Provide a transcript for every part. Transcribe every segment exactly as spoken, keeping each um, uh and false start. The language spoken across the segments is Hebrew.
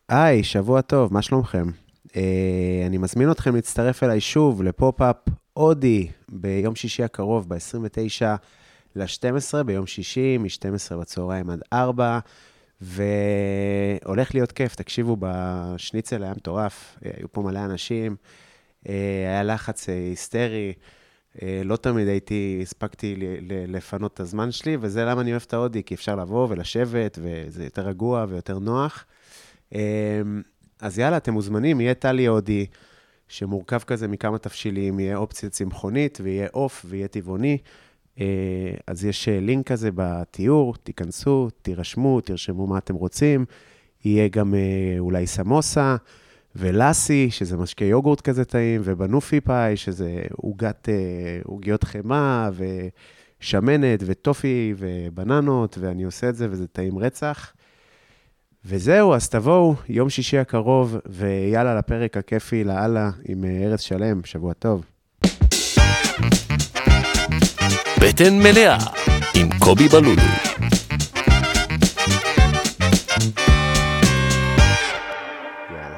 היי, שבוע טוב, מה שלומכם? Uh, אני מזמין אתכם להצטרף אליי שוב לפופ-אפ אודי ביום שישי הקרוב, ב-עשרים ותשע לשתים עשרה, ביום שישי, מ-שתים עשרה בצהריים עד ארבע, והולך להיות כיף, תקשיבו, בשניצל היה מטורף, היו פה מלא אנשים, uh, היה לחץ uh, היסטרי, uh, לא תמיד הייתי, הספקתי לפנות את הזמן שלי, וזה למה אני אוהב את האודי, כי אפשר לבוא ולשבת, וזה יותר רגוע ויותר נוח. אז יאללה, אתם מוזמנים, יהיה טלי אודי, שמורכב כזה מכמה תפשילים, יהיה אופציה צמחונית, ויהיה אוף, ויהיה טבעוני. אז יש לינק כזה בתיאור, תיכנסו, תירשמו, תרשמו מה אתם רוצים. יהיה גם אולי סמוסה, ולאסי, שזה משקי יוגורט כזה טעים, ובנופי פאי, שזה עוגת, עוגיות חמה, ושמנת, וטופי, ובננות, ואני עושה את זה, וזה טעים רצח. וזהו, אז תבואו, יום שישי הקרוב, ויאללה לפרק הכיפי, לאללה, עם ארץ שלם, שבוע טוב. בטן מלאה, עם קובי בלולו. יאללה.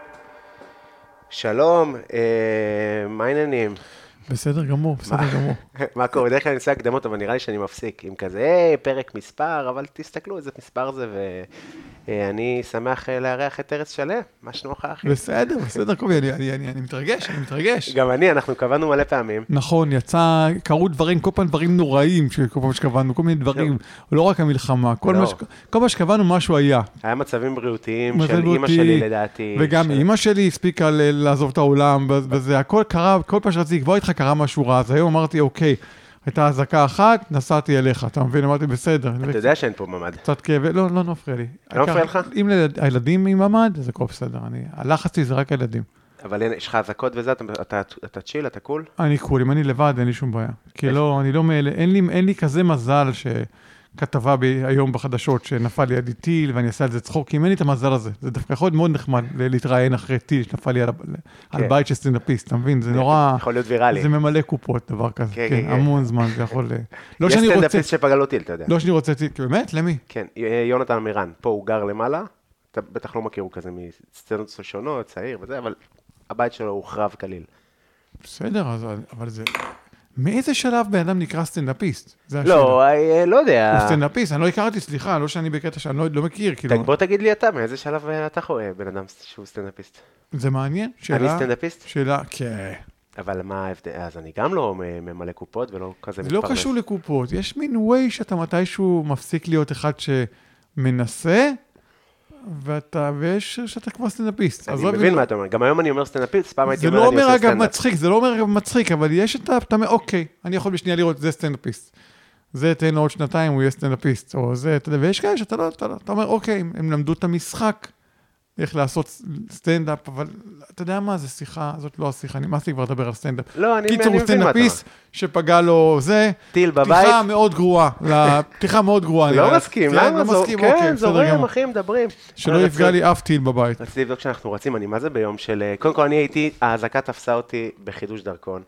שלום, אה, מה העניינים? בסדר גמור, בסדר גמור. מה קורה? בדרך כלל אני עושה הקדמות, אבל נראה לי שאני מפסיק. עם כזה, היי, פרק מספר, אבל תסתכלו איזה מספר זה, ואני שמח לארח את ארץ שלם. מה שנוח, אחי? בסדר, בסדר, קובי, אני, אני, אני, אני מתרגש, אני מתרגש. גם אני, אנחנו קבענו מלא פעמים. נכון, יצא, קרו דברים, כל פעם דברים נוראים, כל פעם שקבענו, כל מיני דברים, לא רק המלחמה, כל, מה, ש... כל מה שקבענו, משהו היה. היה מצבים בריאותיים של אמא שלי, לדעתי. וגם של... אמא שלי הספיקה לעזוב את העולם, וזה הכל קרה, כל פעם שרציתי לקבוע איתך קרה משהו רע, אז היום אמרתי, אוקיי, הייתה הזקה אחת, נסעתי אליך, אתה מבין? אמרתי, בסדר. אתה יודע שאין פה ממד. קצת כאב, לא, לא נפריע לי. לא מפריע לך? אם הילדים עם ממד, זה כל בסדר. הלחץ לי זה רק הילדים. אבל יש לך הזקות וזה, אתה צ'יל, אתה קול? אני קול, אם אני לבד, אין לי שום בעיה. כי לא, אני לא מאלה, אין לי כזה מזל שכתבה היום בחדשות שנפל לי עדי טיל, ואני אעשה על זה צחוק, כי אם אין לי את המזל הזה. זה דווקא יכול להיות מאוד נחמד להתראיין אחרי טיל שנפל לי על בית של סטנדאפיסט, אתה מבין? זה נורא... יכול להיות ויראלי. זה ממלא קופות, דבר כזה. כן, המון זמן, זה יכול... יש סטנדאפיסט שפגע לו טיל, אתה יודע. לא שאני רוצה טיל, באמת? למי? כן, יונתן מירן, פה הוא גר למעלה, אתה בטח לא מכיר, הוא כזה מסצנות שונות, צעיר וזה, אבל הבית שלו הוא חרב כליל. בסדר, אבל זה... מאיזה שלב בן אדם נקרא סטנדאפיסט? לא, לא יודע. הוא סטנדאפיסט, אני לא הכרתי, סליחה, לא שאני בקטע שאני לא מכיר. בוא תגיד לי אתה, מאיזה שלב אתה רואה בן אדם שהוא סטנדאפיסט? זה מעניין. אני סטנדאפיסט? שאלה, כן. אבל מה ההבדל? אז אני גם לא ממלא קופות ולא כזה מתפרנס. זה לא קשור לקופות, יש מין ווי שאתה מתישהו מפסיק להיות אחד שמנסה, ואתה, ויש שאתה כבר סטנדאפיסט. אני מבין מה אתה אומר, גם היום אני אומר סטנדאפיסט, פעם הייתי אומר אני עושה סטנדאפ. זה לא אומר אגב מצחיק, זה לא אומר אגב מצחיק, אבל יש את אתה אומר, אוקיי, אני יכול בשנייה לראות, זה סטנדאפיסט. זה תן לו עוד שנתיים, הוא יהיה סטנדאפיסט, או זה, אתה יודע, ויש כאלה שאתה לא, אתה אומר, אוקיי, הם למדו את המשחק, איך לעשות סטנדאפ, אבל אתה יודע מה, זה שיחה, זאת לא השיחה, אני מאסתי כבר לדבר על סטנדאפ. לא, אני מבין מה אתה אומר. קיצור, סטנדאפיסט שפגע לו זה, טיל בבית. פתיחה מאוד גרועה, פתיחה מאוד גרועה. לא מסכים, למה? לא מסכים, כן, זורם, אחי, מדברים. שלא יפגע לי אף טיל בבית. רציתי לבדוק שאנחנו רצים, אני מה זה ביום של... קודם כל, אני הייתי, ההזקה תפסה אותי בחידוש דרכון.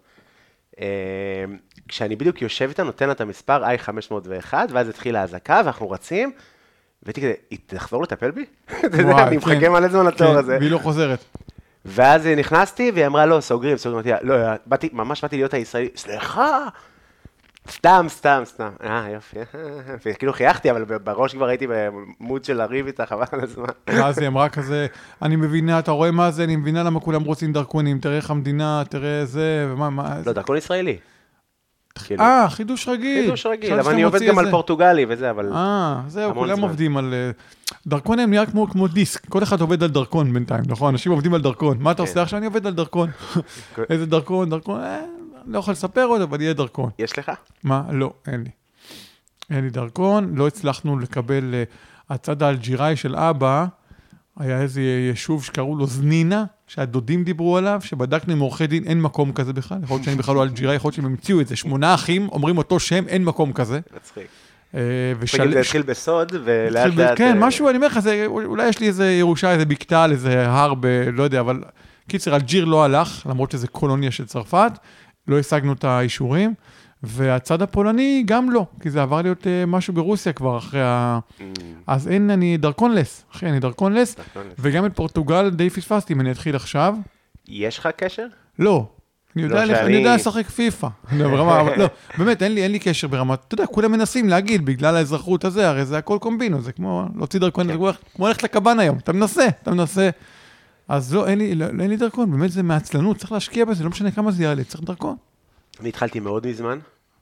כשאני בדיוק יושב איתה, נותן לה את המספר איי חמש מאות ואחת, ואז התחילה ההזקה, ואנחנו רצים, והייתי כזה, היא תחזור לטפל בי? אתה יודע, אני מחכה מלא זמן לתור הזה. והיא לא חוזרת. ואז נכנסתי, והיא אמרה, לא, סוגרים, סוגרים. לא, ממש באתי להיות הישראלי, סליחה, סתם, סתם, סתם. אה, יופי. וכאילו חייכתי, אבל בראש כבר הייתי במוד של לריב איתה, חבל על הזמן. ואז היא אמרה כזה, אני מבינה, אתה רואה מה זה, אני מבינה למה כולם רוצים דרכונים, תראה איך המדינה, תראה זה, ומה, מה... לא, דרכון ישראלי. אה, חידוש רגיל. חידוש רגיל, אבל אני עובד גם על פורטוגלי וזה, אבל... אה, זהו, כולם עובדים על... דרכון הם נראה כמו דיסק, כל אחד עובד על דרכון בינתיים, נכון? אנשים עובדים על דרכון. מה אתה עושה עכשיו? אני עובד על דרכון. איזה דרכון, דרכון, לא יכול לספר עוד, אבל יהיה דרכון. יש לך? מה? לא, אין לי. אין לי דרכון, לא הצלחנו לקבל... הצד האלג'יראי של אבא, היה איזה יישוב שקראו לו זנינה, שהדודים דיברו עליו, שבדקנו עם עורכי דין, אין מקום כזה בכלל, יכול להיות שאני בכלל לא אלג'יראי, יכול להיות שהם המציאו את זה, שמונה אחים, אומרים אותו שם, אין מקום כזה. מצחיק. ושל... זה התחיל בסוד, ולאט לאט... כן, משהו, אני אומר לך, אולי יש לי איזה ירושה, איזה בקתה, איזה הר, לא יודע, אבל קיצר, אלג'יר לא הלך, למרות שזה קולוניה של צרפת, לא השגנו את האישורים, והצד הפולני גם לא, כי זה עבר להיות משהו ברוסיה כבר אחרי ה... אז אין, אני דרכונלס, אחי, אני דרכונלס, וגם את פורטוגל די פספסתי, אם אני אתחיל עכשיו. יש לך קשר? לא. אני יודע, שאני... אני יודע לשחק פיפה. לא, ברמה, לא, באמת, אין לי, אין לי קשר ברמה, אתה יודע, כולם מנסים להגיד, בגלל האזרחות הזה, הרי זה הכל קומבינו, זה כמו להוציא דרכון, כן. זה כמו ללכת לקבן היום, אתה מנסה, אתה מנסה. אז לא, אין לי, לא, אין לי דרכון, באמת זה מעצלנות, צריך להשקיע בזה, לא משנה כמה זה יעלה, צריך דרכון. אני התחלתי מאוד מזמן,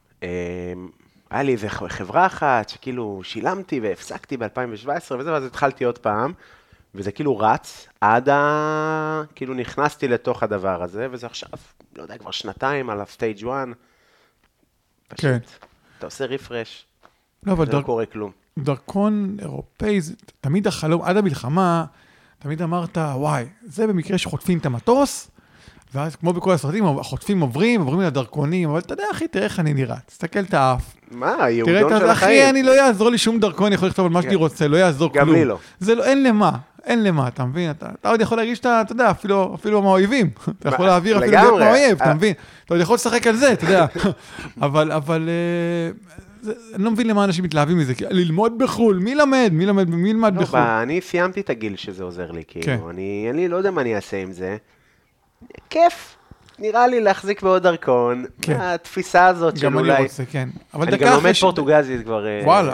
היה לי איזה חברה אחת, שכאילו שילמתי והפסקתי ב-אלפיים שבע עשרה וזה, ואז התחלתי עוד פעם, וזה כאילו רץ, עד ה... כאילו נכנסתי לתוך הדבר הזה, וזה עכשיו, לא יודע, כבר שנתיים על הסטייג' אחת. פשוט, כן. אתה עושה ריפרש, לא, אבל לא דר... קורה כלום. דרכון אירופאי, זה תמיד החלום, עד המלחמה, תמיד אמרת, וואי, זה במקרה שחוטפים את המטוס, ואז כמו בכל הסרטים, החוטפים עוברים, עוברים לדרכונים, אבל אתה יודע, אחי, תראה איך אני נראה, תסתכל את האף. מה, היהודון של החיים? אחי, אני לא יעזור לי שום דרכון, אני יכול לכתוב על מה שאני רוצה, לא יעזור כלום. גם לי לא. זה לא, אין למה, אין למה, אתה מבין? אתה, אתה עוד יכול להרגיש שאתה, אתה יודע, אפילו, אפילו מהאויבים. אתה יכול להעביר אפילו להיות מהאויב, אתה מבין? אתה עוד יכול לשחק על זה, אתה יודע. אבל, אבל, אני לא מבין למה אנשים מתלהבים מזה, ללמוד בחול, מי למד? מי למד? מי למד בחול? אני סיימתי את הגיל שזה עוזר לי, כאילו, אני לא יודע מה אני אעשה עם זה. כיף. נראה לי להחזיק בעוד דרכון, התפיסה הזאת של אולי... גם אני רוצה, כן. אני גם לומד פורטוגזית כבר... וואלה.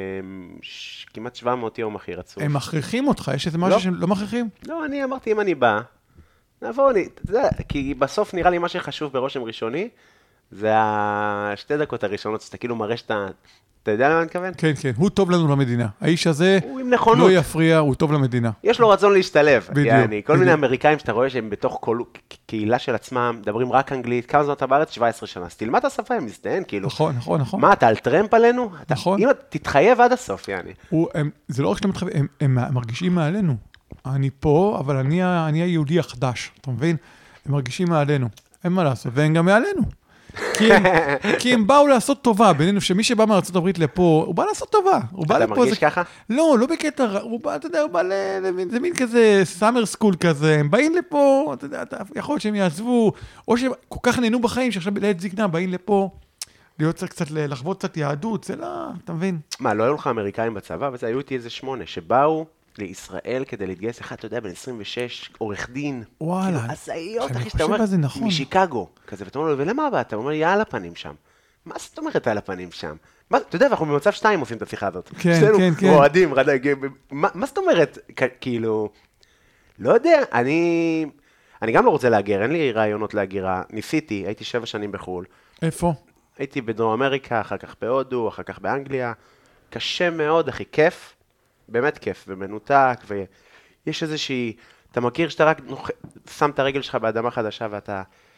כמעט שבע מאות יום הכי רצוף. הם מכריחים אותך, יש איזה משהו שהם לא מכריחים? לא, אני אמרתי, אם אני בא, נעבור לי, אתה יודע, כי בסוף נראה לי מה שחשוב ברושם ראשוני, זה השתי דקות הראשונות, שאתה כאילו מראה שאתה... אתה יודע למה אני מתכוון? כן, כן, הוא טוב לנו למדינה. האיש הזה לא יפריע, הוא טוב למדינה. יש לו רצון להשתלב. בדיוק. יעני, כל מיני אמריקאים שאתה רואה שהם בתוך כל קהילה של עצמם, מדברים רק אנגלית, כמה זמן אתה בארץ? שבע עשרה שנה. אז תלמד את השפה, הם מזדהן, כאילו. נכון, נכון, נכון. מה, אתה על טרמפ עלינו? נכון. אם תתחייב עד הסוף, יעני. זה לא רק שאתה מתחייב, הם מרגישים מעלינו. אני פה, אבל אני היהודי החדש, אתה מבין? הם מרגישים מעלינו. אין מה לעשות, והם גם מעלינו. כי הם, כי הם באו לעשות טובה, בינינו שמי שבא מארצות הברית לפה, הוא בא לעשות טובה. אתה מרגיש ככה? לא, לא בקטע, הוא בא, אתה יודע, הוא בא זה מין כזה סאמר סקול כזה, הם באים לפה, אתה יודע, יכול להיות שהם יעזבו, או שהם כל כך נהנו בחיים, שעכשיו לעת זקנה באים לפה, להיות קצת, לחוות קצת יהדות, זה לא, אתה מבין? מה, לא היו לך אמריקאים בצבא, וזה היו איתי איזה שמונה, שבאו לישראל כדי להתגייס, אחד, אתה יודע, בן עשרים ושש, עורך דין. וואלה. כאילו, הזיות, אחי, שאתה אומר, משיקגו, כזה, ואתה אומר לו, ולמה באת? אתה אומר, יא על הפנים שם. מה זאת אומרת על הפנים שם? אתה יודע, אנחנו במצב שתיים עושים את השיחה הזאת. כן, כן, כן. רועדים, מה זאת אומרת? כאילו, לא יודע, אני... אני גם לא רוצה להגר, אין לי רעיונות להגירה. ניסיתי, הייתי שבע שנים בחול. איפה? הייתי בדרום אמריקה, אחר כך בהודו, אחר כך באנגליה. קשה מאוד, אחי, כיף. באמת כיף ומנותק, ויש איזושהי, אתה מכיר שאתה רק נוח... שם את הרגל שלך באדמה חדשה ואתה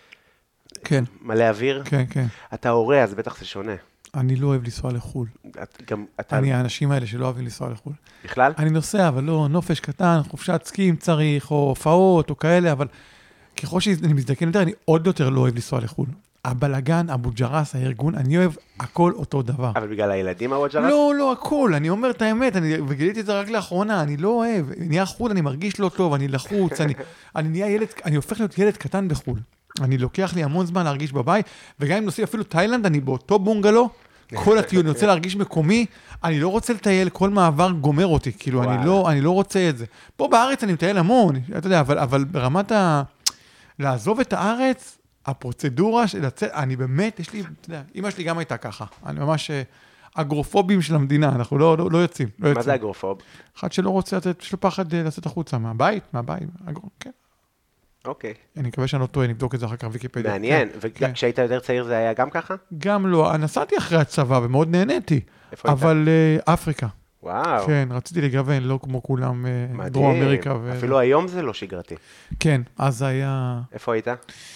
כן. מלא אוויר? כן, כן. אתה הורה, אז בטח זה שונה. אני לא אוהב לנסוע לחול. את, גם, אתה... אני האנשים האלה שלא אוהבים לנסוע לחול. בכלל? אני נוסע, אבל לא, נופש קטן, חופשת סקים צריך, או הופעות, או כאלה, אבל ככל שאני מזדקן יותר, אני עוד יותר לא אוהב לנסוע לחול. הבלגן, אבו ג'רס, הארגון, אני אוהב הכל אותו דבר. אבל בגלל הילדים אבו ג'רס? לא, לא, הכל, אני אומר את האמת, אני, וגיליתי את זה רק לאחרונה, אני לא אוהב, אני נהיה חול, אני מרגיש לא טוב, אני לחוץ, אני, אני נהיה ילד, אני הופך להיות ילד קטן בחול. אני לוקח לי המון זמן להרגיש בבית, וגם אם נוסעים אפילו תאילנד, אני באותו בונגלו, כל הטיול, אני רוצה להרגיש מקומי, אני לא רוצה לטייל, כל מעבר גומר אותי, כאילו, אני לא, אני לא רוצה את זה. פה בארץ אני מטייל המון, אתה יודע, אבל, אבל ברמת ה... לעזוב את הארץ, הפרוצדורה של לצאת, אני באמת, יש לי, אתה יודע, אמא שלי גם הייתה ככה, אני ממש אגרופובים של המדינה, אנחנו לא, לא, לא יוצאים. לא מה יוצאים. זה אגרופוב? אחד שלא רוצה לצאת, יש לו פחד לצאת החוצה, מהבית, מהבית, אגרופ, כן. אוקיי. אני מקווה שאני לא טועה, נבדוק את זה אחר כך ויקיפדיה. מעניין, כן. וכשהיית יותר צעיר זה היה גם ככה? גם לא, נסעתי אחרי הצבא ומאוד נהניתי. איפה היית? אבל אפריקה. וואו. כן, רציתי לגוון, לא כמו כולם דרום אמריקה. ו... אפילו היום זה לא שגרתי. כן, אז זה היה... איפה היית?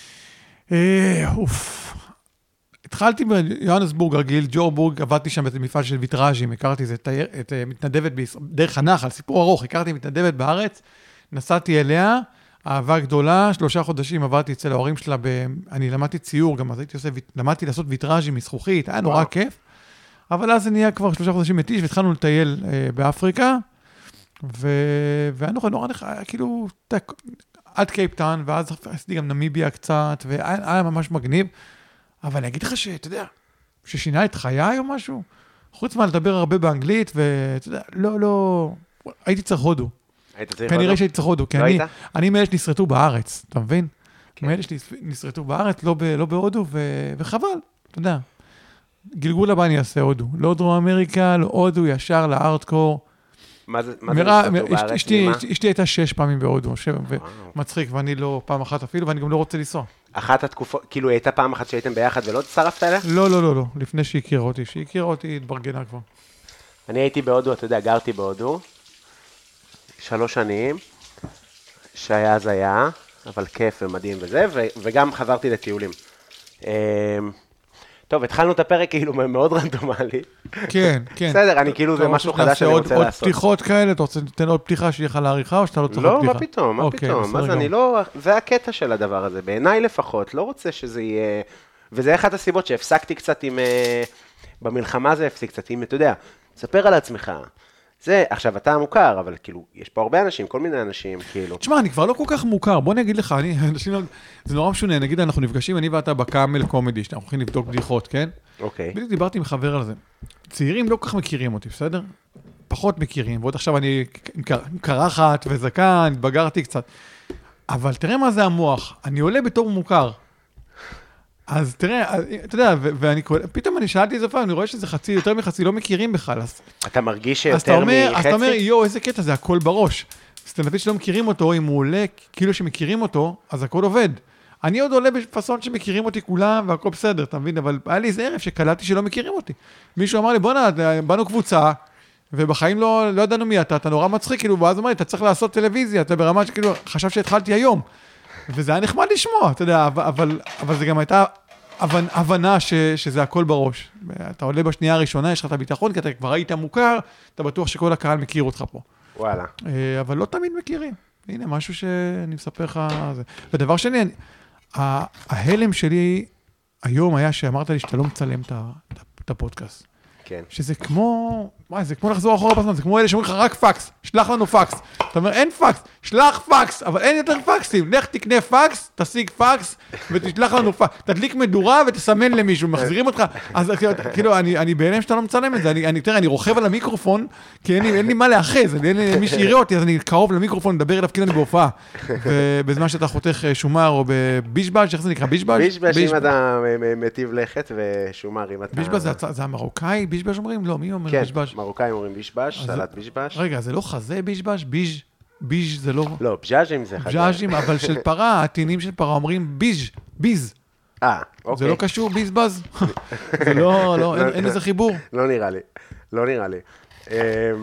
אוף. התחלתי ביוהנסבורג רגיל, ג'ורבורג, עבדתי שם במפעל של ויטראז'ים, הכרתי את מתנדבת דרך הנחל, סיפור ארוך, הכרתי מתנדבת בארץ, נסעתי אליה, אהבה גדולה, שלושה חודשים עבדתי אצל ההורים שלה, אני למדתי ציור, גם אז הייתי עושה, למדתי לעשות ויטראז'ים מזכוכית, היה נורא כיף, אבל אז זה נהיה כבר שלושה חודשים מתיש, והתחלנו לטייל באפריקה, והיה נורא נורא נורא, כאילו, עד קייפטאון, ואז עשיתי גם נמיביה קצת, והיה ממש מגניב, אבל אני אגיד לך שאתה יודע, ששינה את חיי או משהו? חוץ מה לדבר הרבה באנגלית, ואתה יודע, לא, לא, הייתי צריך הודו. היית צריך הודו? כנראה שהייתי צריך הודו, כי לא אני, היית? אני מאלה שנסרטו בארץ, אתה מבין? כן. מאלה שנסרטו בארץ, לא, ב, לא בהודו, ו, וחבל, אתה יודע. גלגול הבא אני אעשה הודו. לא דרום אמריקה, לא הודו, ישר לארטקור. מה זה מה זה מראה, נסרטו אשתי- בארץ? אשתי ממה? אשתי הייתה שש פעמים בהודו, שבע, וואו. ומצחיק, ואני לא פעם אחת אפילו, ואני גם לא רוצה לנסוע. אחת התקופות, כאילו הייתה פעם אחת שהייתם ביחד ולא הצטרפת אליה? לא, לא, לא, לא, לפני שהכירה אותי. שהכירה אותי, התברגנה כבר. אני הייתי בהודו, אתה יודע, גרתי בהודו, שלוש שנים, שהיה אז היה, אבל כיף ומדהים וזה, ו- וגם חזרתי לטיולים. אמ, טוב, התחלנו את הפרק כאילו מאוד רנדומלי. כן, כן. בסדר, אני כאילו זה אתה משהו רוצה חדש שאני שנעשה רוצה עוד- לעשות. עוד פתיחות כאלה? אתה רוצה לתת עוד פתיחה שיהיה לך לעריכה, או שאתה לא צריך עוד לא, פתיחה? מה פתאום, מה אוקיי, פתאום, בסדר מה זה, אני גמור. לא, זה הקטע של הדבר הזה, בעיניי לפחות, לא רוצה שזה יהיה, וזה אחת הסיבות שהפסקתי קצת עם, אה, במלחמה זה הפסיק קצת עם, אתה יודע, ספר על עצמך, זה, עכשיו אתה מוכר, אבל כאילו, יש פה הרבה אנשים, כל מיני אנשים, כאילו, תשמע, אני כבר לא כל כך מוכר, בוא אני אגיד לך, אני, אנשים, לא- זה נורא משונה, נגיד אנחנו נפגשים, אני ואתה בקאמל קומדי, שאנחנו הולכים לבדוק בדיחות, כן? אוקיי, בדיוק דיברתי עם חבר על זה. צעירים לא כל כך מכירים אותי, בסדר? פחות מכירים, ועוד עכשיו אני עם קר- עם קרחת וזקן, התבגרתי קצת. אבל תראה מה זה המוח, אני עולה בתור מוכר. אז תראה, אז, אתה יודע, ו- ואני קורא- פתאום אני שאלתי את זה פעם, אני רואה שזה חצי, יותר מחצי, לא מכירים בכלל. אז, אתה מרגיש אז אתה שיותר אומר, אז אתה אומר, מחצי? יו, איזה קטע, זה הכל בראש. סטנדאפיסט שלא מכירים אותו, אם הוא עולה כאילו שמכירים אותו, אז הכל עובד. אני עוד עולה בפסון שמכירים אותי כולם, והכל בסדר, אתה מבין? אבל היה לי איזה ערב שקלטתי שלא מכירים אותי. מישהו אמר לי, בוא'נה, באנו קבוצה, ובחיים לא, לא ידענו מי אתה, אתה נורא מצחיק, כאילו, ואז אמר לי, אתה צריך לעשות טלוויזיה, אתה ברמה שכאילו, חשב שהתחלתי היום. וזה היה נחמד לשמוע, אתה יודע, אבל, אבל, אבל זה גם הייתה הבנ, הבנה ש, שזה הכל בראש. אתה עולה בשנייה הראשונה, יש לך את הביטחון, כי אתה כבר היית מוכר, אתה בטוח שכל הקהל מכיר אותך פה. וואלה, אה, אבל לא תמיד מכירים. הנה, משהו שאני מספר לך. זה. ודבר שני, אני, ה- ההלם שלי היום היה שאמרת לי שאתה לא מצלם את ה- את הפודקאסט. כן, שזה כמו, וואי, זה כמו לחזור אחורה בזמן, זה כמו אלה שאומרים לך רק פקס, שלח לנו פקס. אתה אומר, אין פקס, שלח פקס, אבל אין יותר פקסים. לך תקנה פקס, תשיג פקס, ותשלח לנו פקס. תדליק מדורה ותסמן למישהו, מחזירים אותך. אז כאילו, אני, אני בהלם שאתה לא מצלם את זה. אני, אני, תראה, אני רוכב על המיקרופון, כי אין לי, אין לי מה לאחז, אין לי מי שיראה אותי, אז אני קרוב למיקרופון, מדבר אליו כאילו אני בהופעה. ובזמן שאתה חותך שומר או בבישבש, איך זה נקרא? בישבש? בישבש אם אתה מטיב לכת ושומר אם אתה... בישבש זה, הצ- זה המרוקאי? בישבש אומרים? לא, מי אומר כן, בישבש? מרוקאים אומרים בישבש, אז- סלט בישבש. רגע, זה לא חזה בישבש? ביז' ביז' זה לא... לא, בז'אז'ים זה חזר. בז'אז'ים, אבל של פרה, הטינים של פרה אומרים ביז', ביז. אה, אוקיי. זה לא קשור ביזבז? זה לא, לא, אין- אין איזה חיבור. לא נראה לי, לא נראה לי. אמ,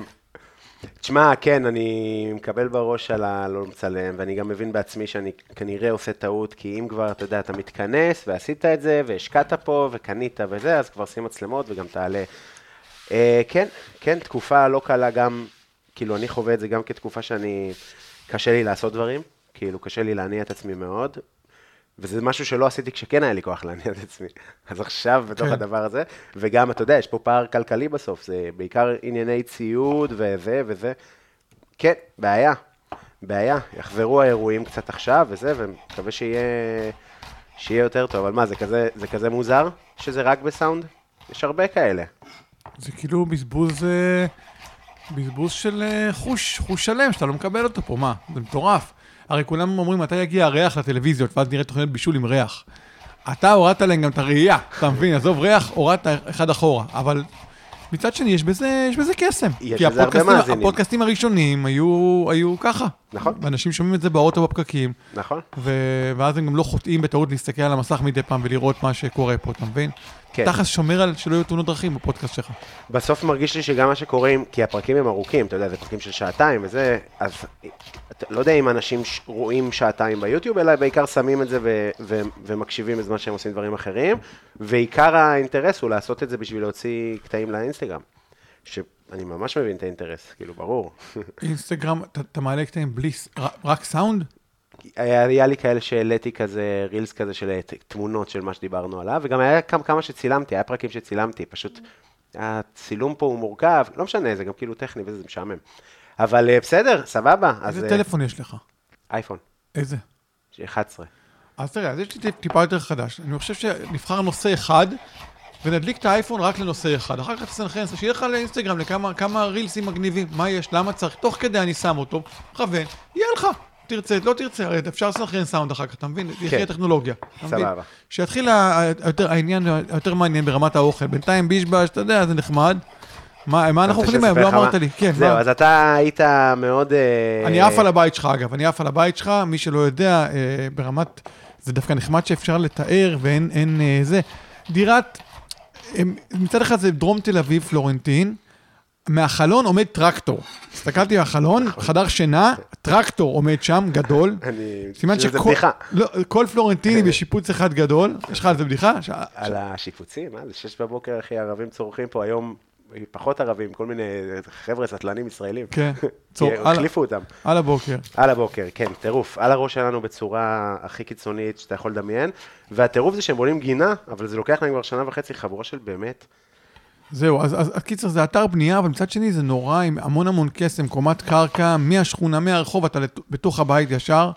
תשמע, כן, אני מקבל בראש על הלא מצלם, ואני גם מבין בעצמי שאני כנראה עושה טעות, כי אם כבר, אתה יודע, אתה מתכנס ועשית את זה, והשקעת פה וקנית וזה, אז כבר שים מצלמות וגם תעלה. אה, כן, כן, תקופה לא קלה גם, כאילו, אני חווה את זה גם כתקופה שאני, קשה לי לעשות דברים, כאילו, קשה לי להניע את עצמי מאוד, וזה משהו שלא עשיתי כשכן היה לי כוח להניע את עצמי. אז עכשיו, בתוך כן. הדבר הזה, וגם, אתה יודע, יש פה פער כלכלי בסוף, זה בעיקר ענייני ציוד וזה וזה. כן, בעיה, בעיה. יחזרו האירועים קצת עכשיו וזה, ומקווה שיהיה, שיהיה יותר טוב. אבל מה, זה כזה, זה כזה מוזר שזה רק בסאונד? יש הרבה כאלה. זה כאילו בזבוז, אה, בזבוז של אה, חוש, חוש שלם, שאתה לא מקבל אותו פה, מה? זה מטורף. הרי כולם אומרים, מתי יגיע הריח לטלוויזיות, ואז נראה תוכניות בישול עם ריח. אתה הורדת להם גם את הראייה, אתה מבין? עזוב ריח, הורדת אחד אחורה. אבל מצד שני, יש בזה, יש בזה קסם. יש כי בזה הרבה הפודקאסטים- מאזינים. הפודקאסטים הראשונים היו, היו ככה. נכון. ואנשים שומעים את זה באוטו בפקקים, נכון? ו... ואז הם גם לא חוטאים בטעות להסתכל על המסך מדי פעם ולראות מה שקורה פה, אתה מבין? כן. תכף שומר על שלא יהיו תאונות דרכים בפודקאסט שלך. בסוף מרגיש לי שגם מה שקורה, עם- כי הפרקים הם ארוכים, אתה יודע, זה פרקים של שעתיים וזה, אז אתה לא יודע אם אנשים ש- רואים שעתיים ביוטיוב, אלא בעיקר שמים את זה ו- ו- ומקשיבים בזמן שהם עושים דברים אחרים, ועיקר האינטרס הוא לעשות את זה בשביל להוציא קטעים לאינסטגרם, שאני ממש מבין את האינטרס, כאילו, ברור. אינסטגרם, אתה, אתה מעלה קטעים בלי, ס- ר- רק סאונד? היה, היה לי כאלה שהעליתי כזה, רילס כזה של ת- תמונות של מה שדיברנו עליו, וגם היה כמה, כמה שצילמתי, היה פרקים שצילמתי, פשוט הצילום פה הוא מורכב, לא משנה, זה גם כאילו טכני וזה, זה משעמם. אבל אה, בסדר, סבבה. איזה אז, טלפון יש לך? אה, אייפון, איזה? אחת עשרה. אז תראה, אז יש לי טיפ- טיפה יותר חדש. אני חושב שנבחר נושא אחד, ונדליק את האייפון רק לנושא אחד. אחר כך תסנכרן, שיהיה לך לאינסטגרם, לכמה כמה רילסים מגניבים, מה יש, למה צריך, תוך כדי אני שם אותו, מכוון, יהיה לך. תרצה, לא תרצה, הרי אפשר לסנכרן סאונד אחר כך, אתה מבין? יחיה טכנולוגיה. סבבה. שיתחיל העניין היותר מעניין ברמת האוכל. בינתיים בישבש, אתה יודע, זה נחמד. מה אנחנו אוכלים היום? לא אמרת לי. זהו, אז אתה היית מאוד... אני עף על הבית שלך, אגב. אני עף על הבית שלך, מי שלא יודע, ברמת... זה דווקא נחמד שאפשר לתאר, ואין זה. דירת... מצד אחד זה דרום תל אביב, פלורנטין. מהחלון עומד טרקטור. הסתכלתי מהחלון, חדר שינה, טרקטור עומד שם, גדול. אני... שזה בדיחה. כל פלורנטיני בשיפוץ אחד גדול. יש לך על זה בדיחה? על השיפוצים, מה? זה שש בבוקר, אחי, ערבים צורכים פה היום, פחות ערבים, כל מיני חבר'ה סטלנים ישראלים. כן. החליפו אותם. על הבוקר. על הבוקר, כן, טירוף. על הראש שלנו בצורה הכי קיצונית שאתה יכול לדמיין. והטירוף זה שהם בונים גינה, אבל זה לוקח להם כבר שנה וחצי חבורה של באמת... זהו, אז, אז הקיצר זה אתר בנייה, אבל מצד שני זה נורא עם המון המון קסם, קומת קרקע, מהשכונה, מהרחוב, אתה בתוך הבית ישר,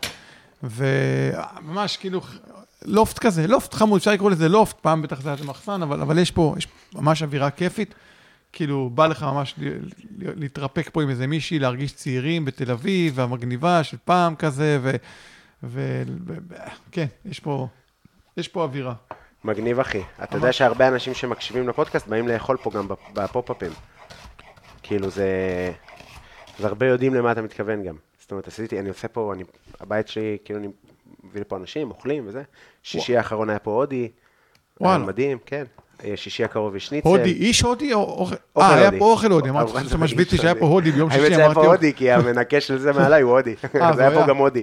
וממש כאילו, לופט כזה, לופט חמוד, אפשר לקרוא לזה לופט, פעם בטח זה היה מחסן, אבל, אבל יש פה, יש ממש אווירה כיפית, כאילו בא לך ממש להתרפק פה עם איזה מישהי, להרגיש צעירים בתל אביב, והמגניבה של פעם כזה, ו... ו... כן, יש פה, יש פה אווירה. מגניב אחי. אתה יודע שהרבה אנשים שמקשיבים לפודקאסט באים לאכול פה גם בפופ-אפים. כאילו זה... זה הרבה יודעים למה אתה מתכוון גם. זאת אומרת, עשיתי, אני עושה פה, אני, הבית שלי, כאילו אני מביא לפה אנשים, אוכלים וזה. שישי האחרון היה פה הודי. היה מדהים, כן. שישי הקרוב יש שניצל. הודי, איש הודי או אוכל? אה, היה פה אוכל הודי. אמרתי שמשביתי שהיה פה הודי ביום שישי. האמת שהיה פה הודי, כי המנקש של זה מעליי הוא הודי. זה היה פה גם הודי.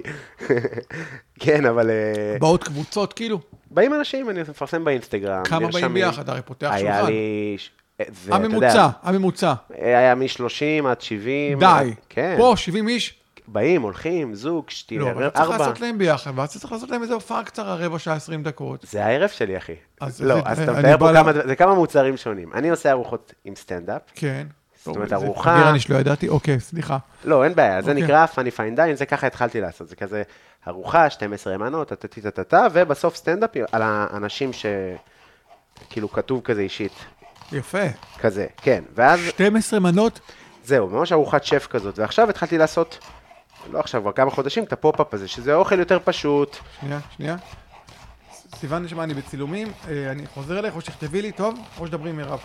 כן, אבל... באות קבוצות, כאילו? באים אנשים, אני מפרסם באינסטגרם. כמה באים ביחד? הרי פותח שולחן. היה לי... הממוצע, הממוצע. היה מ-שלושים עד שבעים. די. פה, שבעים איש. באים, הולכים, זוג, שתי, ארבע. לא, אבל צריך לעשות להם ביחד, ואז צריך לעשות להם איזו הופעה קצרה, רבע שעה, עשרים דקות. זה הערב שלי, אחי. לא, אז אתה מתאר פה כמה, זה כמה מוצרים שונים. אני עושה ארוחות עם סטנדאפ. כן. זאת אומרת, ארוחה... אני שלא ידעתי, אוקיי, סליחה. לא, אין בעיה, זה נקרא פאני פיין דיין, זה ככה התחלתי לעשות. זה כזה ארוחה, שתים עשרה מנות, טטטטטטה, ובסוף סטנדאפ על האנשים שכאילו כתוב כזה אישית. יפה. כזה, כן. ואז... שתים עשרה מנות? זהו, ממש ארוחת שף כזאת. ועכשיו התחלתי לעשות, לא עכשיו, כבר כמה חודשים, את הפופ-אפ הזה, שזה אוכל יותר פשוט. שנייה, שנייה. סיוון נשמע, אני בצילומים, אני חוזר אליך, או שתכתבי לי, טוב? או שדברי מירב.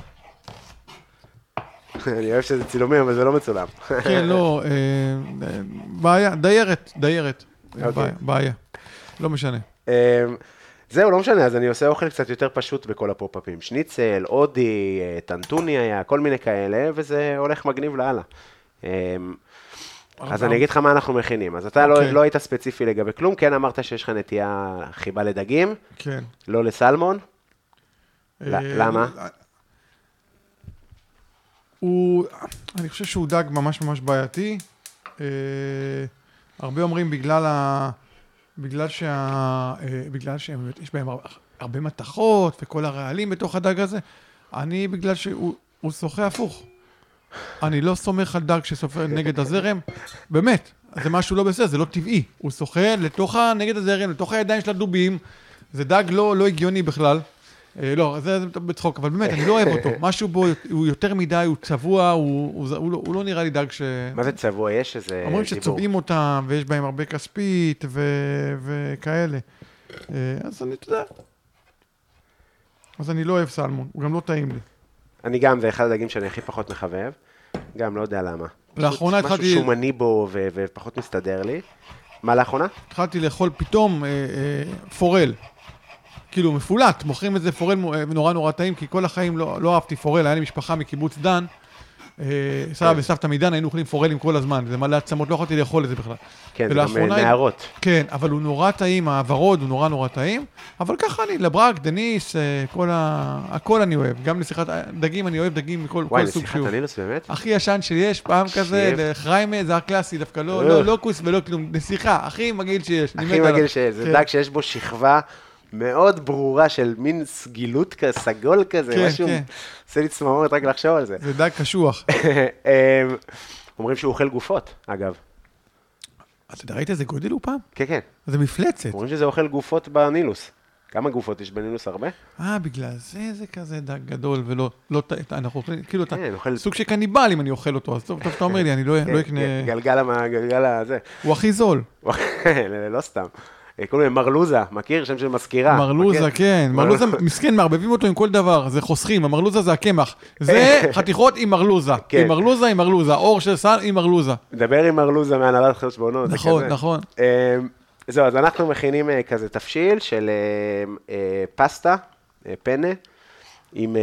אני אוהב שזה צילומים, אבל זה לא מצולם. כן, לא, בעיה, דיירת, דיירת. בעיה, לא משנה. זהו, לא משנה, אז אני עושה אוכל קצת יותר פשוט בכל הפופ-אפים. שניצל, אודי, טנטוני היה, כל מיני כאלה, וזה הולך מגניב לאללה. אז אני אגיד לך מה אנחנו מכינים. אז אתה לא היית ספציפי לגבי כלום, כן אמרת שיש לך נטייה חיבה לדגים, כן. לא לסלמון. למה? הוא, אני חושב שהוא דג ממש ממש בעייתי. הרבה אומרים בגלל ה... בגלל שה... בגלל שיש בהם הרבה מתחות וכל הרעלים בתוך הדג הזה. אני, בגלל שהוא שוחה הפוך. אני לא סומך על דג שסופר נגד הזרם. באמת, זה משהו לא בסדר, זה לא טבעי. הוא שוחה לתוך נגד הזרם, לתוך הידיים של הדובים. זה דג לא, לא הגיוני בכלל. לא, זה בצחוק, אבל באמת, אני לא אוהב אותו. משהו בו, הוא יותר מדי, הוא צבוע, הוא לא נראה לי דג ש... מה זה צבוע? יש איזה דיבור. אומרים שצובעים אותם, ויש בהם הרבה כספית, וכאלה. אז אני, אתה יודע. אז אני לא אוהב סלמון, הוא גם לא טעים לי. אני גם, זה אחד הדגים שאני הכי פחות מחבב. גם, לא יודע למה. לאחרונה התחלתי... משהו שומני בו, ופחות מסתדר לי. מה לאחרונה? התחלתי לאכול פתאום פורל. כאילו מפולט, מוכרים את זה פורל נורא נורא טעים, כי כל החיים לא, לא אהבתי פורל, היה לי משפחה מקיבוץ דן, סבא וסבתא מדן, היינו אוכלים פורלים כל הזמן, זה מלא עצמות, לא יכולתי לאכול את זה בכלל. כן, זה גם נערות. כן, אבל הוא נורא טעים, העברוד הוא נורא נורא טעים, אבל ככה אני, לברק, דניס, כל ה... הכל אני אוהב, גם לשיחת דגים, אני אוהב דגים מכל וואי, סוג שהוא. וואי, לשיחת הנילוס באמת? הכי ישן שיש, פעם כזה, לחריימה, זה הקלאסי, דווקא לא, לא, לא כוס ולא כלום, נסיכה, הכי מגעיל שיש. הכי מגעיל שיש, זה דג שיש בו שכבה מאוד ברורה של מין סגילות כזה, סגול כזה, כן, משהו, כן. עושה לי צמרמורת רק לחשוב על זה. זה דג קשוח. אומרים שהוא אוכל גופות, אגב. אתה ראית איזה גודל הוא פעם? כן, כן. זה מפלצת. אומרים שזה אוכל גופות בנילוס. כמה גופות יש בנילוס הרבה? אה, בגלל זה זה כזה דג גדול, ולא, לא, אנחנו אוכלים, כאילו, אתה, כן, אוכל... סוג של קניבל אם אני אוכל אותו, אז טוב, טוב, אתה אומר לי, אני לא לא אקנה... גלגל הגלגל הזה. הוא הכי זול. לא סתם. קוראים להם מרלוזה, מכיר? שם של מזכירה. מרלוזה, כן. מרלוזה, מסכן, מערבבים אותו עם כל דבר, זה חוסכים, המרלוזה זה הקמח. זה חתיכות עם מרלוזה. עם מרלוזה, עם מרלוזה. אור של סל עם מרלוזה. דבר עם מרלוזה מהנהלת חשבונות. נכון, נכון. זהו, אז אנחנו מכינים כזה תפשיל של פסטה, פנה, עם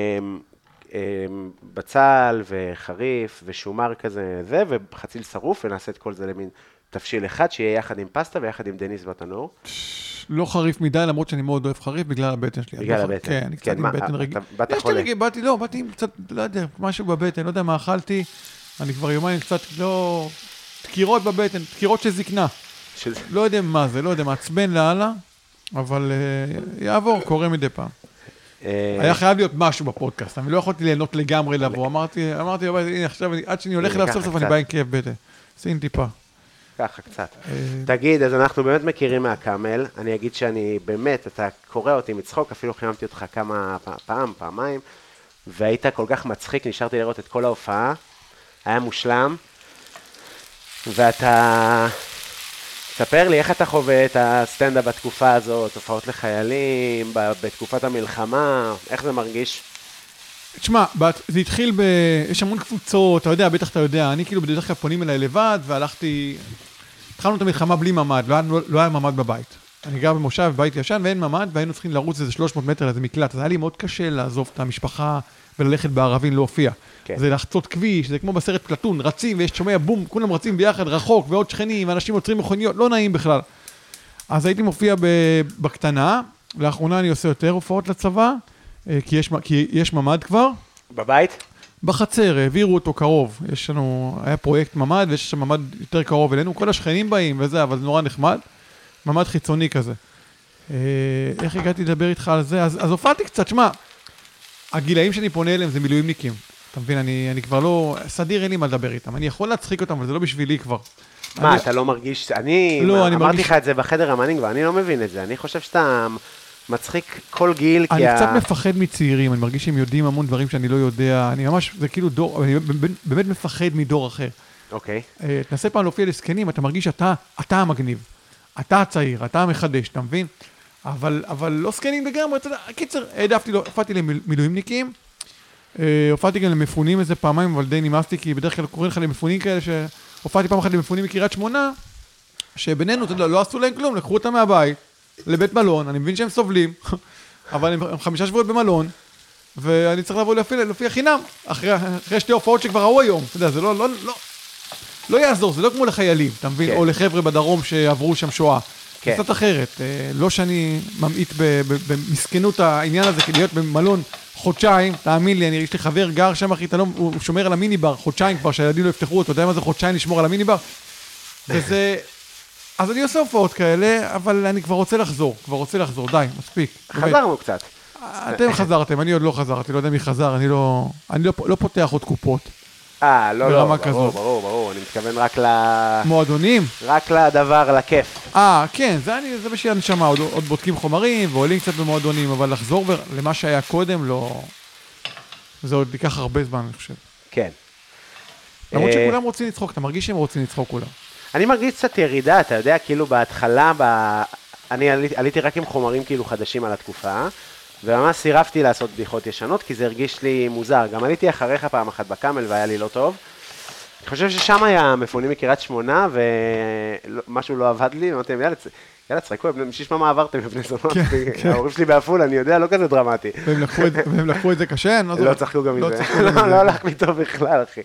בצל וחריף ושומר כזה זה, וחציל שרוף, ונעשה את כל זה למין תפשיל אחד, שיהיה יחד עם פסטה ויחד עם דניס בתנור. לא חריף מדי, למרות שאני מאוד אוהב חריף, בגלל הבטן שלי. בגלל הבטן. כן, אני קצת עם בטן רגיל. באת חולה. באתי, לא, באתי עם קצת, לא יודע, משהו בבטן, לא יודע מה אכלתי, אני כבר יומיים קצת, לא... דקירות בבטן, דקירות של זקנה. לא יודע מה זה, לא יודע, מעצבן להלאה, אבל יעבור, קורה מדי פעם. היה חייב להיות משהו בפודקאסט, אני לא יכולתי ליהנות לגמרי לבוא, אמרתי, אמרתי, הנה עכשיו, עד שאני הולך אליו סוף סוף, אני בא עם כאב בטן. שים טיפה. ככה קצת. תגיד, אז אנחנו באמת מכירים מהקאמל, אני אגיד שאני באמת, אתה קורא אותי מצחוק, אפילו חיממתי אותך כמה פעם, פעמיים, והיית כל כך מצחיק, נשארתי לראות את כל ההופעה, היה מושלם, ואתה, תספר לי איך אתה חווה את הסטנדאפ בתקופה הזאת, הופעות לחיילים, בתקופת המלחמה, איך זה מרגיש? תשמע, זה התחיל ב... יש המון קבוצות, אתה יודע, בטח אתה יודע, אני כאילו בדרך כלל פונים אליי לבד, והלכתי... התחלנו את המלחמה בלי ממד, לא היה, לא היה ממד בבית. אני גר במושב, בבית ישן, ואין ממד, והיינו צריכים לרוץ איזה שלוש מאות מטר לאיזה מקלט, אז היה לי מאוד קשה לעזוב את המשפחה וללכת בערבים להופיע. כן. זה לחצות כביש, זה כמו בסרט פלטון, רצים ויש שומע בום, כולם רצים ביחד רחוק, ועוד שכנים, ואנשים עוצרים מכוניות, לא נעים בכלל. אז הייתי מופיע בקטנה, לאחרונה אני עושה יותר הופעות לצבא, כי יש, כי יש ממד כבר. בבית? בחצר, העבירו אותו קרוב. יש לנו, היה פרויקט ממד, ויש שם ממד יותר קרוב אלינו. כל השכנים באים וזה, אבל זה נורא נחמד. ממד חיצוני כזה. איך הגעתי לדבר איתך על זה? אז, אז הופעתי קצת, שמה, הגילאים שאני פונה אליהם זה מילואימניקים. אתה מבין, אני, אני כבר לא, סדיר אין לי מה לדבר איתם. אני יכול להצחיק אותם, אבל זה לא בשבילי כבר. מה, אני... אתה לא מרגיש, אני, לא, מה, אני אמרתי מרגיש... לך את זה בחדר המאנינג, ואני לא מבין את זה. אני חושב שאתה מצחיק כל גיל, אני כי קצת ה... מפחד מצעירים, אני מרגיש שהם יודעים המון דברים שאני לא יודע. אני ממש, זה כאילו דור, אני באמת מפחד מדור אחר. אוקיי. תנסה פעם להופיע לזקנים, אתה מרגיש שאתה, אתה המגניב. אתה הצעיר, אתה המחדש, אתה מבין? אבל, אבל לא זקנים לגמרי, אתה יודע, קיצר, העדפתי, הופעתי למילואימניקים, הופעתי גם למפונים איזה פעמיים, אבל די נמאסתי, כי בדרך כלל קוראים לך למפונים כאלה, שהופעתי פעם אחת למפונים מקריית שמונה, שבינינו, אתה יודע, לא עשו להם כלום, לקחו אותם מהבית, לבית מלון, אני מבין שהם סובלים, אבל הם חמישה שבועות במלון, ואני צריך לבוא להופיע, להופיע חינם, אחרי, אחרי שתי הופעות שכבר ראו היום, אתה יודע, זה לא, לא, לא, לא יעזור, זה לא כמו לחיילים, אתה מבין, כן. או לחבר'ה בדרום שעברו שם שואה, כן. קצת אחרת, לא שאני ממעיט במסכנות העניין הזה, כי להיות במלון חודשיים, תאמין לי, אני, יש לי חבר גר שם, אחי, לא, הוא שומר על המיניבר, חודשיים כבר, שהילדים לא יפתחו אותו, אתה יודע מה זה חודשיים לשמור על המיניבר? וזה... אז אני עושה הופעות כאלה, אבל אני כבר רוצה לחזור, כבר רוצה לחזור, די, מספיק. חזרנו קצת. אתם חזרתם, אני עוד לא חזרתי, לא יודע מי חזר, אני לא, אני לא, לא פותח עוד קופות. אה, לא, לא, ברור, ברור, ברור, אני מתכוון רק ל... מועדונים? רק לדבר, לכיף. אה, כן, זה, אני, זה בשביל הנשמה, עוד, עוד בודקים חומרים ועולים קצת במועדונים, אבל לחזור למה שהיה קודם, לא... זה עוד ייקח הרבה זמן, אני חושב. כן. למרות שכולם רוצים לצחוק, אתה מרגיש שהם רוצים לצחוק כולם. אני מרגיש קצת ירידה, אתה יודע, כאילו בהתחלה, ב... אני עליתי, עליתי רק עם חומרים כאילו חדשים על התקופה, וממש סירבתי לעשות בדיחות ישנות, כי זה הרגיש לי מוזר. גם עליתי אחריך פעם אחת בקאמל, והיה לי לא טוב. אני חושב ששם היה מפונים מקריית שמונה, ומשהו לא עבד לי, ואמרתי להם, יאללה, יאללה, צחקו, שישמע מה עברתם בבני זונות, ההורים שלי באפול, אני יודע, לא כזה דרמטי. והם לקחו את זה קשה? לא צחקו גם מזה. לא הלך לי טוב בכלל, אחי.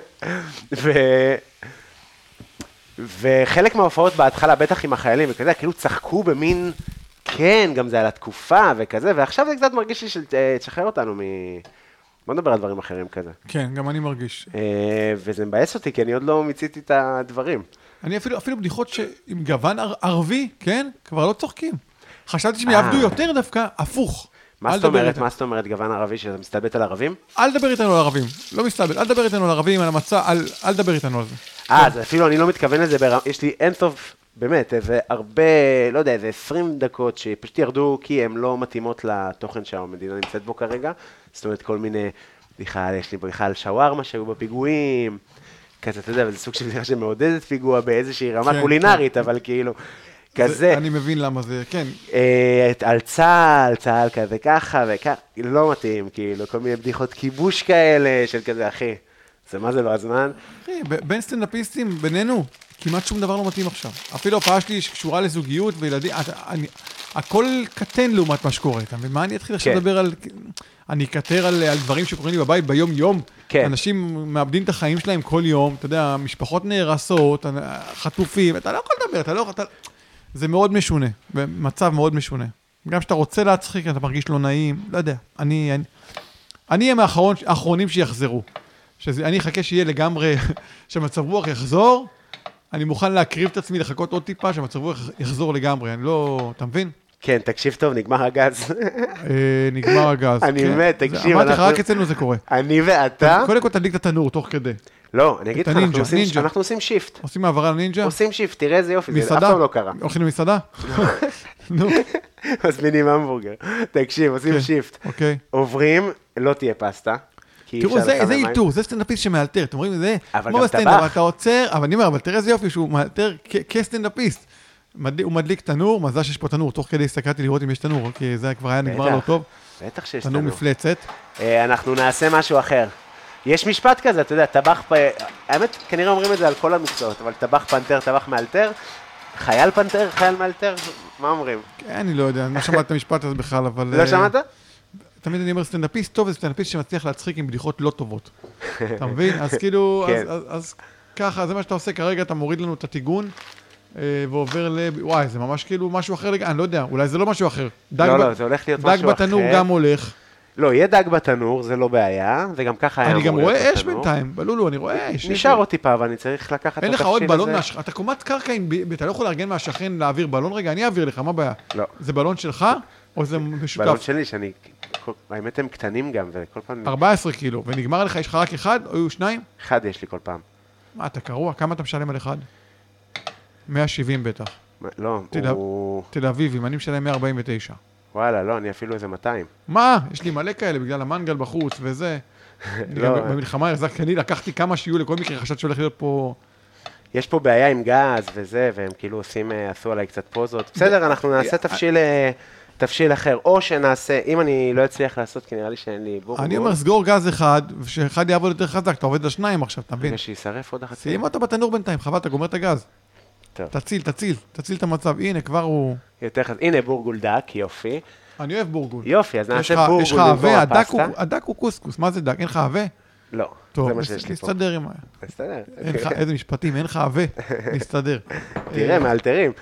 וחלק מההופעות בהתחלה, בטח עם החיילים וכזה, כאילו צחקו במין, כן, גם זה על התקופה וכזה, ועכשיו זה קצת מרגיש לי שתשחרר אותנו מ... בוא נדבר על דברים אחרים כזה. כן, גם אני מרגיש. וזה מבאס אותי, כי אני עוד לא מיציתי את הדברים. אני אפילו, אפילו בדיחות שעם גוון ערבי, כן, כבר לא צוחקים. חשבתי שהם יעבדו יותר דווקא, הפוך. מה זאת אומרת, מה זאת אומרת גוון ערבי, שאתה מסתלבט על ערבים? אל דבר איתנו על ערבים, לא מסתלבט, אל דבר איתנו על ערבים, על המצע, אל דבר איתנו על זה. אה, אז אפילו אני לא מתכוון לזה, יש לי אין טוב באמת, איזה הרבה, לא יודע, איזה עשרים דקות שפשוט ירדו כי הן לא מתאימות לתוכן שהמדינה נמצאת בו כרגע. זאת אומרת, כל מיני, בכלל, יש לי בכלל שווארמה שהיו בפיגועים, כזה, אתה יודע, וזה סוג של בדיחה שמעודדת פיגוע באיזושהי רמה כן, קולינרית, כן. אבל כאילו, זה, כזה. אני מבין למה זה, כן. אה, על צהל, צהל כזה ככה וככה, לא מתאים, כאילו, כל מיני בדיחות כיבוש כאלה, של כזה, אחי, זה מה זה לא הזמן? אחי, ב- בין סטנדאפיסטים, בינינו, כמעט שום דבר לא מתאים עכשיו. אפילו הפעה שלי שקשורה לזוגיות וילדים, את- אני, הכל קטן לעומת מה שקורה איתם. ומה אני אתחיל עכשיו כן. לדבר על... אני אקטר על, על דברים שקורים לי בבית ביום-יום. כן. אנשים מאבדים את החיים שלהם כל יום, אתה יודע, משפחות נהרסות, חטופים, אתה לא יכול לדבר, אתה לא... אתה... זה מאוד משונה, במצב מאוד משונה. גם שאתה רוצה להצחיק, אתה מרגיש לא נעים, לא יודע. אני... אני, אני אהיה מהאחרונים שיחזרו. שאני אחכה שיהיה לגמרי, שהמצב רוח יחזור, אני מוכן להקריב את עצמי, לחכות עוד טיפה, שהמצב רוח יחזור לגמרי, אני לא... אתה מבין? כן, תקשיב טוב, נגמר הגז. אה, נגמר הגז. אני כן. מת, זה- תקשיב, אמרתי לך, אנחנו- רק אצלנו זה קורה. אני ואתה, קודם כל תדליק את התנור, תוך כדי. לא, אני אגיד את לך, אנחנו הנינג'ה, עושים- נינג'ה. אנחנו עושים שיפט. עושים העברה לנינג'ה? עושים שיפט, תראה איזה יופי, זה אף מסעדה? פעם לא קרה. הולכים למסעדה? נו, מזמינים המבורגר. תקשיב, עושים כן. שיפט. אוקיי. עוברים, לא תהיה פסטה. כי אי תראו, אפשר זה לחמם זה מים. אילתור, זה סטנדאפיסט שמאלתר, אתם רואים, זה אבל כמו גם בסטנדאפ, טבח. אתה עוצר, אבל אני אומר, אבל תראה איזה יופי שהוא מאלתר כ- כסטנדאפיסט. מדליק- הוא מדליק תנור, מזל שיש פה תנור, תוך כדי הסתכלתי לראות אם יש תנור, כי זה כבר היה נגמר בטח. לא טוב, בטח שיש תנור לנו. מפלצת. אה, אנחנו נעשה משהו אחר. יש משפט כזה, אתה יודע, טבח, פ... האמת, כנראה אומרים את זה על כל המקצועות, אבל טבח פנתר, טבח מאלתר, חייל פנתר, חייל מאלתר, מה אומרים? כן, אני לא יודע, אני לא שמעתי את המשפט הזה בכלל, אבל... לא אה, שמעת? תמיד אני אומר, סטנדאפיסט טוב זה סטנדאפיסט שמצליח להצחיק עם בדיחות לא טובות. אתה מבין? אז כאילו, כן. אז- אז- אז ככה, זה מה שאתה עושה כרגע, אתה מוריד לנו את הטיגון, אה, ועובר ל... וואי, זה ממש כאילו משהו אחר לגמרי, אני לא יודע, אולי זה לא משהו אחר. דג לא, ב- לא, זה הולך להיות דג משהו אחר. בתנור גם הולך. לא, יהיה דג בתנור, זה לא בעיה, וגם ככה היה אני גם אמור להיות רואה אש בתנור. בינתיים, בלולו, אני רואה אש. נשאר עוד טיפה, אבל אני צריך לקחת את אין לך התבשיל עוד בלון הזה. מהשכן, אתה קומת קרקע, עם ב- אתה לא יכול לארגן מהשכן להעביר בלון רגע, אני אעביר לך, מה הבעיה? לא. זה בלון שלך, או זה משותף? בלון שלי, שאני... כל- האמת הם קטנים גם, וכל פעם... ארבע עשרה קילו, ונגמר לך, יש לך רק אחד, או יהיו שניים? אחד יש לי כל פעם. מה, אתה קרוע? כמה אתה משלם על אחד? מאה שבעים בטח. מה, לא, תל- הוא... תל אביבים, אני משלם מאה ארבעים ותשע. וואלה, לא, אני אפילו איזה מאתיים. מה? יש לי מלא כאלה בגלל המנגל בחוץ וזה. לא, גם אה. במלחמה החזקתי, אני לקחתי כמה שיהיו לכל מקרה, חשבתי שהולך להיות פה... יש פה בעיה עם גז וזה, והם כאילו עושים, אה, עשו עליי קצת פוזות. בסדר, אנחנו נעשה תבשיל, אה, תבשיל אחר, או שנעשה, אם אני לא אצליח לעשות, כי נראה לי שאין לי בורגול. אני אומר, סגור גז אחד, ושאחד יעבוד יותר חזק, אתה עובד לשניים עכשיו, אתה מבין? רגע שישרף עוד החצי. שים אותו בתנור בינתיים, חבל, אתה גומר את הגז. טוב. תציל, תציל, תציל את המצב. הנה, כבר הוא... יותר חזק. הנה בורגול דק, יופי. אני אוהב בורגול. יופי, אז יש נעשה לך- בורגול יש לך במקום עבה, הדק הפסטה. הוא- הדק הוא קוסקוס, מה זה דק? אין לך עבה? לא, טוב, זה מה שיש לי פה. נסתדר עם ה... בסדר. אין לך, איזה משפטים, אין לך עבה, נסתדר. תראה, מאלתרים.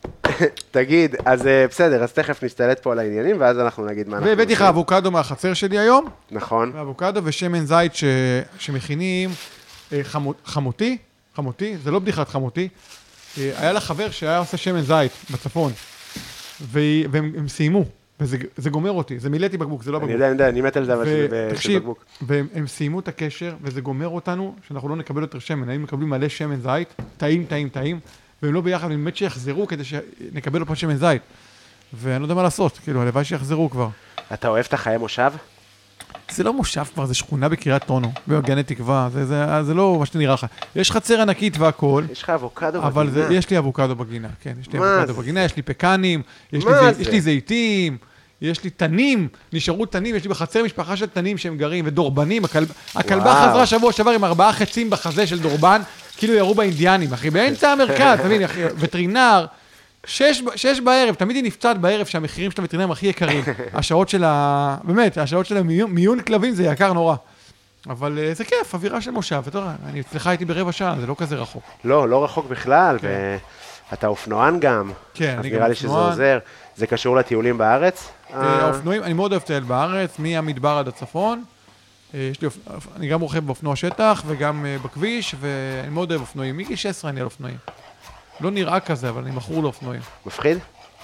תגיד, אז אה, בסדר, אז תכף נשתלט פה על העניינים, ואז אנחנו נגיד מה אנחנו והבאתי לך אבוקדו מהחצר שלי היום, נכון. ואבוקדו ושמן זית ש... שמכינים אה, חמו... חמותי, חמותי, זה לא בדיחת חמותי, אה, היה לה חבר שהיה עושה שמן זית בצפון, והיא... והם הם סיימו, וזה זה גומר אותי, זה מילאתי בקבוק, זה לא אני בקבוק. יודע, אני יודע, אני מת על זה, אבל שזה ב- ותקשיב, שבקבוק. והם הם סיימו את הקשר, וזה גומר אותנו, שאנחנו לא נקבל יותר שמן, היינו מקבלים מלא שמן זית, טעים, טעים, טעים, והם לא ביחד, אני באמת שיחזרו כדי שנקבל עוד פעם שמן זית. ואני לא יודע מה לעשות, כאילו, הלוואי שיחזרו כבר. אתה אוהב את החיי מושב? זה לא מושב כבר, זה שכונה בקריית טונו, בגני תקווה, זה, זה, זה לא מה שנראה לך. יש חצר ענקית והכל, יש לך אבוקדו אבל זה, בגינה. יש לי אבוקדו בגינה, כן, יש לי מה אבוקדו זה? בגינה, יש לי פקנים, יש לי, מה זי, זה? יש לי זיתים, יש לי תנים, נשארו תנים, יש לי בחצר משפחה של תנים שהם גרים, ודורבנים, הכל, הכלבה וואו. חזרה שבוע שעבר עם ארבעה חצים בחזה של דורבן, כאילו ירו באינדיאנים, אחי, באמצע המרכז, אתה מבין, אחי, וטרינר, שש, שש בערב, תמיד היא נפצעת בערב שהמחירים של הווטרינרים הכי יקרים. השעות של ה... באמת, השעות של המיון מיון כלבים זה יקר נורא. אבל uh, זה כיף, אווירה של מושב, אתה יודע, אני אצלך הייתי ברבע שעה, זה לא כזה רחוק. לא, לא רחוק בכלל, כן. ואתה אופנוען גם. כן, אז אני נראה גם לי שזה אופנוען. עוזר. זה קשור לטיולים בארץ? אה, האופנועים, אני מאוד אוהב לטייל בארץ, מהמדבר עד הצפון. אה, יש לי, אופ... אני גם רוכב באופנוע שטח וגם uh, בכביש, ואני מאוד אוהב אופנועים. מגיל שש עשרה אני על אופנועים. לא נראה כזה, אבל אני מכור לאופנועים. מפחיד?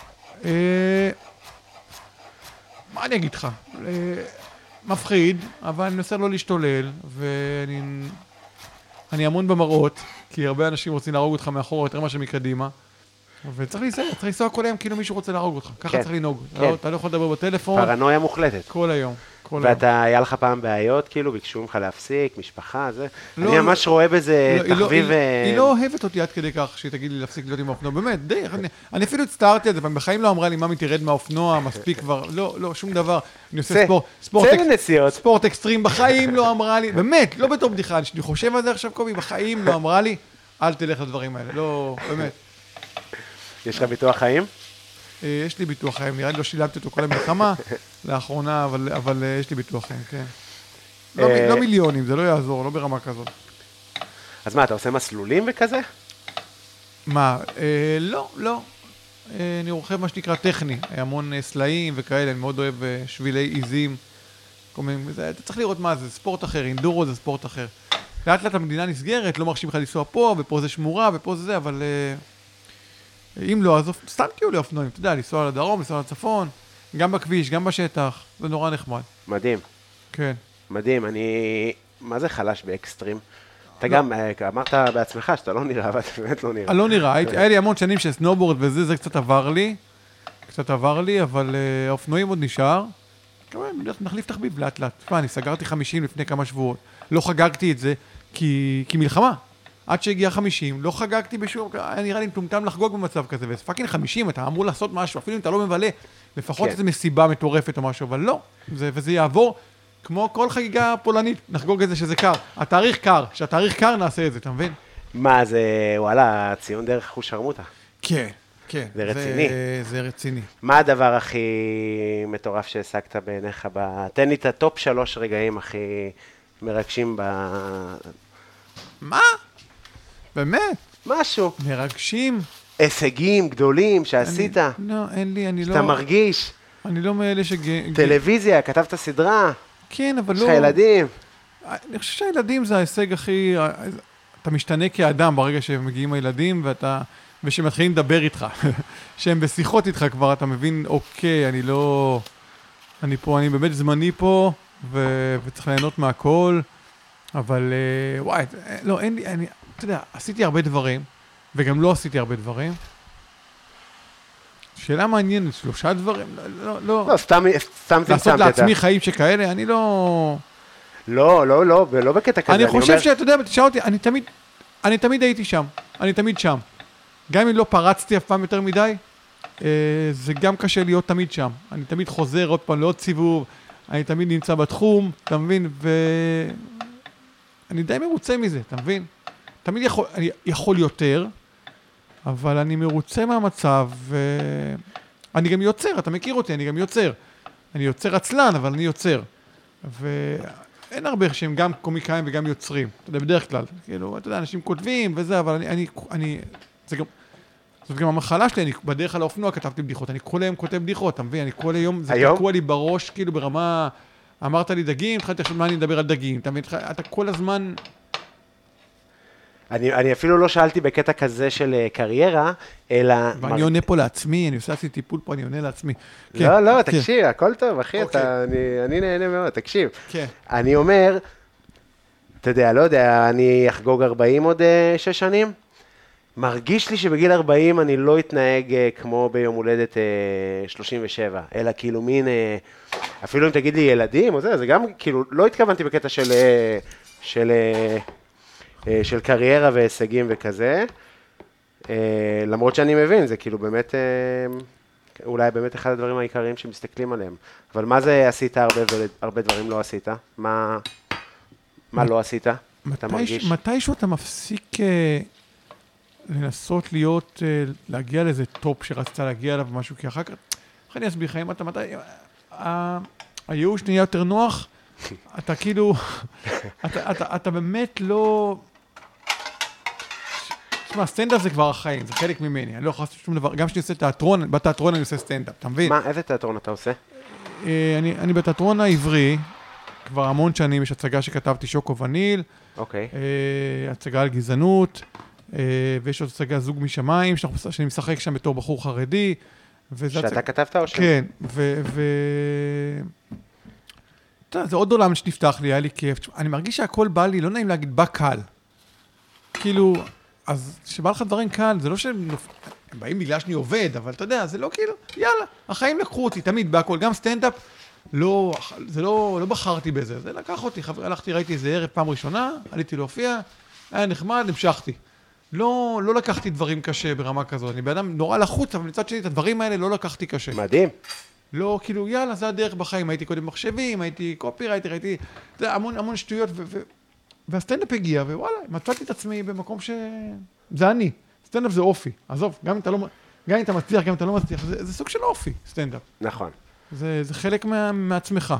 אה, מה אני אגיד לך? אה, מפחיד, אבל אני מנסה לא להשתולל, ואני אני המון במראות, כי הרבה אנשים רוצים להרוג אותך מאחורה יותר מאשר מקדימה, וצריך להיזהר, צריך לנסוע כל היום כאילו מישהו רוצה להרוג אותך. ככה צריך לנהוג. אתה לא יכול לדבר בטלפון. פרנויה מוחלטת. כל היום. ואתה, היה לך פעם בעיות, כאילו, ביקשו ממך להפסיק, משפחה, זה? אני ממש רואה בזה תחביב... היא לא אוהבת אותי עד כדי כך שהיא תגיד לי להפסיק להיות עם האופנוע. באמת, די, אני אפילו הצטערתי על זה, בחיים לא אמרה לי, ממי תרד מהאופנוע, מספיק כבר, לא, לא, שום דבר. אני עושה ספורט אקסטרים, בחיים לא אמרה לי, באמת, לא בתור בדיחה, אני חושב על זה עכשיו, קובי, בחיים לא אמרה לי, אל תלך לדברים האלה, לא, באמת. יש לך ביטוח חיים? יש לי ביטוח חיים, נראה לי לא שילמתי אותו כל המלחמה לאחרונה, אבל, אבל יש לי ביטוח חיים, כן. לא, לא מיליונים, זה לא יעזור, לא ברמה כזאת. אז מה, אתה עושה מסלולים וכזה? מה, אה, לא, לא. אה, אני רוכב מה שנקרא טכני, המון סלעים וכאלה, אני מאוד אוהב שבילי עיזים. זה, אתה צריך לראות מה זה, ספורט אחר, אינדורו זה ספורט אחר. לאט לאט המדינה נסגרת, לא מרשים לך לנסוע פה, ופה זה שמורה, ופה זה זה, אבל... אה, אם לא, אז סתם תהיו לי אופנועים, אתה יודע, לנסוע לדרום, לנסוע לצפון, גם בכביש, גם בשטח, זה נורא נחמד. מדהים. כן. מדהים, אני... מה זה חלש באקסטרים? אתה גם אמרת בעצמך שאתה לא נראה, אבל אתה באמת לא נראה. לא נראה, היה לי המון שנים של סנובורד וזה, זה קצת עבר לי, קצת עבר לי, אבל האופנועים עוד נשאר. נחליף תחביב לאט לאט. אני סגרתי חמישים לפני כמה שבועות, לא חגגתי את זה, כי מלחמה. עד שהגיע חמישים, לא חגגתי בשום, היה נראה לי מטומטם לחגוג במצב כזה, ופאקינג חמישים, אתה אמור לעשות משהו, אפילו אם אתה לא מבלה, לפחות איזו מסיבה מטורפת או משהו, אבל לא, וזה יעבור כמו כל חגיגה פולנית, נחגוג את זה שזה קר, התאריך קר, שהתאריך קר נעשה את זה, אתה מבין? מה, זה, וואלה, ציון דרך חוש שרמוטה. כן, כן. זה רציני. זה רציני. מה הדבר הכי מטורף שהעסקת בעיניך? תן לי את הטופ שלוש רגעים הכי מרגשים ב... מה? באמת? משהו. מרגשים. הישגים גדולים שעשית. לא, אין לי, אני לא... שאתה מרגיש. אני לא מאלה שג... טלוויזיה, כתבת סדרה. כן, אבל לא... יש לך ילדים. אני חושב שהילדים זה ההישג הכי... אתה משתנה כאדם ברגע שהם מגיעים הילדים, ואתה... ושמתחילים לדבר איתך. שהם בשיחות איתך כבר, אתה מבין, אוקיי, אני לא... אני פה, אני באמת זמני פה, ו... וצריך ליהנות מהכל. אבל וואי, לא, אין לי... אני... אתה יודע, עשיתי הרבה דברים, וגם לא עשיתי הרבה דברים. שאלה מעניינת, שלושה דברים, לא, לא... לא, סתם צמצמת. לעשות לעצמי חיים שכאלה, אני לא... לא, לא, לא, ולא בקטע כזה. אני חושב שאתה יודע, תשאל אותי, אני תמיד, אני תמיד הייתי שם, אני תמיד שם. גם אם לא פרצתי אף פעם יותר מדי, זה גם קשה להיות תמיד שם. אני תמיד חוזר עוד פעם לעוד סיבוב, אני תמיד נמצא בתחום, אתה מבין? ואני די מרוצה מזה, אתה מבין? תמיד יכול, אני יכול יותר, אבל אני מרוצה מהמצב, ואני גם יוצר, אתה מכיר אותי, אני גם יוצר. אני יוצר עצלן, אבל אני יוצר. ואין הרבה שהם גם קומיקאים וגם יוצרים, אתה יודע, בדרך כלל. כאילו, אתה יודע, אנשים כותבים וזה, אבל אני, אני, אני, זה גם, זאת גם המחלה שלי, אני בדרך על האופנוע כתבתי בדיחות, אני כל היום כותב בדיחות, אתה מבין? אני כל היום, זה תקוע לי בראש, כאילו ברמה, אמרת לי דגים, התחלתי עכשיו מה אני מדבר על דגים, אתה מבין? אתה כל הזמן... אני, אני אפילו לא שאלתי בקטע כזה של קריירה, אלא... ואני עונה פה לעצמי, אני עושה לעצמי טיפול פה, אני עונה לעצמי. לא, לא, תקשיב, הכל טוב, אחי, אתה, אני, אני נהנה מאוד, תקשיב. כן. אני אומר, אתה יודע, לא יודע, אני אחגוג ארבעים עוד שש שנים, מרגיש לי שבגיל ארבעים אני לא אתנהג כמו ביום הולדת שלושים ושבע, אלא כאילו מין, אפילו אם תגיד לי ילדים או זה, זה גם כאילו, לא התכוונתי בקטע של... של של קריירה והישגים וכזה, למרות שאני מבין, זה כאילו באמת, אולי באמת אחד הדברים העיקריים שמסתכלים עליהם. אבל מה זה עשית הרבה והרבה דברים לא עשית? מה, מה לא עשית? אתה מרגיש? מתישהו אתה מפסיק לנסות להיות, להגיע לאיזה טופ שרצית להגיע אליו משהו, כי אחר כך, אחרי אני אסביר לך, אם אתה מתי, הייאוש נהיה יותר נוח, אתה כאילו, אתה, אתה, אתה באמת לא... תשמע, סטנדאפ זה כבר החיים, זה חלק ממני, אני לא יכול לעשות שום דבר, גם כשאני עושה תיאטרון, בתיאטרון אני עושה סטנדאפ, אתה מבין? מה, איזה תיאטרון אתה עושה? אני, אני בתיאטרון העברי, כבר המון שנים, יש הצגה שכתבתי שוקו וניל, אוקיי. הצגה על גזענות, ויש עוד הצגה זוג משמיים, שאני משחק שם בתור בחור חרדי. שאתה כתבת או ש... כן, ו... זה עוד עולם שנפתח לי, היה לי כיף. אני מרגיש שהכל בא לי, לא נעים להגיד, בא קל. כאילו, אז שבא לך דברים קל, זה לא ש... הם באים בגלל שאני עובד, אבל אתה יודע, זה לא כאילו, יאללה, החיים לקחו אותי, תמיד, בהכל, גם סטנדאפ, לא, זה לא, לא בחרתי בזה, זה לקח אותי, חבר, הלכתי, ראיתי איזה ערב פעם ראשונה, עליתי להופיע, היה נחמד, המשכתי. לא, לא לקחתי דברים קשה ברמה כזאת, אני באדם נורא לחוץ, אבל מצד שני, את הדברים האלה לא לקחתי קשה. מדהים. לא, כאילו, יאללה, זה הדרך בחיים, הייתי קודם מחשבים, הייתי קופירייטר, הייתי, זה המון, המון שטויות, ו- ו- והסטנדאפ הגיע, ווואלה, מצאתי את עצמי במקום ש... זה אני. סטנדאפ זה אופי. עזוב, גם אם אתה לא, גם אם אתה מצליח, גם אם אתה לא מצליח, זה, זה סוג של אופי, סטנדאפ. נכון. זה, זה חלק מה, מעצמך.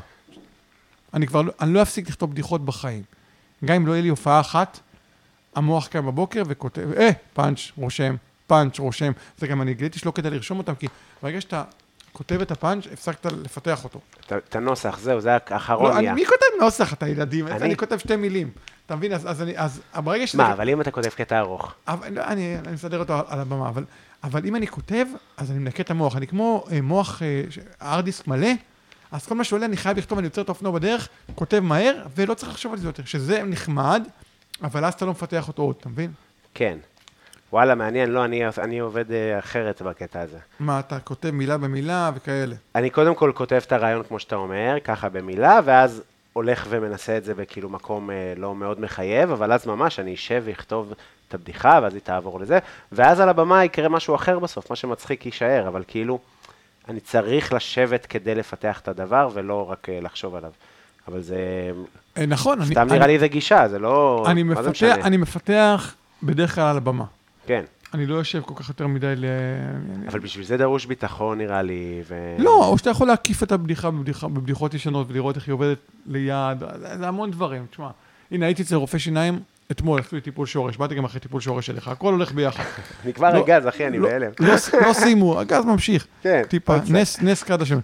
אני כבר, אני לא אפסיק לכתוב בדיחות בחיים. גם אם לא יהיה לי הופעה אחת, המוח קם בבוקר וכותב, אה, פאנץ', רושם, פאנץ', רושם. זה גם אני גיליתי שלא כדאי לרשום אותם, כי ברגע שאתה כותב את הפאנץ', הפסקת לפתח אותו. את הנוסח, זהו, זה האחרון נהיה. מי כותב נוסח, אתה ילדים? אני כותב שתי מילים. אתה מבין? אז אני, אז ברגע שזה... מה, אבל אם אתה כותב קטע ארוך? אני מסדר אותו על הבמה, אבל אם אני כותב, אז אני מנקה את המוח. אני כמו מוח, הארדיסק מלא, אז כל מה שעולה, אני חייב לכתוב, אני יוצר את האופנוע בדרך, כותב מהר, ולא צריך לחשוב על זה יותר. שזה נחמד, אבל אז אתה לא מפתח אותו עוד, אתה מבין? כן. וואלה, מעניין, לא, אני, אני עובד אחרת בקטע הזה. מה, אתה כותב מילה במילה וכאלה? אני קודם כל כותב את הרעיון, כמו שאתה אומר, ככה במילה, ואז הולך ומנסה את זה בכאילו מקום לא מאוד מחייב, אבל אז ממש אני אשב ויכתוב את הבדיחה, ואז היא תעבור לזה, ואז על הבמה יקרה משהו אחר בסוף, מה שמצחיק יישאר, אבל כאילו, אני צריך לשבת כדי לפתח את הדבר, ולא רק לחשוב עליו. אבל זה... נכון. סתם נראה לי זה גישה, זה לא... אני מפתח, אני מפתח בדרך כלל על הבמה. כן. אני לא יושב כל כך יותר מדי ל... אבל בשביל זה דרוש ביטחון נראה לי, ו... לא, או שאתה יכול להקיף את הבדיחה בבדיחות ישנות, ולראות איך היא עובדת ליד, זה המון דברים, תשמע. הנה, הייתי אצל רופא שיניים, אתמול, עשיתי טיפול שורש, באתי גם אחרי טיפול שורש שלך, הכל הולך ביחד. אני כבר הגז, אחי, אני בהלם. לא שימו, הגז ממשיך. כן. טיפה, נס קד השם.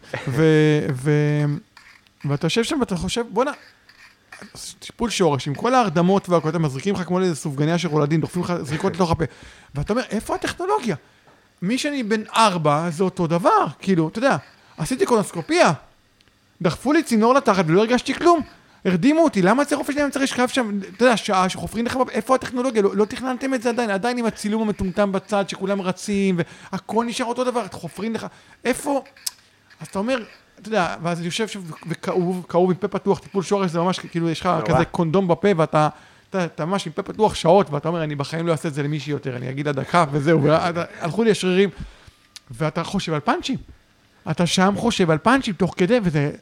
ואתה יושב שם ואתה חושב, בוא'נה, טיפול שורש, עם כל ההרדמות והכל, אתם מזריקים לך כמו איזה סופגניה של רולדין, דוחפים לך זריקות לתוך הפה. ואתה אומר, איפה הטכנולוגיה? מי שאני בן ארבע, זה אותו דבר. כאילו, אתה יודע, עשיתי קולונוסקופיה, דחפו לי צינור לתחת ולא הרגשתי כלום. הרדימו אותי, למה זה רופא שלהם צריך לשכב שם, אתה יודע, שעה שחופרים לך, איפה הטכנולוגיה? לא, לא תכננתם את זה עדיין, עדיין עם הצילום המטומטם בצד, שכולם רצים, והכל נשאר אותו דבר, את חופרים לך, איפה? אז אתה אומר, אתה יודע, ואז אני יושב שם וכאוב, כאוב עם פה פתוח, טיפול שורש, זה ממש כאילו, יש לך כזה קונדום בפה, ואתה, אתה, אתה ממש עם פה פתוח שעות, ואתה אומר, אני בחיים לא אעשה את זה למישהי יותר, אני אגיד הדקה, וזהו, והלכו לי השרירים, ואתה חושב על פאנצ'ים, אתה שם חושב על פאנצ'ים תוך כדי, וזה,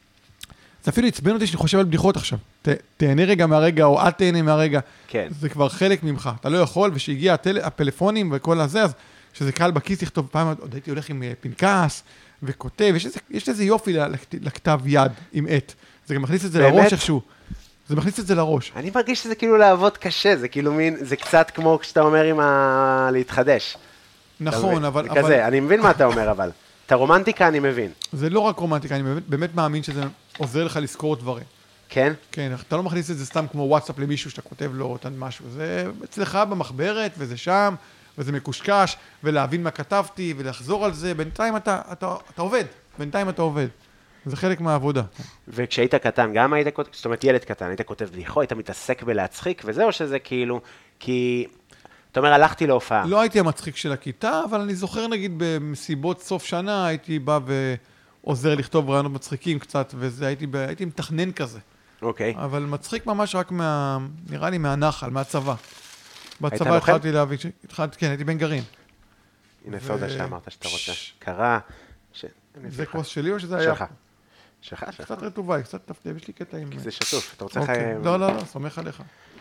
זה אפילו עצבן אותי שאני חושב על בדיחות עכשיו. ת, תהנה רגע מהרגע, או אל תהנה מהרגע. כן. זה כבר חלק ממך. אתה לא יכול, ושהגיע הטל, הפלאפונים וכל הזה, אז שזה קל בכיס לכתוב, פעם עוד הייתי הולך עם פנקס, וכותב, יש איזה, יש איזה יופי לכתב יד עם עט. זה גם מכניס את זה לראש איכשהו. זה מכניס את זה לראש. אני מרגיש שזה כאילו לעבוד קשה, זה כאילו מין, זה קצת כמו כשאתה אומר עם ה... להתחדש. נכון, אבל... כזה, אבל... אני מבין מה אתה אומר, אבל. את הרומנטיקה אני מבין. זה לא רק רומנטיקה, אני באמת, באמת מאמין שזה עוזר לך לזכור דברים. כן? כן, אתה לא מכניס את זה סתם כמו וואטסאפ למישהו שאתה כותב לו אותן משהו. זה אצלך במחברת, וזה שם, וזה מקושקש, ולהבין מה כתבתי, ולחזור על זה. בינתיים אתה, אתה, אתה עובד. בינתיים אתה עובד. זה חלק מהעבודה. וכשהיית קטן, גם היית כותב, זאת אומרת, ילד קטן, היית כותב בדיחות, היית מתעסק בלהצחיק, וזה או שזה כאילו, כי... אתה אומר, הלכתי להופעה. לא הייתי המצחיק של הכיתה, אבל אני זוכר, נגיד, במסיבות סוף שנה, הייתי בא ועוזר לכתוב רעיונות מצחיקים קצת, וזה, הייתי, הייתי מתכנן כזה. אוקיי. אבל מצחיק ממש רק מה, נראה לי מהנחל, מהצבא. בצבא התחלתי להבין, התחלתי, כן, הייתי בן גרעין. הנה סודה שאמרת שאתה רוצה. קרה. זה כוס שלי או שזה היה? שלך. שלך, שלך. קצת רטובה, קצת תפתיע, יש לי קטע עם... כי זה שטוף, אתה רוצה... לא, לא, לא, סומך עליך.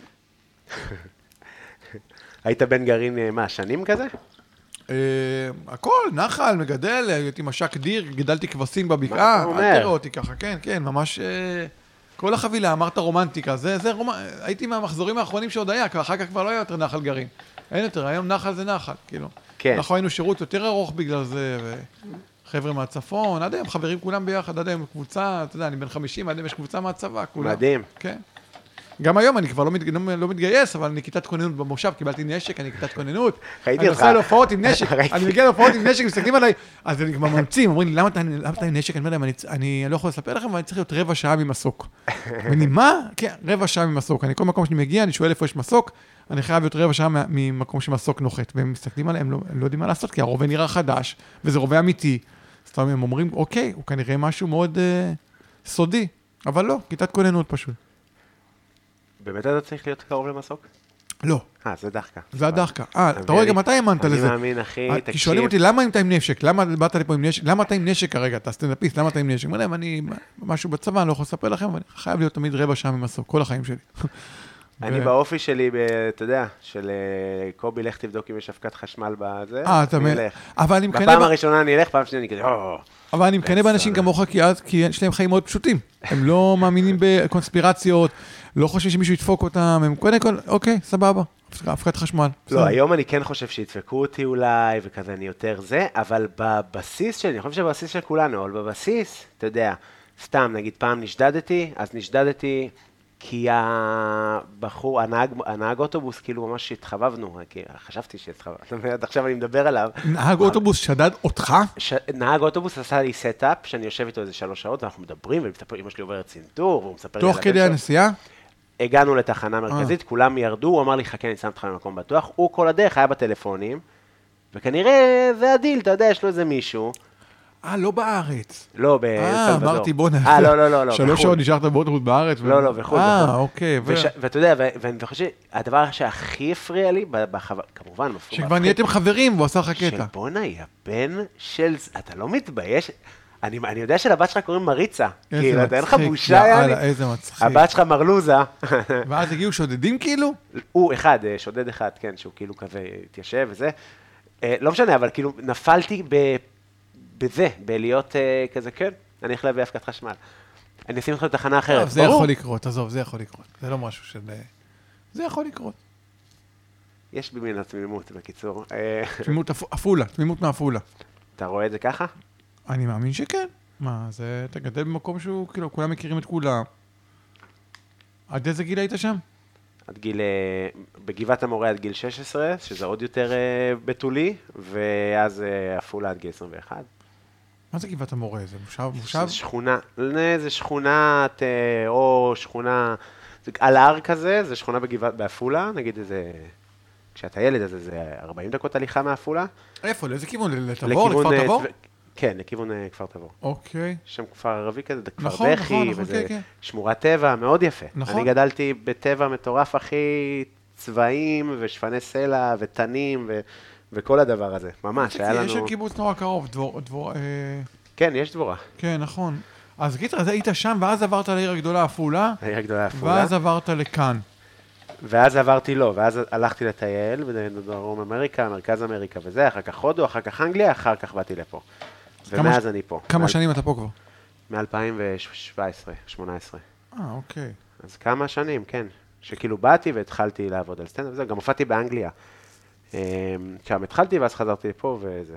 היית בן גרעין מה, שנים כזה? הכל, נחל, מגדל, הייתי משק דיר, גידלתי כבשים בבקעה, אל תראה אותי ככה, כן, כן, ממש כל החבילה, אמרת רומנטיקה, זה הייתי מהמחזורים האחרונים שעוד היה, אחר כך כבר לא היה יותר נחל גרעין, אין יותר, היום נחל זה נחל, כאילו. אנחנו היינו שירות יותר ארוך בגלל זה, וחבר'ה מהצפון, עד היום חברים כולם ביחד, עד היום קבוצה, אתה יודע, אני בן חמישים, עד היום יש קבוצה מהצבא, כולם. מדהים. כן. גם היום אני כבר לא, מתג... לא מתגייס, אבל אני כיתת כוננות במושב, קיבלתי נשק, אני כיתת כוננות. ראיתי אותך. אני נוסע להופעות עם נשק, אני מגיע להופעות עם נשק, מסתכלים עליי, אז אני כבר ממצים, אומרים לי, למה אתה, למה אתה עם נשק? אני אומר להם, אני, אני לא יכול לספר לכם, אבל אני צריך להיות רבע שעה ממסוק. ואני, מה? כן, רבע שעה ממסוק. אני כל מקום שאני מגיע, אני שואל איפה יש מסוק, אני חייב להיות רבע שעה ממקום שמסוק נוחת, והם מסתכלים עליהם, הם, לא, הם לא יודעים מה לעשות, כי הרובה נראה חדש, וזה רובה אמיתי. אז הם אומרים, אוקיי, הוא כנראה משהו מאוד אה, סודי, אבל לא, כיתת כוננות פשוט. באמת אתה צריך להיות קרוב למסוק? לא. אה, זה דחקה. זה הדחקה. אה, אתה רואה, גם אתה האמנת לזה. אני מאמין, אחי, תקשיב. כי שואלים אותי, למה אתה עם נשק? למה באת לפה עם נשק? למה אתה עם נשק כרגע? אתה סטנדאפיסט, למה אתה עם נשק? אני, אני, משהו בצבא, אני לא יכול לספר לכם, אבל אני חייב להיות תמיד רבע שעה ממסוק, כל החיים שלי. אני באופי שלי, אתה יודע, של קובי, לך תבדוק אם יש הפקת חשמל בזה. אה, אתה מלך. אבל אני מקנא... בפעם הראשונה אני אלך, פעם שנייה אני כזה, אבל אני מקנא באנשים כמוך, כי יש להם חיים מאוד פשוטים. הם לא מאמינים בקונספירציות, לא חושבים שמישהו ידפוק אותם, הם קודם כל, אוקיי, סבבה, הפקת חשמל. לא, היום אני כן חושב שידפקו אותי אולי, וכזה אני יותר זה, אבל בבסיס שלי, אני חושב שבבסיס של כולנו, אבל בבסיס, אתה יודע, סתם, נגיד פעם נשדדתי, אז נשדדתי, כי הבחור, הנהג, הנהג אוטובוס, כאילו ממש התחבבנו, כי חשבתי שהתחבבנו, זאת אומרת, עכשיו אני מדבר עליו. נהג אוטובוס שדד אותך? ש... נהג אוטובוס עשה לי סטאפ, שאני יושב איתו איזה שלוש שעות, ואנחנו מדברים, ומספר, אמא שלי עוברת צינטור, והוא מספר לי על תוך כדי הנסיעה? הגענו לתחנה מרכזית, כולם ירדו, הוא אמר לי, חכה, אני שם אותך במקום בטוח, הוא כל הדרך היה בטלפונים, וכנראה זה הדיל, אתה יודע, יש לו איזה מישהו. אה, לא בארץ. לא, בסלבדור. אה, אמרתי, בוא נעשה. אה, לא, לא, לא, לא. שלוש שעות נשארת באוטובוס בארץ. לא, לא, בחו"ל. אה, אוקיי. ואתה יודע, ואני חושב, הדבר שהכי הפריע לי, כמובן, מפריע. שכבר נהייתם חברים, והוא עשה לך קטע. של בונה, היא הבן של... אתה לא מתבייש? אני, אני יודע שלבת שלך קוראים מריצה. כאילו, אתה אין לך בושה, יאללה. איזה מצחיק. הבת שלך מרלוזה. ואז הגיעו שודדים כאילו? הוא אחד, שודד אחד, כן, שהוא כאילו כזה התיישב וזה. לא משנה, אבל כאילו נפלתי בזה, בלהיות כזה, כן, אני הולך להביא הפקת חשמל. אני אשים אותך לתחנה אחרת. זה יכול לקרות, עזוב, זה יכול לקרות. זה לא משהו של... זה יכול לקרות. יש בי מן התמימות, בקיצור. תמימות אפולה, תמימות מאפולה. אתה רואה את זה ככה? אני מאמין שכן. מה, זה, אתה גדל במקום שהוא, כאילו, כולם מכירים את כולם. עד איזה גיל היית שם? עד גיל, בגבעת המורה עד גיל שש עשרה, שזה עוד יותר בתולי, ואז אפולה עד גיל עשרים ואחת. מה זה גבעת המורה? זה מושב? מושב? זה שכונה, זה שכונת, או שכונה, על ההר כזה, זה שכונה בגבעת, באפולה, נגיד איזה, כשאתה ילד, אז זה ארבעים דקות הליכה מאפולה. איפה? לאיזה כיוון? לתבור? לכפר תבור? כן, לכיוון כפר תבור. אוקיי. שם כפר ערבי כזה, כפר נכון, בכי, נכון, וזה כן, כן. שמורת טבע, מאוד יפה. נכון. אני גדלתי בטבע מטורף, הכי צבעים ושפני סלע ותנים ו... וכל הדבר הזה, ממש, היה לנו... יש קיבוץ נורא קרוב, דבור... דבור, אה... כן, יש דבורה. כן, נכון. אז גיטר, אז היית שם, ואז עברת לעיר הגדולה אפולה. העיר הגדולה אפולה. ואז עברת לכאן. ואז עברתי לו, ואז הלכתי לטייל, בדרום אמריקה, מרכז אמריקה וזה, אחר כך הודו, אחר כך אנגליה, אחר כך באתי לפה. ומאז ש... אני פה. כמה שנים אתה פה כבר? מ-אלפיים שבע עשרה, שמונה עשרה. אה, אוקיי. אז כמה שנים, כן. שכאילו באתי והתחלתי לעבוד על סטנדאפ, וזה, גם הופעתי באנגליה. שם התחלתי ואז חזרתי לפה וזה.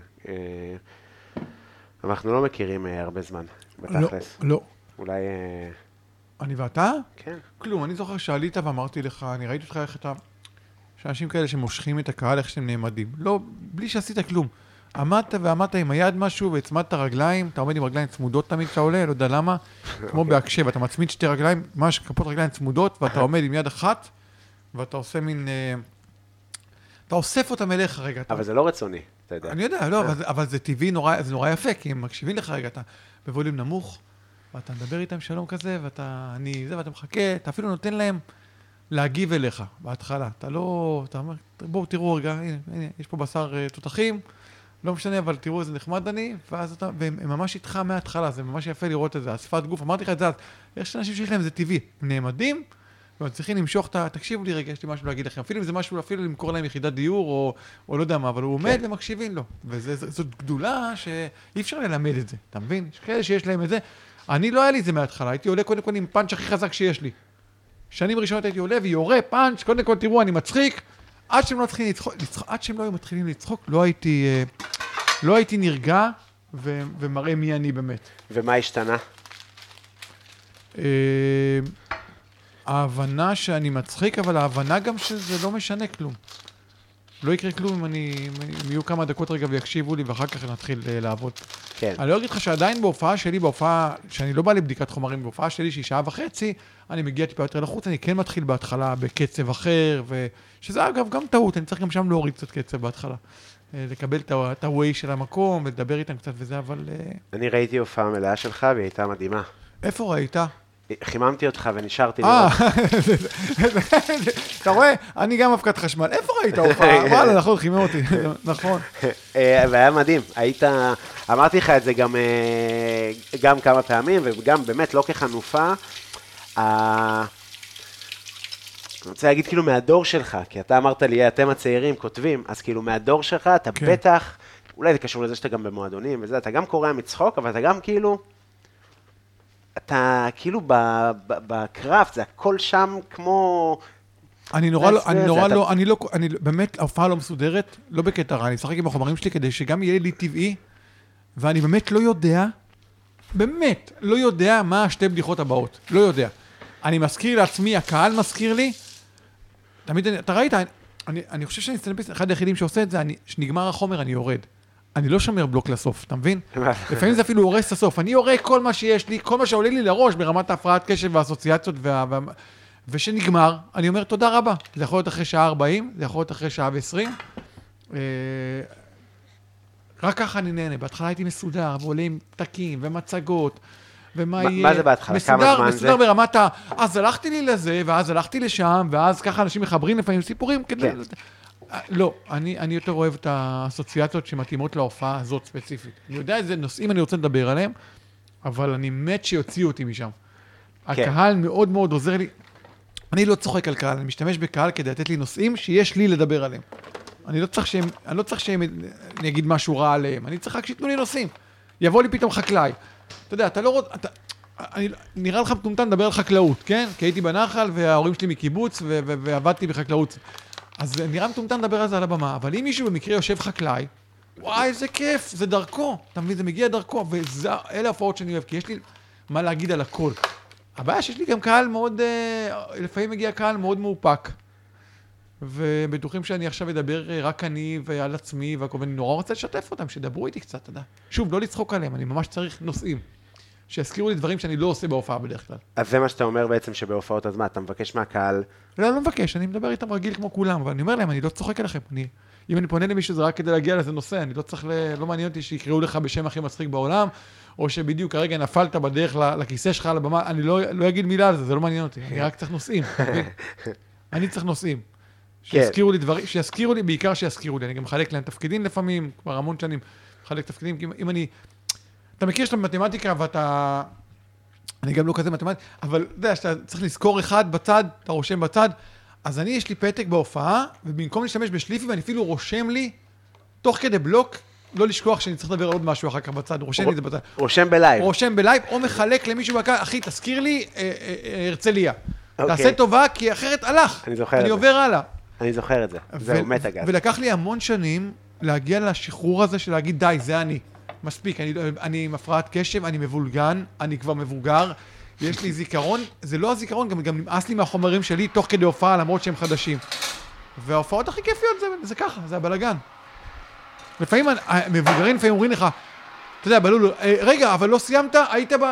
אנחנו לא מכירים הרבה זמן, בתכלס. לא, לא. אולי... אני ואתה? כן. כלום, אני זוכר שעלית ואמרתי לך, אני ראיתי אותך איך אתה... שאנשים כאלה שמושכים את הקהל, איך שהם נעמדים. לא, בלי שעשית כלום. עמדת ועמדת עם היד משהו והצמדת רגליים, אתה עומד עם רגליים צמודות תמיד שאתה עולה, לא יודע למה, כמו בהקשב, אתה מצמיד שתי רגליים, ממש כפות רגליים צמודות, ואתה עומד עם יד אחת, ואתה עושה מין... אתה אוסף אותם אליך רגע. אבל זה לא רצוני, אתה יודע. אני יודע, לא, אבל זה טבעי נורא, זה נורא יפה, כי הם מקשיבים לך רגע, אתה בווליום נמוך, ואתה מדבר איתם שלום כזה, ואתה, אני, זה, ואתה מחכה, אתה אפילו נותן להם להגיב אליך בהתחלה. אתה לא, אתה אומר, בואו תראו רגע, הנה, הנה, יש פה בשר תותחים, לא משנה, אבל תראו איזה נחמד אני, ואז אתה, והם ממש איתך מההתחלה, זה ממש יפה לראות את זה, השפת גוף, אמרתי לך את זה, יש אנשים שיש להם, זה טבעי, הם נעמדים, והם צריכים למשוך את ה... תקשיבו לי רגע, יש לי משהו להגיד לכם, אפילו אם זה משהו, אפילו למכור להם יחידת דיור, או, או לא יודע מה, אבל הוא עומד ומקשיבים לו, וזאת גדולה שאי אפשר ללמד את זה, אתה מבין? יש כאלה שיש להם את זה, אני לא היה לי את זה מההתחלה, הייתי עולה קודם כל עם פאנץ' הכי חזק שיש לי. שנים ראשונות הייתי עולה ויורה פאנץ', קודם כל תראו, אני מצחיק, עד שהם לא מתחילים לצחוק, עד שהם לא היו מתחילים לצחוק, לא הייתי, לא הייתי נרגע ו, ומראה מי אני באמת. ומה השתנה? ההבנה שאני מצחיק, אבל ההבנה גם שזה לא משנה כלום. לא יקרה כלום אם אני, אם יהיו כמה דקות רגע ויקשיבו לי, ואחר כך נתחיל לעבוד. כן. אני לא אגיד לך שעדיין בהופעה שלי, בהופעה, שאני לא בא לבדיקת חומרים, בהופעה שלי שהיא שעה וחצי, אני מגיע טיפה יותר לחוץ, אני כן מתחיל בהתחלה בקצב אחר, ושזה אגב גם טעות, אני צריך גם שם להוריד קצת קצב בהתחלה. לקבל את ה-way של המקום, ולדבר איתם קצת וזה, אבל... אני ראיתי הופעה מלאה שלך, והיא הייתה מדהימה. איפה ראית? חיממתי אותך ונשארתי אה, לראות. אתה רואה? אני גם הפקת חשמל. איפה ראית הופעה? וואלה, נכון, חימם אותי. נכון. והיה מדהים. היית, אמרתי לך את זה גם, גם כמה פעמים, וגם באמת לא כחנופה. אני רוצה להגיד כאילו מהדור שלך, כי אתה אמרת לי, אתם הצעירים כותבים, אז כאילו מהדור שלך, אתה בטח, אולי זה קשור לזה שאתה גם במועדונים וזה, אתה גם קורא מצחוק, אבל אתה גם כאילו, אתה כאילו בקראפט, זה הכל שם כמו... אני נורא לא, אני נורא לא, אני לא, אני באמת, ההופעה לא מסודרת, לא בקטע רע, אני אשחק עם החומרים שלי כדי שגם יהיה לי טבעי, ואני באמת לא יודע, באמת, לא יודע מה השתי בדיחות הבאות, לא יודע. אני מזכיר לעצמי, הקהל מזכיר לי, תמיד, אתה ראית, אני, אני חושב שאני סטנדאפיסט, אחד היחידים שעושה את זה, אני, שנגמר החומר, אני יורד. אני לא שומר בלוק לסוף, אתה מבין? לפעמים זה אפילו הורס לסוף. אני יורק כל מה שיש לי, כל מה שעולה לי לראש, ברמת ההפרעת קשב והאסוציאציות, וה, וה, ושנגמר, אני אומר תודה רבה. זה יכול להיות אחרי שעה ארבעים, זה יכול להיות אחרי שעה ועשרים. רק ככה אני נהנה. בהתחלה הייתי מסודר, ועולה עם פתקים ומצגות, ומה יהיה... מה זה בהתחלה? כמה זמן זה? מסודר ברמת ה... אז הלכתי לי לזה, ואז הלכתי לשם, ואז ככה אנשים מחברים לפעמים סיפורים כדי... לא, אני, אני יותר אוהב את האסוציאציות שמתאימות להופעה הזאת ספציפית. אני יודע איזה נושאים אני רוצה לדבר עליהם, אבל אני מת שיוציאו אותי משם. הקהל מאוד מאוד עוזר לי. אני לא צוחק על קהל, אני משתמש בקהל כדי לתת לי נושאים שיש לי לדבר עליהם. אני לא צריך שהם, אני לא צריך שהם, אני אגיד משהו רע עליהם, אני צריך רק שיתנו לי נושאים. יבוא לי פתאום חקלאי. אתה יודע, אתה לא רוצה, אתה, אני, נראה לך מטומטם לדבר על חקלאות, כן? כי הייתי בנחל וההורים שלי מקיבוץ ו- ו- ועבדתי בחקלאות. אז נראה מטומטם לדבר על זה על הבמה, אבל אם מישהו במקרה יושב חקלאי, וואי, איזה כיף, זה דרכו, אתה מבין, זה מגיע דרכו, ואלה ההופעות שאני אוהב, כי יש לי מה להגיד על הכל. הבעיה שיש לי גם קהל מאוד, לפעמים מגיע קהל מאוד מאופק, ובטוחים שאני עכשיו אדבר רק אני ועל עצמי, ואני נורא רוצה לשתף אותם, שדברו איתי קצת, אתה יודע. שוב, לא לצחוק עליהם, אני ממש צריך נושאים, שיזכירו לי דברים שאני לא עושה בהופעה בדרך כלל. אז זה מה שאתה אומר בעצם שבהופעות, אז מה, אתה מבקש מהקהל? לא, לא מבקש, אני מדבר איתם רגיל כמו כולם, אבל אני אומר להם, אני לא צוחק עליכם, אני... אם אני פונה למישהו זה רק כדי להגיע לזה נושא, אני לא צריך, ל... לא מעניין אותי שיקראו לך בשם הכי מצחיק בעולם, או שבדיוק כרגע נפלת בדרך לכיסא שלך על הבמה, אני לא, לא אגיד מילה על זה, זה לא מעניין אותי, אני רק צריך נושאים, אני צריך נושאים. שיזכירו לי דברים, שיזכירו לי, בעיקר שיזכירו לי, אני גם מחלק להם תפקידים לפעמים, כבר המון שנים, מחלק תפקידים, אם אני, אתה מכיר שאתה במתמטיקה ואתה, אני גם לא כזה מתמטי, אבל אתה יודע, שאתה צריך לזכור אחד בצד, אתה רושם בצד, אז אני, יש לי פתק בהופעה, ובמקום להשתמש בשליפי, ואני אפילו רושם לי, תוך כדי בלוק, לא לשכוח שאני צריך לדבר על עוד משהו אחר כך בצד, רושם לי את זה בצד. רושם בלייב. רושם בלייב, או מחלק למישהו בקהל, אחי, תזכיר לי הרצליה. תעשה טובה, כי אחרת הלך. אני זוכר את זה. אני עובר הלאה. אני זוכר את זה. זהו, מת אגב. ולקח לי המון שנים להגיע לשחרור הזה של להגיד, די, זה אני. מספיק, אני, אני עם הפרעת קשב, אני מבולגן, אני כבר מבוגר, יש לי זיכרון, זה לא הזיכרון, גם, גם נמאס לי מהחומרים שלי תוך כדי הופעה, למרות שהם חדשים. וההופעות הכי כיפיות זה, זה ככה, זה הבלגן. לפעמים המבוגרים לפעמים אומרים לך, אתה יודע, בלולו, רגע, אבל לא סיימת, היית ב,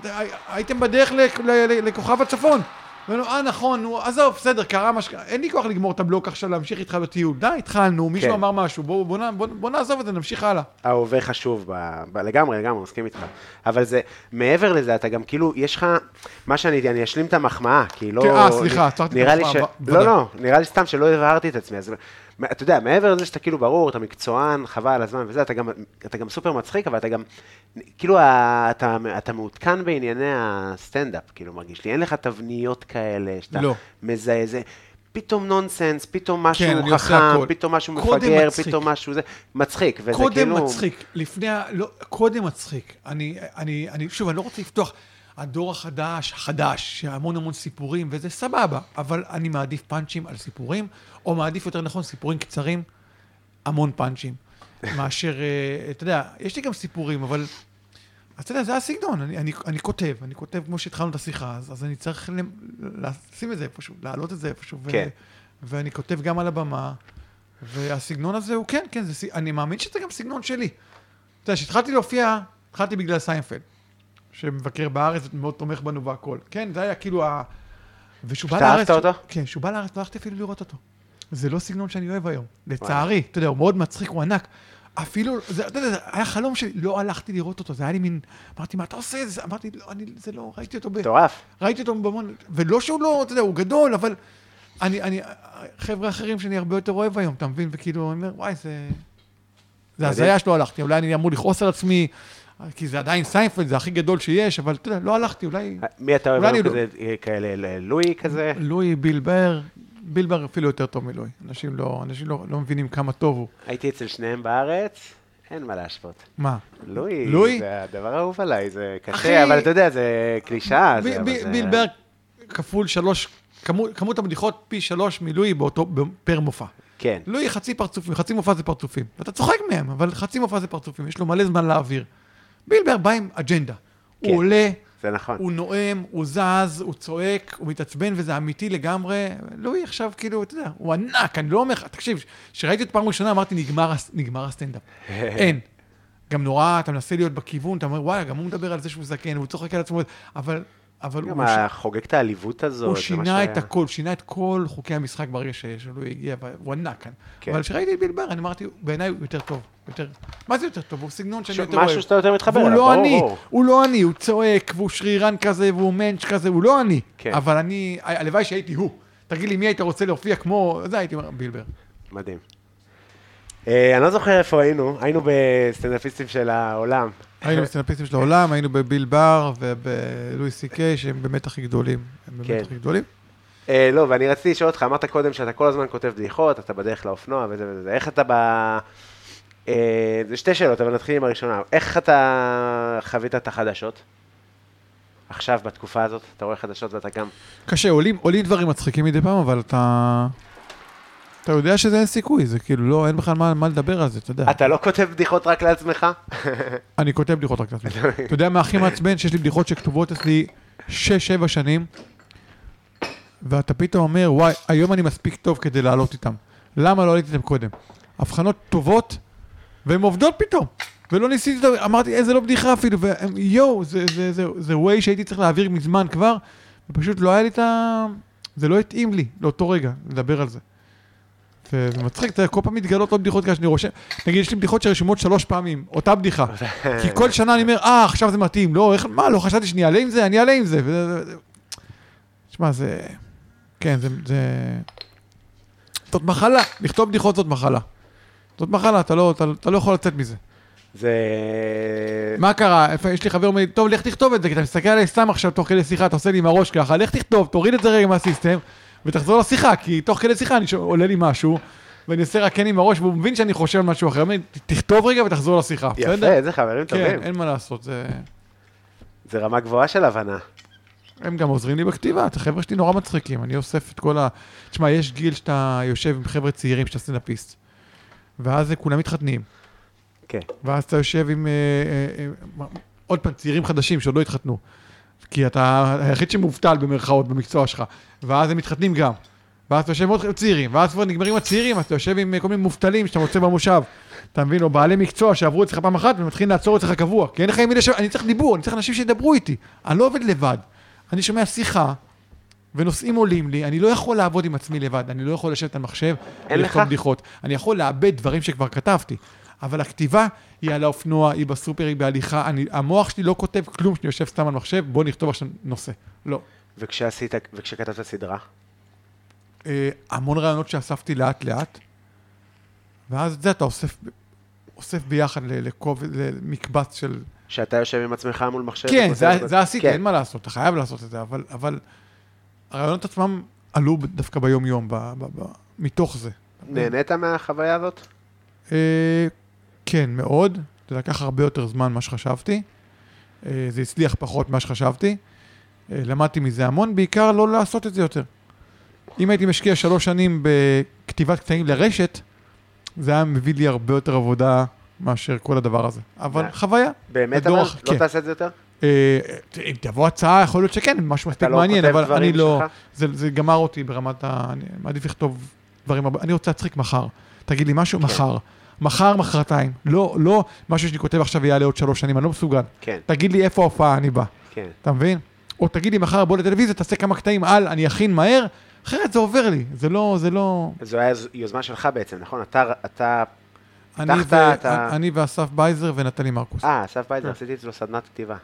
הייתם בדרך לכוכב הצפון. ואומרים לו, אה, נכון, נו, עזוב, בסדר, קרה מה שקרה, אין לי כוח לגמור את הבלוק עכשיו, להמשיך איתך בטיול. די, התחלנו, מישהו אמר משהו, בוא, בוא, בוא, בוא נעזוב את זה, נמשיך הלאה. ההווה חשוב, ב, ב, לגמרי, לגמרי, מסכים איתך. אבל זה, מעבר לזה, אתה גם כאילו, יש לך, מה שאני, אני אשלים את המחמאה, כי לא... אה, סליחה, צרתי את המחמאה. לא, לא, נראה לי סתם שלא הבהרתי את עצמי, אז... אתה יודע, מעבר לזה שאתה כאילו ברור, אתה מקצוען, חבל על הזמן וזה, אתה גם, אתה גם סופר מצחיק, אבל אתה גם, כאילו, אתה, אתה מעודכן בענייני הסטנדאפ, כאילו, מרגיש לי, אין לך תבניות כאלה, שאתה לא. מזהה, זה, פתאום נונסנס, פתאום משהו כן, חכם, פתאום משהו מפגר, מצחיק. פתאום משהו, זה מצחיק, וזה קודם כאילו... קודם מצחיק, לפני, לא, קודם מצחיק, אני, אני, אני, שוב, אני לא רוצה לפתוח, הדור החדש, החדש, שהמון המון סיפורים, וזה סבבה, אבל אני מעדיף פאנצ'ים על סיפורים, או מעדיף יותר נכון סיפורים קצרים, המון פאנצ'ים, מאשר, אתה יודע, יש לי גם סיפורים, אבל, אז אתה יודע, זה הסגנון, אני, אני, אני כותב, אני כותב כמו שהתחלנו את השיחה, אז, אז אני צריך לשים את זה איפשהו, להעלות את זה איפשהו, כן. ו, ואני כותב גם על הבמה, והסגנון הזה הוא כן, כן, זה, אני מאמין שזה גם סגנון שלי. אתה יודע, שהתחלתי להופיע, התחלתי בגלל סיינפלד, שמבקר בארץ, מאוד תומך בנו והכל. כן, זה היה כאילו ה... ושהוא בא לארץ... אותו? כן, שהוא בא לארץ, לא הלכתי אפילו לראות אותו. זה לא סגנון שאני אוהב היום. לצערי, אתה יודע, הוא מאוד מצחיק, הוא ענק. אפילו, זה, אתה יודע, זה היה חלום שלי, לא הלכתי לראות אותו, זה היה לי מין, אמרתי, מה אתה עושה? זה, אמרתי, לא, אני, זה לא, ראיתי אותו ב... טורף. ראיתי אותו במון, ולא שהוא לא, אתה יודע, הוא גדול, אבל אני, אני, חבר'ה אחרים שאני הרבה יותר אוהב היום, אתה מבין? וכאילו, אני אומר, וואי, זה... זה הזיה שלא הלכתי, אולי אני אמור לכעוס על עצמי, כי זה עדיין סיינפלד, זה הכי גדול שיש, אבל אתה יודע, לא הלכתי, אולי... מי אתה אוהב היום כזה, כאלה, לואי כזה? לואי, בילבר, בילבר אפילו יותר טוב מלואי. אנשים לא, אנשים לא, לא מבינים כמה טוב הוא. הייתי אצל שניהם בארץ, אין מה להשוות. מה? לואי, לואי? זה הדבר האהוב עליי, זה קשה, אחי... אבל אתה יודע, זה קלישה. ב- זה, ב- זה... בילבר כפול שלוש, כמות, כמות הבדיחות פי שלוש מלואי באותו, פר מופע. כן. לואי חצי פרצופים, חצי מופע זה פרצופים. ואתה צוחק מהם, אבל חצי מופע זה פרצופים, יש לו מלא זמן להעביר. בילבר בא עם אג'נדה. כן, הוא עולה, זה נכון. הוא נואם, הוא זז, הוא צועק, הוא מתעצבן, וזה אמיתי לגמרי. לואי עכשיו כאילו, אתה יודע, הוא ענק, אני לא אומר, תקשיב, כשראיתי את פעם ראשונה, אמרתי, נגמר, נגמר הסטנדאפ. אין. גם נורא, אתה מנסה להיות בכיוון, אתה אומר, וואי, גם הוא מדבר על זה שהוא זקן, הוא צוחק על עצמו, אבל... אבל גם הוא חוגג את העליבות הזאת. הוא שינה את הכל, שינה את כל חוקי המשחק ברגע שלואי הגיע, והוא ענק כאן. אבל כשראיתי את בילבר, אני אמרתי, בעיניי הוא יותר טוב. מה זה יותר טוב? הוא סגנון שאני יותר אוהב. משהו שאתה יותר מתחבר והוא אליו, לא אני, ברור. הוא לא אני, הוא צועק, והוא שרירן כזה, והוא מנץ' כזה, הוא לא אני. אבל אני, הלוואי שהייתי הוא. תגיד לי, מי היית רוצה להופיע כמו, זה הייתי אומר, בילבר. מדהים. אני לא זוכר איפה היינו, היינו בסטנדאפיסטים של העולם. היינו בסטנדאפיסטים של העולם, היינו בביל בר ובלואי סי קיי, שהם באמת הכי גדולים. הם באמת הכי גדולים. לא, ואני רציתי לשאול אותך, אמרת קודם שאתה כל הזמן כותב בדיחות, אתה בדרך לאופנוע וזה וזה. איך אתה ב... זה שתי שאלות, אבל נתחיל עם הראשונה. איך אתה חווית את החדשות? עכשיו, בתקופה הזאת, אתה רואה חדשות ואתה גם... קשה, עולים, עולים דברים מצחיקים מדי פעם, אבל אתה... אתה יודע שזה אין סיכוי, זה כאילו לא, אין בכלל מה, מה לדבר על זה, אתה יודע. אתה לא כותב בדיחות רק לעצמך? אני כותב בדיחות רק לעצמך. אתה יודע מה הכי מעצבן? שיש לי בדיחות שכתובות אצלי שש, שבע שנים, ואתה פתאום אומר, וואי, היום אני מספיק טוב כדי לעלות איתם. למה לא עליתי איתם קודם? הבחנות טובות, והן עובדות פתאום. ולא ניסיתי, אמרתי, איזה לא בדיחה אפילו, ויואו, זה, זה, זה, זה ווי שהייתי צריך להעביר מזמן כבר, ופשוט לא היה לי את ה... זה לא התאים לי, לאותו רגע, לדבר על זה. זה מצחיק, אתה יודע, כל פעם מתגלות עוד בדיחות כאלה שאני רושם, נגיד, יש לי בדיחות שרשומות שלוש פעמים, אותה בדיחה. כי כל שנה אני אומר, אה, עכשיו זה מתאים, לא, איך, מה, לא חשבתי שאני אעלה עם זה, אני אעלה עם זה. תשמע, זה... כן, זה... זה... זאת מחלה, לכתוב בדיחות זאת מחלה. זאת מחלה, אתה לא, אתה, אתה לא יכול לצאת מזה. זה... מה קרה? יש לי חבר אומר, טוב, לך תכתוב את זה, כי אתה מסתכל עליי סתם עכשיו, תוך כדי שיחה, אתה עושה לי עם הראש ככה, לך תכתוב, תוריד את זה רגע מהסיסטם, ותחזור לשיחה, כי תוך כדי שיחה אני עולה לי משהו, ואני עושה רק כן עם הראש, והוא מבין שאני חושב על משהו אחר, תכתוב רגע ותחזור לשיחה. יפה, איזה חברים טובים. כן, אין מה לעשות, זה... זה רמה גבוהה של הבנה. הם גם עוזרים לי בכתיבה, את החבר'ה שלי נורא מצחיקים, אני אוסף את כל ה... תשמע, יש גיל שאתה יושב עם חבר'ה צעירים, שאתה סטנדאפיסט, ואז כולם מתחתנים. כן. ואז אתה יושב עם... עוד פעם, צעירים חדשים שעוד לא התחתנו. כי אתה היחיד שמובטל במרכאות במקצוע שלך, ואז הם מתחתנים גם. ואז אתה יושב עם עוד צעירים, ואז כבר נגמרים הצעירים, אז אתה יושב עם כל מיני מובטלים שאתה מוצא במושב. אתה מבין, או בעלי מקצוע שעברו אצלך פעם אחת, ומתחילים לעצור אצלך קבוע. כי אין לך עם מי לשבת, אני צריך דיבור, אני צריך אנשים שידברו איתי. אני לא עובד לבד. אני שומע שיחה, ונושאים עולים לי, אני לא יכול לעבוד עם עצמי לבד, אני לא יכול לשבת על מחשב ולכתוב בדיחות. אני יכול לאבד דברים שכבר כתבתי. אבל הכתיבה היא על האופנוע, היא בסופר, היא בהליכה, אני, המוח שלי לא כותב כלום שאני יושב סתם על מחשב, בוא נכתוב עכשיו נושא. לא. וכשעשית, וכשכתבת סדרה? אה, המון רעיונות שאספתי לאט לאט, ואז את זה אתה אוסף, אוסף ביחד לקוב, למקבץ של... שאתה יושב עם עצמך מול מחשב? כן, זה, זה עשית, כן. אין מה לעשות, אתה חייב לעשות את זה, אבל, אבל הרעיונות עצמם עלו דווקא ביום יום, ב, ב, ב, מתוך זה. נהנית מהחוויה הזאת? אה, כן, מאוד. זה לקח הרבה יותר זמן מה שחשבתי. אה, זה הצליח פחות מה שחשבתי. אה, למדתי מזה המון, בעיקר לא לעשות את זה יותר. אם הייתי משקיע שלוש שנים בכתיבת קטעים לרשת, זה היה מביא לי הרבה יותר עבודה מאשר כל הדבר הזה. אבל חוויה. באמת אבל? לא תעשה את זה יותר? אם תבוא הצעה, יכול להיות שכן, משהו מספיק מעניין, אבל אני לא... זה גמר אותי ברמת ה... אני מעדיף לכתוב דברים... אני רוצה להצחיק מחר. תגיד לי משהו, מחר. מחר, מחרתיים. לא, לא משהו שאני כותב עכשיו יעלה עוד שלוש שנים, אני לא מסוגל. כן. תגיד לי איפה ההופעה אני בא. כן. אתה מבין? או תגיד לי מחר בוא לטלוויזיה, תעשה כמה קטעים על, אני אכין מהר, אחרת זה עובר לי. זה לא, זה לא... זו היה יוזמה שלך בעצם, נכון? אתה, אתה... אני, ו... אתה... אני ואסף בייזר ונטלי מרקוס. אה, אסף בייזר, עשיתי אצלו סדנת כתיבה.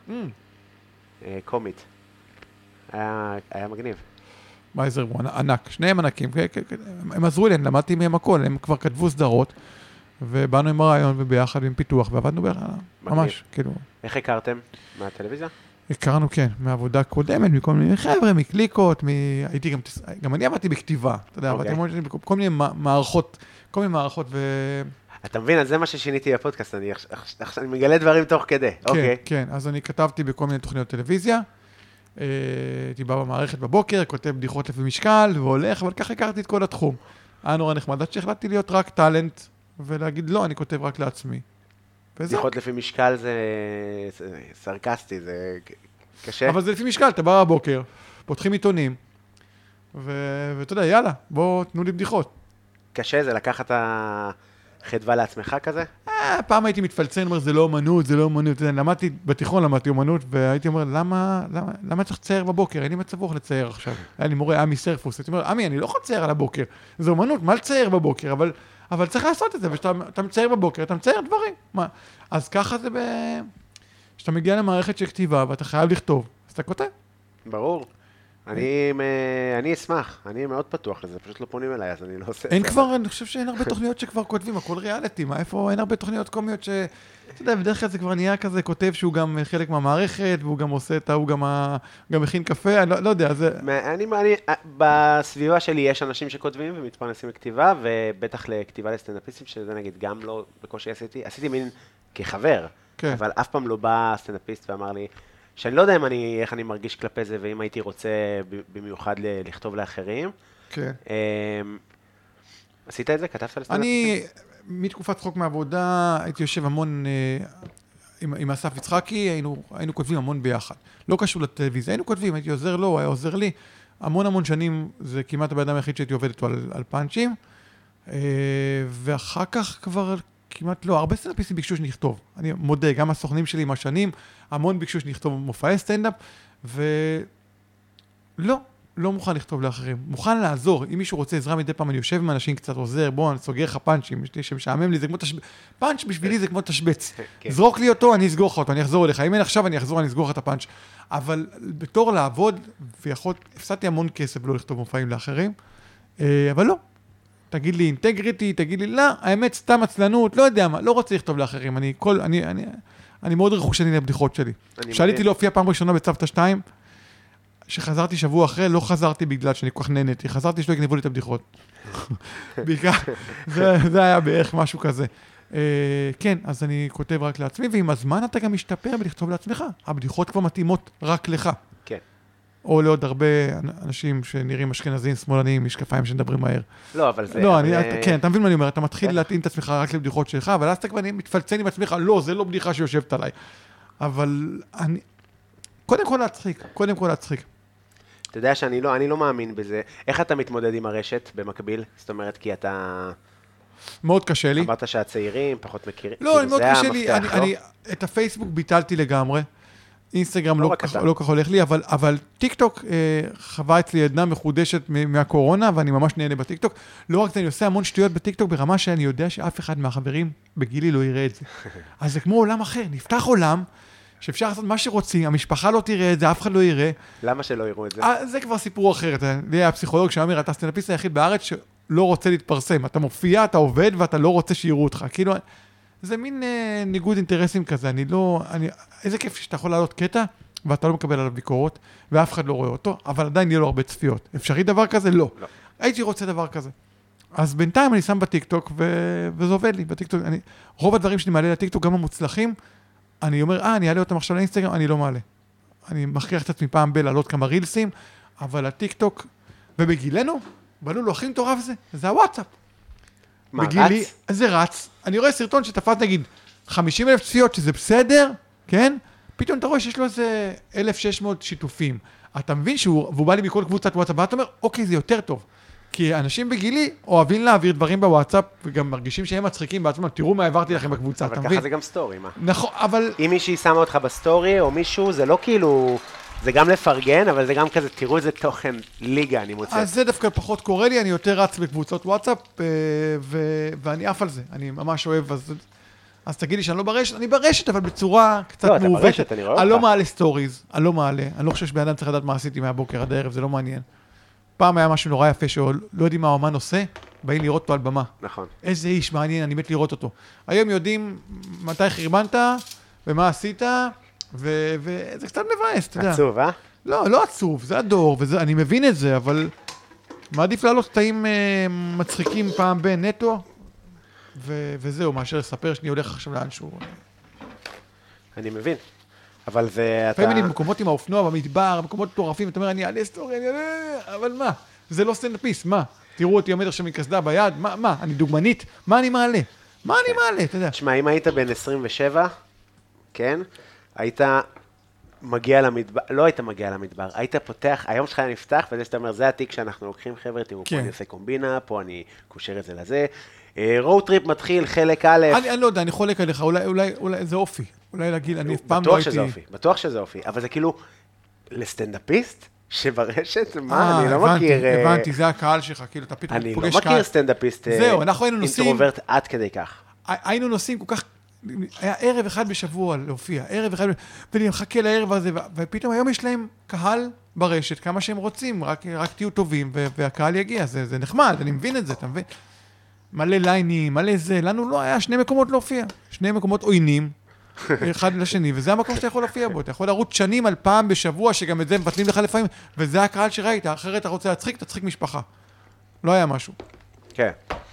קומית. היה, היה מגניב. בייזר הוא ענק, שניהם ענקים, הם עזרו לי, אני למדתי מהם הכל, הם כבר כתבו סדרות, ובאנו עם הרעיון וביחד עם פיתוח, ועבדנו ביחד, ממש, כאילו. איך הכרתם? מהטלוויזיה? הכרנו, כן, מעבודה קודמת, מכל מיני חבר'ה, מקליקות, מ... הייתי גם, גם אני עבדתי בכתיבה, אתה יודע, עבדתי בכל מיני מערכות, כל מיני מערכות ו... אתה מבין, אז זה מה ששיניתי בפודקאסט, אני, אני מגלה דברים תוך כדי. כן, אוקיי. כן, אז אני כתבתי בכל מיני תוכניות טלוויזיה, הייתי בא במערכת בבוקר, כותב בדיחות לפי משקל, והולך, אבל ככה הכרתי את כל התחום. היה נורא נחמד, עד שהחלטתי להיות רק טלנט, ולהגיד, לא, אני כותב רק לעצמי. בדיחות לפי משקל זה, זה סרקסטי, זה קשה. אבל זה לפי משקל, אתה בא בבוקר, פותחים עיתונים, ואתה יודע, יאללה, בוא תנו לי בדיחות. קשה זה לקחת החדווה לעצמך כזה? אה, פעם הייתי מתפלצן, אומר, זה לא אומנות, זה לא אומנות. למדתי, בתיכון למדתי אומנות, והייתי אומר, למה, למה, למה צריך לצייר בבוקר? אין לי מצב רוח לצייר עכשיו. היה לי מורה, עמי סרפוס. הייתי אומר, עמי, אני לא יכול לצייר על הבוקר. זה אומנות, מה לצייר בבוקר? אבל, אבל צריך לעשות את זה, ושאתה מצייר בבוקר, אתה מצייר דברים. מה? אז ככה זה ב... כשאתה מגיע למערכת של כתיבה, ואתה חייב לכתוב, אז אתה כותב. ברור. אני, אני אשמח, אני מאוד פתוח לזה, פשוט לא פונים אליי, אז אני לא עושה... אין כבר, אני חושב שאין הרבה תוכניות שכבר כותבים, הכל ריאליטי, מה, איפה, אין הרבה תוכניות קומיות ש... אתה יודע, בדרך כלל זה כבר נהיה כזה כותב שהוא גם חלק מהמערכת, והוא גם עושה את הוא גם, גם מכין קפה, אני לא, לא יודע, זה... אני, אני, בסביבה שלי יש אנשים שכותבים ומתפרנסים לכתיבה, ובטח לכתיבה לסטנדאפיסטים, שזה נגיד גם לא בקושי עשיתי, עשיתי מין כחבר, כן. אבל אף פעם לא בא סטנדאפיסט ואמר לי, שאני לא יודע אם אני, איך אני מרגיש כלפי זה, ואם הייתי רוצה במיוחד לכתוב לאחרים. כן. עשית את זה? כתבת על סטנדאפ? אני, מתקופת צחוק מעבודה, הייתי יושב המון עם, עם אסף יצחקי, היינו, היינו כותבים המון ביחד. לא קשור לטלוויזיה, היינו כותבים, הייתי עוזר לו, הוא היה עוזר לי. המון המון שנים, זה כמעט הבן אדם היחיד שהייתי עובד איתו על, על פאנצ'ים. ואחר כך כבר... כמעט לא, הרבה סטנדאפיסטים ביקשו שנכתוב. אני מודה, גם הסוכנים שלי עם השנים, המון ביקשו שנכתוב מופעי סטנדאפ, ולא, לא מוכן לכתוב לאחרים. מוכן לעזור. אם מישהו רוצה עזרה מדי פעם, אני יושב עם אנשים קצת עוזר, בוא, אני סוגר לך פאנצ'ים, שמשעמם לי, זה כמו תשבץ. פאנץ' בשבילי זה כמו תשבץ. זרוק לי אותו, אני אסגור לך אותו, אני אחזור אליך. אם אין עכשיו, אני אחזור, אני אסגור לך את הפאנץ'. אבל בתור לעבוד, ויכול, הפסדתי המון כסף לא לכתוב מופעים לאחרים, אבל לא. תגיד לי אינטגריטי, תגיד לי, לא, האמת סתם עצלנות, לא יודע מה, לא רוצה לכתוב לאחרים, אני כל, אני, אני, אני מאוד רחושני לבדיחות שלי. שאליתי להופיע פעם ראשונה בצוותא שתיים, שחזרתי שבוע אחרי, לא חזרתי בגלל שאני כל כך נהניתי, חזרתי שלא יגנבו לי את הבדיחות. בעיקר, זה, זה היה בערך משהו כזה. כן, אז אני כותב רק לעצמי, ועם הזמן אתה גם משתפר בלכתוב לעצמך. הבדיחות כבר מתאימות רק לך. כן. או לעוד הרבה אנשים שנראים אשכנזים, שמאלנים, משקפיים שמדברים מהר. לא, אבל זה... לא, אני, כן, אתה מבין מה אני אומר, אתה מתחיל להתאים את עצמך רק לבדיחות שלך, אבל אז אתה כבר מתפלצן עם עצמך, לא, זה לא בדיחה שיושבת עליי. אבל אני... קודם כל להצחיק, קודם כל להצחיק. אתה יודע שאני לא, אני לא מאמין בזה. איך אתה מתמודד עם הרשת במקביל? זאת אומרת, כי אתה... מאוד קשה לי. אמרת שהצעירים פחות מכירים. לא, מאוד קשה לי. אני, אני, את הפייסבוק ביטלתי לגמרי. אינסטגרם לא כך הולך לי, אבל, אבל טיקטוק חווה אצלי עדנה מחודשת מהקורונה, ואני ממש נהנה בטיקטוק. לא רק זה, אני עושה המון שטויות בטיקטוק ברמה שאני יודע שאף אחד מהחברים בגילי לא יראה את זה. אז זה כמו עולם אחר, נפתח עולם, שאפשר לעשות מה שרוצים, המשפחה לא תראה את זה, אף אחד לא יראה. למה שלא יראו את זה? זה כבר סיפור אחר. לי היה פסיכולוג שאומר, אתה סטנדאפיסט היחיד בארץ שלא רוצה להתפרסם. אתה מופיע, אתה עובד, ואתה לא רוצה שיראו אותך. כאילו, זה מין אה, ניגוד אינטרסים כזה. אני לא... אני, איזה כיף שאתה יכול לעלות קטע, ואתה לא מקבל עליו ביקורות, ואף אחד לא רואה אותו, אבל עדיין יהיה לו הרבה צפיות. אפשרי דבר כזה? לא. לא. הייתי רוצה דבר כזה. אז בינתיים אני שם בטיקטוק, ו... וזה עובד לי בטיקטוק. אני... רוב הדברים שאני מעלה לטיקטוק, גם המוצלחים, אני אומר, אה, אני אעלה אותם עכשיו לאינסטגרם, אני לא מעלה. אני מכריח את עצמי פעם ב לעלות כמה רילסים, אבל הטיקטוק, ובגילנו, בנו לו הכי מטורף זה, זה הוואטסאפ. מה, בגילי, רץ? זה רץ. אני רואה סרטון שתפס נגיד חמישים אלף צפיות, שזה בסדר, כן? פתאום אתה רואה שיש לו איזה אלף ושש מאות שיתופים. אתה מבין שהוא, והוא בא לי מכל קבוצת וואטסאפ, ואתה אומר, אוקיי, זה יותר טוב. כי אנשים בגילי אוהבים להעביר דברים בוואטסאפ, וגם מרגישים שהם מצחיקים בעצמם, תראו מה העברתי לכם בקבוצה, אתה מבין? אבל ככה זה גם סטורי, מה? נכון, אבל... אם מישהי שמה אותך בסטורי, או מישהו, זה לא כאילו... זה גם לפרגן, אבל זה גם כזה, תראו איזה תוכן ליגה אני מוצא. אז זה דווקא פחות קורה לי, אני יותר רץ בקבוצות וואטסאפ, ואני עף על זה, אני ממש אוהב, אז תגיד לי שאני לא ברשת, אני ברשת, אבל בצורה קצת מעוותת. לא, אתה ברשת, אני רואה אותך. אני לא מעלה סטוריז, אני לא מעלה, אני לא חושב שבן אדם צריך לדעת מה עשיתי מהבוקר עד הערב, זה לא מעניין. פעם היה משהו נורא יפה, שלא יודעים מה האומן עושה, באים לראות אותו על במה. נכון. איזה איש מעניין, אני מת לראות אותו. היום יודעים מתי חרבנת, ומה עשית, וזה קצת מבאס, אתה יודע. עצוב, אה? לא, לא עצוב, זה הדור, ואני מבין את זה, אבל מעדיף לעלות קטעים מצחיקים פעם בין נטו, וזהו, מאשר לספר שאני הולך עכשיו לאנשהו. אני מבין, אבל זה אתה... לפעמים אני במקומות עם האופנוע, במדבר, במקומות מטורפים, אתה אומר, אני אעלה סטורי, אני אעלה, אבל מה? זה לא סטנדאפיסט, מה? תראו אותי עומד עכשיו מקסדה ביד, מה, מה? אני דוגמנית? מה אני מעלה? מה אני מעלה, אתה יודע? תשמע, אם היית בן עשרים ושבע, כן? היית מגיע למדבר, לא היית מגיע למדבר, היית פותח, היום שלך נפתח, וזה שאתה אומר, זה התיק שאנחנו לוקחים, חבר'ה, תראו, פה אני עושה קומבינה, פה אני קושר את זה לזה. רואוד טריפ מתחיל, חלק א'. אני לא יודע, אני חולק עליך, אולי זה אופי. אולי להגיד, אני פעם לא הייתי... בטוח שזה אופי, בטוח שזה אופי, אבל זה כאילו, לסטנדאפיסט שברשת, מה, אני לא מכיר... הבנתי, זה הקהל שלך, כאילו, אתה פתאום פוגש קהל. אני לא מכיר סטנדאפיסט אינטרוברט עד כדי כך. היינו נוסעים כל כך... היה ערב אחד בשבוע להופיע, ערב אחד, ואני מחכה לערב הזה, ופתאום היום יש להם קהל ברשת, כמה שהם רוצים, רק, רק תהיו טובים, והקהל יגיע, זה, זה נחמד, אני מבין את זה, אתה מבין? מלא ליינים, מלא זה, לנו לא היה שני מקומות להופיע, שני מקומות עוינים, אחד לשני, וזה המקום שאתה יכול להופיע בו, אתה יכול לרוץ שנים על פעם בשבוע, שגם את זה מבטלים לך לפעמים, וזה הקהל שראית, אחרת אתה רוצה להצחיק, תצחיק משפחה. לא היה משהו. כן.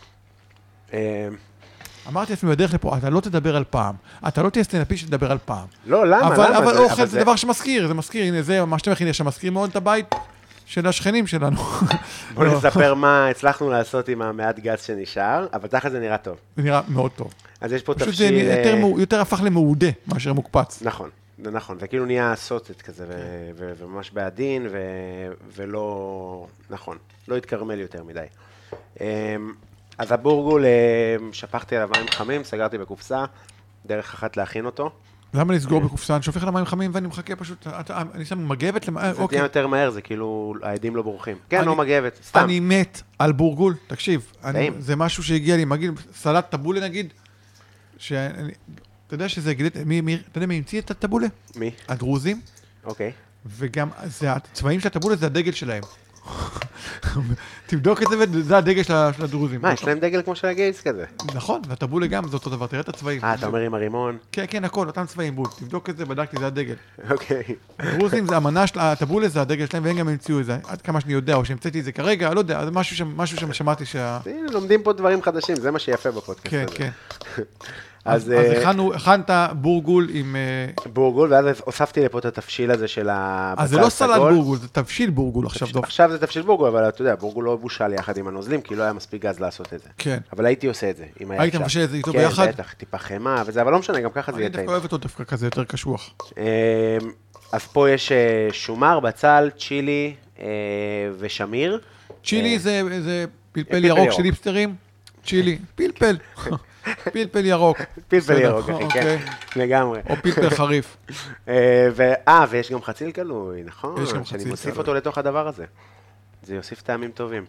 אמרתי לעצמי בדרך לפה, אתה לא תדבר על פעם, אתה לא תהיה סטנדאפיסט שתדבר על פעם. לא, למה? אבל, למה? אבל זה, אוכל אבל זה, זה דבר שמזכיר, זה מזכיר, הנה זה מה שאתה מכין, יש שמזכיר מאוד את הבית של השכנים שלנו. בוא נספר מה הצלחנו לעשות עם המעט גז שנשאר, אבל תכף זה נראה טוב. זה נראה מאוד טוב. אז יש פה פשוט תבשיל... זה יותר, יותר הפך למעודה מאשר מוקפץ. נכון, זה נכון, זה כאילו נהיה סוטט כזה, ו- ו- וממש בעדין, ו- ולא, נכון, לא התקרמל יותר מדי. אז הבורגול, שפכתי עליו מים חמים, סגרתי בקופסה, דרך אחת להכין אותו. למה לסגור בקופסה? אני שופך על מים חמים ואני מחכה פשוט, אני שם מגבת למעלה, זה תהיה יותר מהר, זה כאילו, העדים לא בורחים. כן, לא מגבת, סתם. אני מת על בורגול, תקשיב, זה משהו שהגיע לי, מגיד, סלט טבולה נגיד, שאני, אתה יודע שזה, מי, אתה יודע מי המציא את הטבולה? מי? הדרוזים. אוקיי. וגם, הצבעים של הטבולה זה הדגל שלהם. תבדוק את זה, וזה הדגל של הדרוזים. מה, יש להם דגל כמו של הגייס כזה? נכון, והטבולה גם, זה אותו דבר, תראה את הצבעים. אה, אתה אומר עם הרימון? כן, כן, הכל, אותם צבעים, בול. תבדוק את זה, בדקתי, זה הדגל. אוקיי. הדרוזים זה המנה של הטבולה, זה הדגל שלהם, והם גם המציאו את זה. עד כמה שאני יודע, או שהמצאתי את זה כרגע, לא יודע, זה משהו ששמעתי שה... לומדים פה דברים חדשים, זה מה שיפה בפודקאסט הזה. כן, כן. אז הכנת בורגול עם... בורגול, ואז הוספתי לפה את התבשיל הזה של הבצל סגול. אז זה לא סלט בורגול, זה תבשיל בורגול עכשיו. עכשיו זה תבשיל בורגול, אבל אתה יודע, בורגול לא בושל יחד עם הנוזלים, כי לא היה מספיק גז לעשות את זה. כן. אבל הייתי עושה את זה, אם היה אפשר. היית מבשל את זה איתו ביחד? כן, בטח, טיפה חמה וזה, אבל לא משנה, גם ככה זה יהיה טעים. אני דווקא אוהב אותו דווקא כזה יותר קשוח. אז פה יש שומר, בצל, צ'ילי ושמיר. צ'ילי זה פלפל ירוק של היפסטרים? צ'ילי, פלפל. פלפל ירוק. פלפל ירוק, אחי, כן, לגמרי. או פלפל חריף. אה, ויש גם חציל קלוי, נכון? יש גם חציל. שאני מוסיף אותו לתוך הדבר הזה. זה יוסיף טעמים טובים.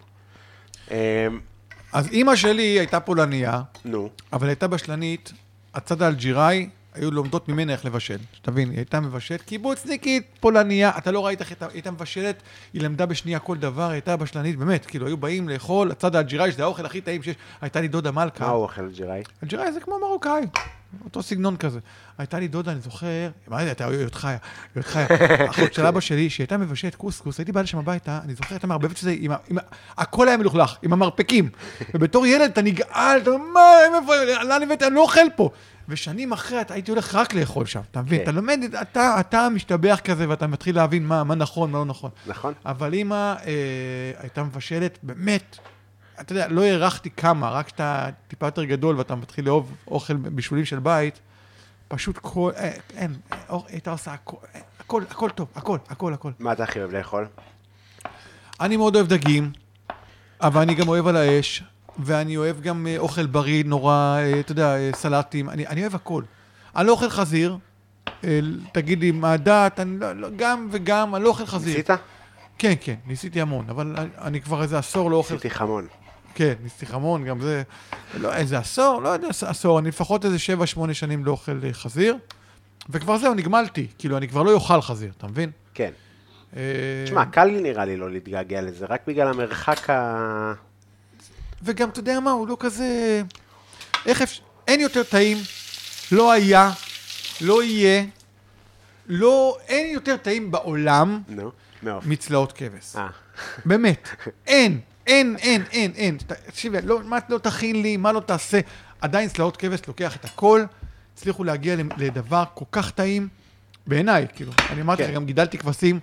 אז אמא שלי הייתה פולניה, נו. אבל הייתה בשלנית, הצד האלג'יראי, היו לומדות ממנה איך לבשל. שתבין, היא הייתה מבשלת, קיבוצניקית, פולניה, אתה לא ראית איך הייתה מבשלת, היא למדה בשנייה כל דבר, היא הייתה בשלנית, באמת, כאילו, היו באים לאכול, הצד האלג'יראי, שזה האוכל הכי טעים שיש, הייתה לי דודה מלכה. מה הוא אוכל אלג'יראי? אלג'יראי זה כמו מרוקאי, אותו סגנון כזה. הייתה לי דודה, אני זוכר, מה זה, אתה להיות חיה, להיות חיה. אחות של אבא שלי, שהיא הייתה מבשלת קוסקוס, הייתי בא לשם הביתה, אני זוכר, הייתה מערבבת שזה, הכל היה מלוכלך, עם המרפקים. ובתור ילד, אתה נגעל, אתה אומר, מה, לאן הבאת, אני לא אוכל פה. ושנים אחרי, הייתי הולך רק לאכול שם, אתה מבין? אתה לומד, אתה משתבח כזה, ואתה מתחיל להבין מה נכון, מה לא נכון. נכון. אבל אמא הייתה מבשלת, באמת, אתה יודע, לא הערכתי כמה, רק שאתה טיפה יותר גדול, ואתה מתחיל לאהוב אוכל בישולים של בית, פשוט כל, אין, הייתה עושה הכל, הכל, הכל טוב, הכל, הכל, הכל. מה אתה הכי אוהב לאכול? אני מאוד אוהב דגים. אבל אני גם אוהב על האש, ואני אוהב גם אוכל בריא, נורא, אתה יודע, סלטים, אני, אני אוהב הכל. אני לא אוכל חזיר, תגיד לי מה הדעת, אני לא, לא, גם וגם, אני לא אוכל חזיר. ניסית? כן, כן, ניסיתי המון, אבל אני כבר איזה עשור לא אוכל... ניסיתי חמון. כן, ניסיתי חמון, גם זה... לא, איזה עשור, לא יודע, עשור, אני לפחות איזה שבע, שמונה שנים לא אוכל חזיר, וכבר זהו, נגמלתי, כאילו, אני כבר לא אוכל חזיר, אתה מבין? כן. תשמע, קל נראה לי לא להתגעגע לזה, רק בגלל המרחק ה... וגם, אתה יודע מה, הוא לא כזה... איך אפשר... אין יותר טעים, לא היה, לא יהיה, לא... אין יותר טעים בעולם מצלעות כבש. באמת. אין, אין, אין, אין, אין. תקשיב, מה לא תכין לי, מה לא תעשה. עדיין צלעות כבש לוקח את הכל, הצליחו להגיע לדבר כל כך טעים, בעיניי, כאילו. אני אמרתי לך, גם גידלתי כבשים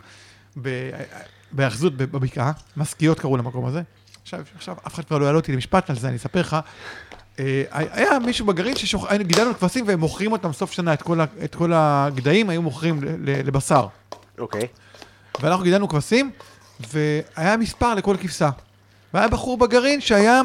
באחזות בבקעה, מסקיות קראו למקום הזה. עכשיו, עכשיו, אף אחד כבר לא יעלה אותי למשפט על זה, אני אספר לך. היה מישהו בגרעין שגידלנו כבשים והם מוכרים אותם סוף שנה, את כל הגדיים היו מוכרים לבשר. אוקיי. ואנחנו גידלנו כבשים, והיה מספר לכל כבשה. והיה בחור בגרעין שהיה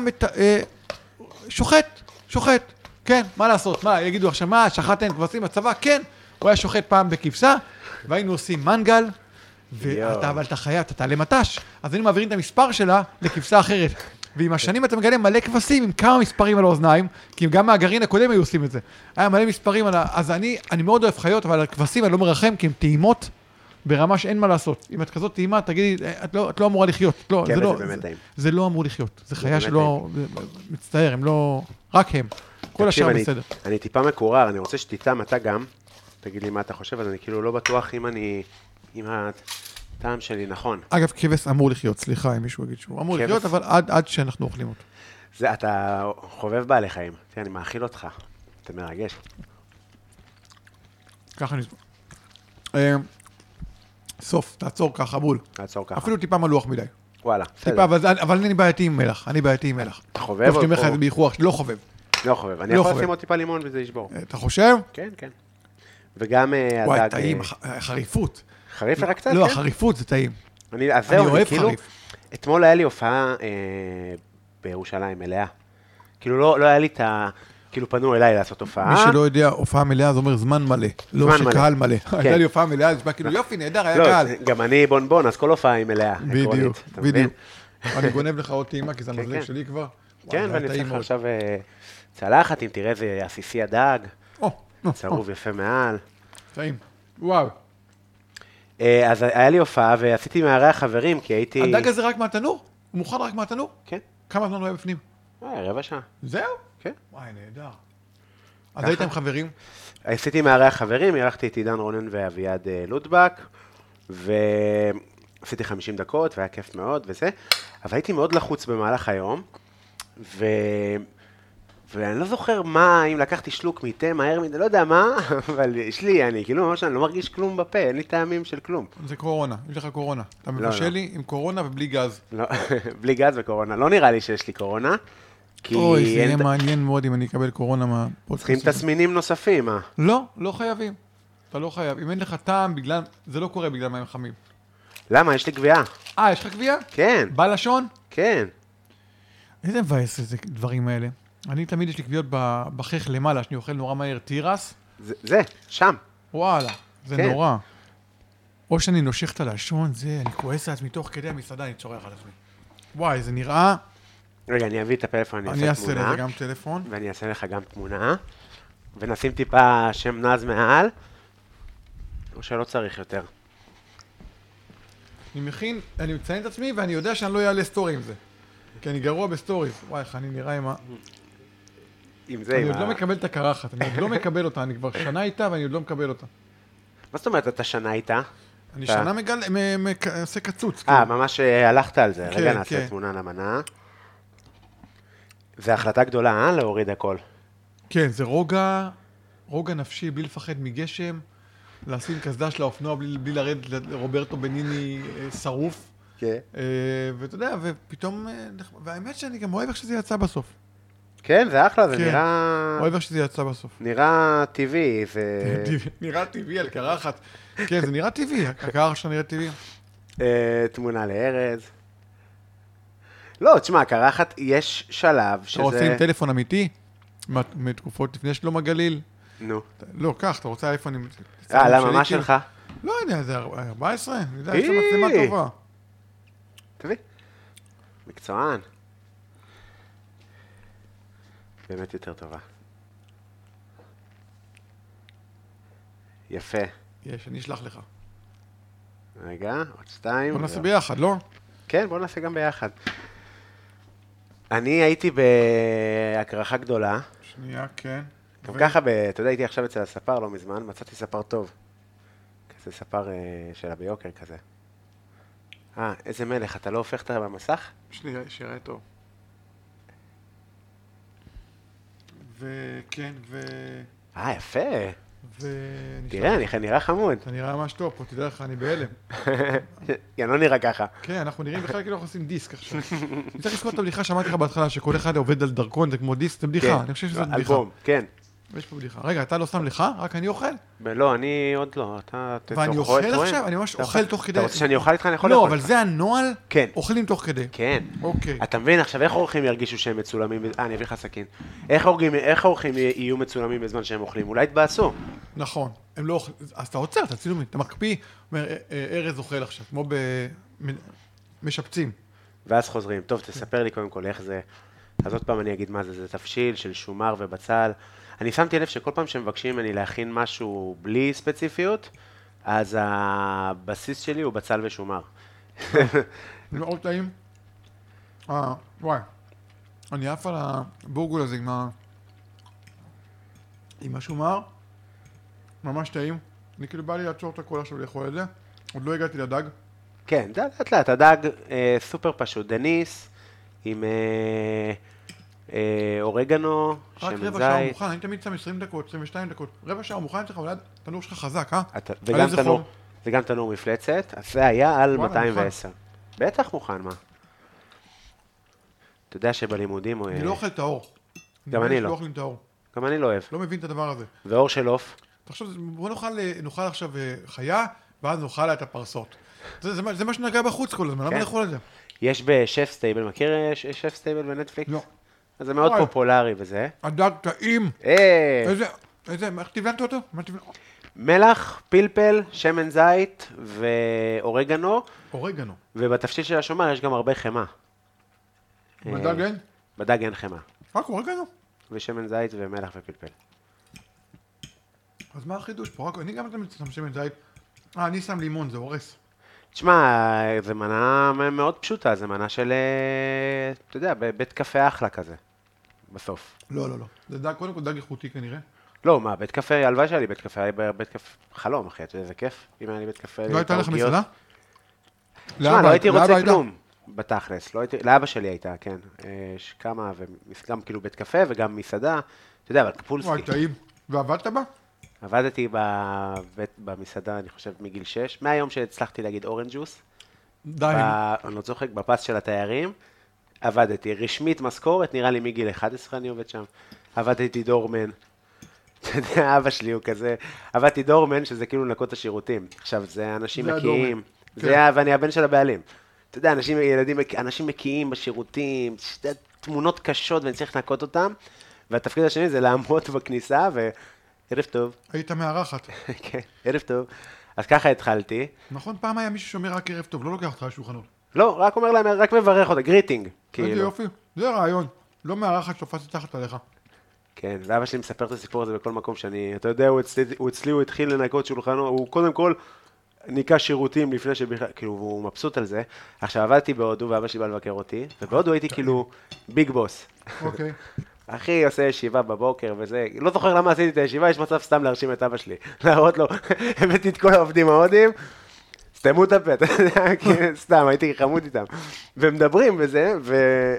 שוחט, שוחט. כן, מה לעשות? מה, יגידו עכשיו, מה, שחטתם כבשים בצבא? כן, הוא היה שוחט פעם בכבשה, והיינו עושים מנגל, ואתה, אבל אתה חייב, אתה תעלה מטש, אז היינו מעבירים את המספר שלה לכבשה אחרת. ועם השנים אתה מגלה מלא כבשים עם כמה מספרים על האוזניים, כי גם מהגרעין הקודם היו עושים את זה. היה מלא מספרים על ה... אז אני, אני מאוד אוהב חיות, אבל על כבשים אני לא מרחם, כי הן טעימות ברמה שאין מה לעשות. אם את כזאת טעימה, תגידי, את לא, את לא אמורה לחיות. לא, כן, זה, לא, זה, זה, זה לא אמור לחיות. זה חיה שלא... מצטער, הם לא... רק הם. כל השאר אני, בסדר. אני טיפה מקורר, אני רוצה שתיתם אתה גם. תגיד לי מה אתה חושב, אז אני כאילו לא בטוח אם אני... אם הטעם שלי נכון. אגב, כבש אמור לחיות, סליחה, אם מישהו יגיד שהוא אמור לחיות, אבל עד, עד שאנחנו אוכלים אותו. זה, אתה חובב בעלי חיים. תראה, אני מאכיל אותך. אתה מרגש. ככה אני... סוף, תעצור ככה, בול. תעצור ככה. אפילו טיפה מלוח מדי. וואלה, טיפה, אבל, אבל אני בעייתי עם מלח, אני בעייתי עם מלח. אתה חובב? טוב, שתמך את זה באיחור, לא חובב. לא חובב, אני יכול לשים עוד טיפה לימון וזה ישבור. אתה חושב? כן, כן. וגם הדג... וואי, טעים, חריפות. חריף רק קצת, לא, כן? החריפות זה טעים. אני, אז זהו, אני אוהב כאילו, חריף. אתמול היה לי הופעה אה, בירושלים מלאה. כאילו לא, לא היה לי את ה... כאילו פנו אליי לעשות הופעה. מי שלא יודע, הופעה מלאה זה אומר זמן מלא. לא שקהל מלא. הייתה לי הופעה מלאה, זה בא כאילו יופי, נהדר, היה קהל. לא, גם אני בונבון, אז כל הופעה היא מלאה. בדיוק, בדיוק. אני גונב לך עוד טעימה, כי זה המזלג שלי כבר. כן, ואני צריך עכשיו צלחת, אם תראה איזה עסיסי הדג. צרוב יפה מעל. טעים. וואו. אז היה לי הופעה ועשיתי מארח חברים, כי הייתי... הדג הזה רק מהתנור? הוא מוכן רק מהתנור? כן. כמה זמן הוא היה בפנים? רבע שעה. זהו? כן. וואי, נהדר. אז הייתם חברים? עשיתי מארח חברים, הלכתי את עידן רונן ואביעד לוטבק, ועשיתי חמישים דקות, והיה כיף מאוד וזה, אבל הייתי מאוד לחוץ במהלך היום, ו... ואני לא זוכר מה, אם לקחתי שלוק מיתה, מהר מדי, לא יודע מה, אבל יש לי, אני כאילו ממש, אני לא מרגיש כלום בפה, אין לי טעמים של כלום. זה קורונה, יש לך קורונה. אתה מבשל לי עם קורונה ובלי גז. לא, בלי גז וקורונה. לא נראה לי שיש לי קורונה. אוי, זה יהיה מעניין מאוד אם אני אקבל קורונה מהפודקאסט. צריכים תסמינים נוספים, אה? לא, לא חייבים. אתה לא חייב. אם אין לך טעם, בגלל, זה לא קורה בגלל מים חמים. למה? יש לי גבייה. אה, יש לך גבייה? כן. בלשון? כן. איזה מבאס איזה דברים האלה. אני תמיד יש לי גביעות בחך למעלה, שאני אוכל נורא מהר תירס. זה, זה, שם. וואלה, זה כן. נורא. או שאני נושך את הלשון, זה, אני כועס לעצמי תוך כדי המסעדה, אני צורח על עצמי. וואי, זה נראה... רגע, אני אביא את הפלאפון, אני, אני אעשה תמונה. אני אעשה לזה גם טלפון. ואני אעשה לך גם תמונה. ונשים טיפה שם נז מעל. או שלא צריך יותר. אני מכין, אני מציין את עצמי, ואני יודע שאני לא אעלה סטורי עם זה. כי אני גרוע בסטוריז. וואי, איך אני נראה עם ה... עם זה, אני עם עוד ה... לא מקבל את הקרחת, אני עוד לא מקבל אותה, אני כבר שנה איתה ואני עוד לא מקבל אותה. מה זאת אומרת, אתה שנה איתה? אני שנה מגל... עושה קצוץ. אה, ממש הלכת על זה. כן, רגע, נעשה כן. תמונה למנה. זה החלטה גדולה, אה? להוריד הכל. כן, זה רוגע, רוגע נפשי, בלי לפחד מגשם, לשים קסדה של האופנוע בלי, בלי לרדת לרוברטו בניני שרוף. כן. ואתה יודע, ופתאום, והאמת שאני גם אוהב איך שזה יצא בסוף. כן, זה אחלה, זה כן. נראה... אוהב איך שזה יצא בסוף. נראה טבעי, זה... נראה טבעי על קרחת. כן, זה נראה טבעי, הקרחת שלך נראה טבעי. תמונה לארז. לא, תשמע, קרחת, יש שלב שזה... אתה רוצה עם טלפון אמיתי? מתקופות לפני שלום הגליל? נו. לא, קח, אתה רוצה אייפון עם... אה, למה, מה שלך? לא יודע, זה ארבע עשרה? אני יודע, יש לו מצלמה טובה. תביא. מקצוען. באמת יותר טובה. יפה. יש, אני אשלח לך. רגע, עוד שתיים. בוא נעשה ביחד, לא? כן, בוא נעשה גם ביחד. אני הייתי בהקרחה גדולה. שנייה, כן. גם ככה, אתה יודע, הייתי עכשיו אצל הספר לא מזמן, מצאתי ספר טוב. כזה ספר שלה ביוקר כזה. אה, איזה מלך, אתה לא הופך את במסך? שנייה, שיראה טוב. וכן, ו... אה, יפה. ו... תראה, אני נראה חמוד. אתה נראה ממש טוב פה, תדע לך, אני בהלם. אני לא נראה ככה. כן, אנחנו נראים בכלל כאילו אנחנו עושים דיסק עכשיו. אני צריך לזכור את הבדיחה שאמרתי לך בהתחלה, שכל אחד עובד על דרכון, זה כמו דיסק, זה בדיחה, אני חושב שזאת בדיחה. אלבום, כן. יש פה בדיחה. רגע, אתה לא שם לך? רק אני אוכל? לא, אני עוד לא. אתה... ואני אוכל עכשיו? אני ממש אוכל תוך כדי... אתה רוצה שאני אוכל איתך? אני יכול לא, לאכול. אבל זה הנוהל? כן. אוכלים תוך כדי. כן. אוקיי. אתה מבין, עכשיו איך אורחים ירגישו שהם מצולמים? אה, אני אביא לך סכין. איך אורחים יהיו מצולמים בזמן שהם אוכלים? אולי יתבאסו. נכון. הם לא אוכלים... אז אתה עוצר, אתה צילומי, אתה מקפיא, אומר, ארז אוכל עכשיו, כמו במשפצים. ואז חוזרים. טוב, תספר לי קודם כל איך זה. אז עוד פעם אני אגיד מה זה. זה תבשיל של שומר ובצל. אני שמתי לב שכל פעם שמבקשים ממני להכין משהו בלי ספציפיות, אז הבסיס שלי הוא בצל ושומר. מאוד טעים. אה, וואי. אני עף על הבורגול הזה עם ה... עם השומר. ממש טעים. אני כאילו בא לי לעצור את הכל עכשיו לאכול את זה. עוד לא הגעתי לדג. כן, לאט לאט, הדג אה, סופר פשוט. דניס עם אה, אה, אורגנו, שמן זית. רק רבע שעה מוכן, אני תמיד שם עשרים דקות, עשרים ושתיים דקות. רבע שעה מוכן אצלך, אבל תנור שלך חזק, אה? אתה, וגם, תנור, וגם תנור מפלצת, אז זה היה על מאתיים ועשר. בטח מוכן, מה? אתה יודע שבלימודים... אני לא אוכל את האור. גם אני לא. גם אני לא אוהב. לא מבין את הדבר הזה. ואור של עוף? תחשוב, בוא נאכל עכשיו חיה, ואז נאכל לה את הפרסות. זה מה שנגע בחוץ כל הזמן, למה לאכול את זה? יש בשף סטייבל, מכיר שף סטייבל בנטפליקס? לא. אז זה מאוד פופולרי וזה. הדג טעים. אה. איזה, איזה, איך תבלנת אותו? מלח, פלפל, שמן זית ואורגנו. אורגנו. ובתפשיל של השומר יש גם הרבה חמה. בדג אין? בדג אין חמה. רק אורגנו? ושמן זית ומלח ופלפל. אז מה החידוש פה? רק, אני גם שם שמן זית. אה, אני שם לימון, זה הורס. תשמע, זו מנה מאוד פשוטה, זו מנה של, אתה יודע, בית קפה אחלה כזה, בסוף. לא, לא, לא. זה דג, קודם כל דג איכותי כנראה. לא, מה, בית קפה, הלוואי שהיה לי בית קפה, היה לי בית קפה, חלום אחי, אתה יודע, זה כיף, אם היה לי בית קפה. לא הייתה לך מסעדה? תשמע, לא הייתי רוצה כלום, בתכלס, לאבא שלי הייתה, כן, יש כמה, וגם כאילו בית קפה וגם מסעדה, אתה יודע, אבל קפולסקי. וואי, טעים. ועבדת בה? עבדתי במסעדה, אני חושב, מגיל שש, מהיום שהצלחתי להגיד אורנג' ג'וס. די. אני לא צוחק, בפס של התיירים, עבדתי. רשמית משכורת, נראה לי מגיל אחד עשרה אני עובד שם. עבדתי דורמן. אתה יודע, אבא שלי הוא כזה, עבדתי דורמן, שזה כאילו לנקות את השירותים. עכשיו, זה אנשים מקיאים. זה, ואני הבן של הבעלים. אתה יודע, אנשים, ילדים, אנשים מקיאים בשירותים, תמונות קשות ואני צריך לנקות אותם. והתפקיד השני זה לעמוד בכניסה ו... ערב טוב. היית מארחת. כן, ערב טוב. אז ככה התחלתי. נכון, פעם היה מישהו שאומר רק ערב טוב, לא לוקח אותך לשולחנות. לא, רק אומר להם, רק מברך אותה, גריטינג. איזה יופי, זה רעיון. לא מארחת שופצת תחת עליך. כן, ואבא שלי מספר את הסיפור הזה בכל מקום שאני, אתה יודע, הוא אצלי, הוא אצלי, הוא התחיל לנקות שולחנו, הוא קודם כל ניקה שירותים לפני שבכלל, כאילו, הוא מבסוט על זה. עכשיו עבדתי בהודו ואבא שלי בא לבקר אותי, ובהודו הייתי כאילו ביג בוס. אוקיי. אחי עושה ישיבה בבוקר וזה, לא זוכר למה עשיתי את הישיבה, יש מצב סתם להרשים את אבא שלי. להראות לו, הבאתי את כל העובדים ההודים, סתמו את הפה, אתה יודע, סתם, הייתי חמוד איתם. ומדברים וזה, ו...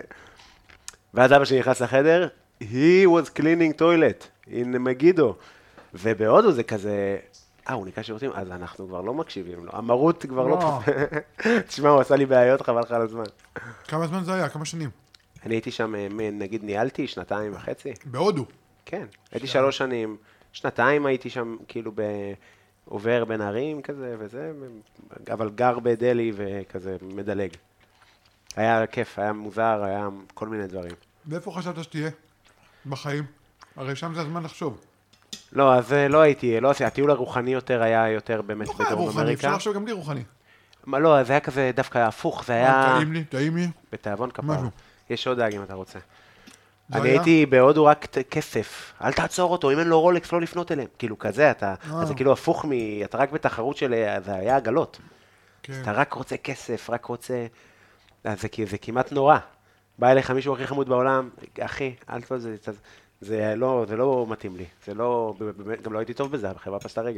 ואז אבא שלי נכנס לחדר, he was cleaning toilet in מגידו. ובהודו זה כזה, אה, הוא ניקה שירותים, אז אנחנו כבר לא מקשיבים לו, המרות כבר לא... תשמע, הוא עשה לי בעיות, חבל לך על הזמן. כמה זמן זה היה? כמה שנים? אני הייתי שם, נגיד, ניהלתי שנתיים וחצי. בהודו? כן, הייתי שלוש שנים, שנתיים הייתי שם כאילו בעובר בין ערים כזה וזה, אבל גר בדלי וכזה מדלג. היה כיף, היה מוזר, היה כל מיני דברים. ואיפה חשבת שתהיה בחיים? הרי שם זה הזמן לחשוב. לא, אז לא הייתי, לא עשיתי, הטיול הרוחני יותר היה יותר באמת לא חייב בדרום רוחני, אמריקה. אפשר לחשוב גם בלי רוחני. מה, לא, זה היה כזה דווקא הפוך, זה היה... טעים לי, טעים לי. בתיאבון כפרה. משהו. יש עוד דאג אם אתה רוצה. זה אני היה? הייתי בהודו רק ת- כסף, אל תעצור אותו, אם אין לו רולקס לא לפנות אליהם. כאילו כזה, אתה, אה. אז זה כאילו הפוך מ... אתה רק בתחרות של... זה היה עגלות. כן. אתה רק רוצה כסף, רק רוצה... אז זה, כי- זה כמעט נורא. בא אליך מישהו הכי חמוד בעולם, אחי, אל תעשה זה, זה, זה לא, זה לא מתאים לי. זה לא, באמת, גם לא הייתי טוב בזה, החברה פשטה רגל.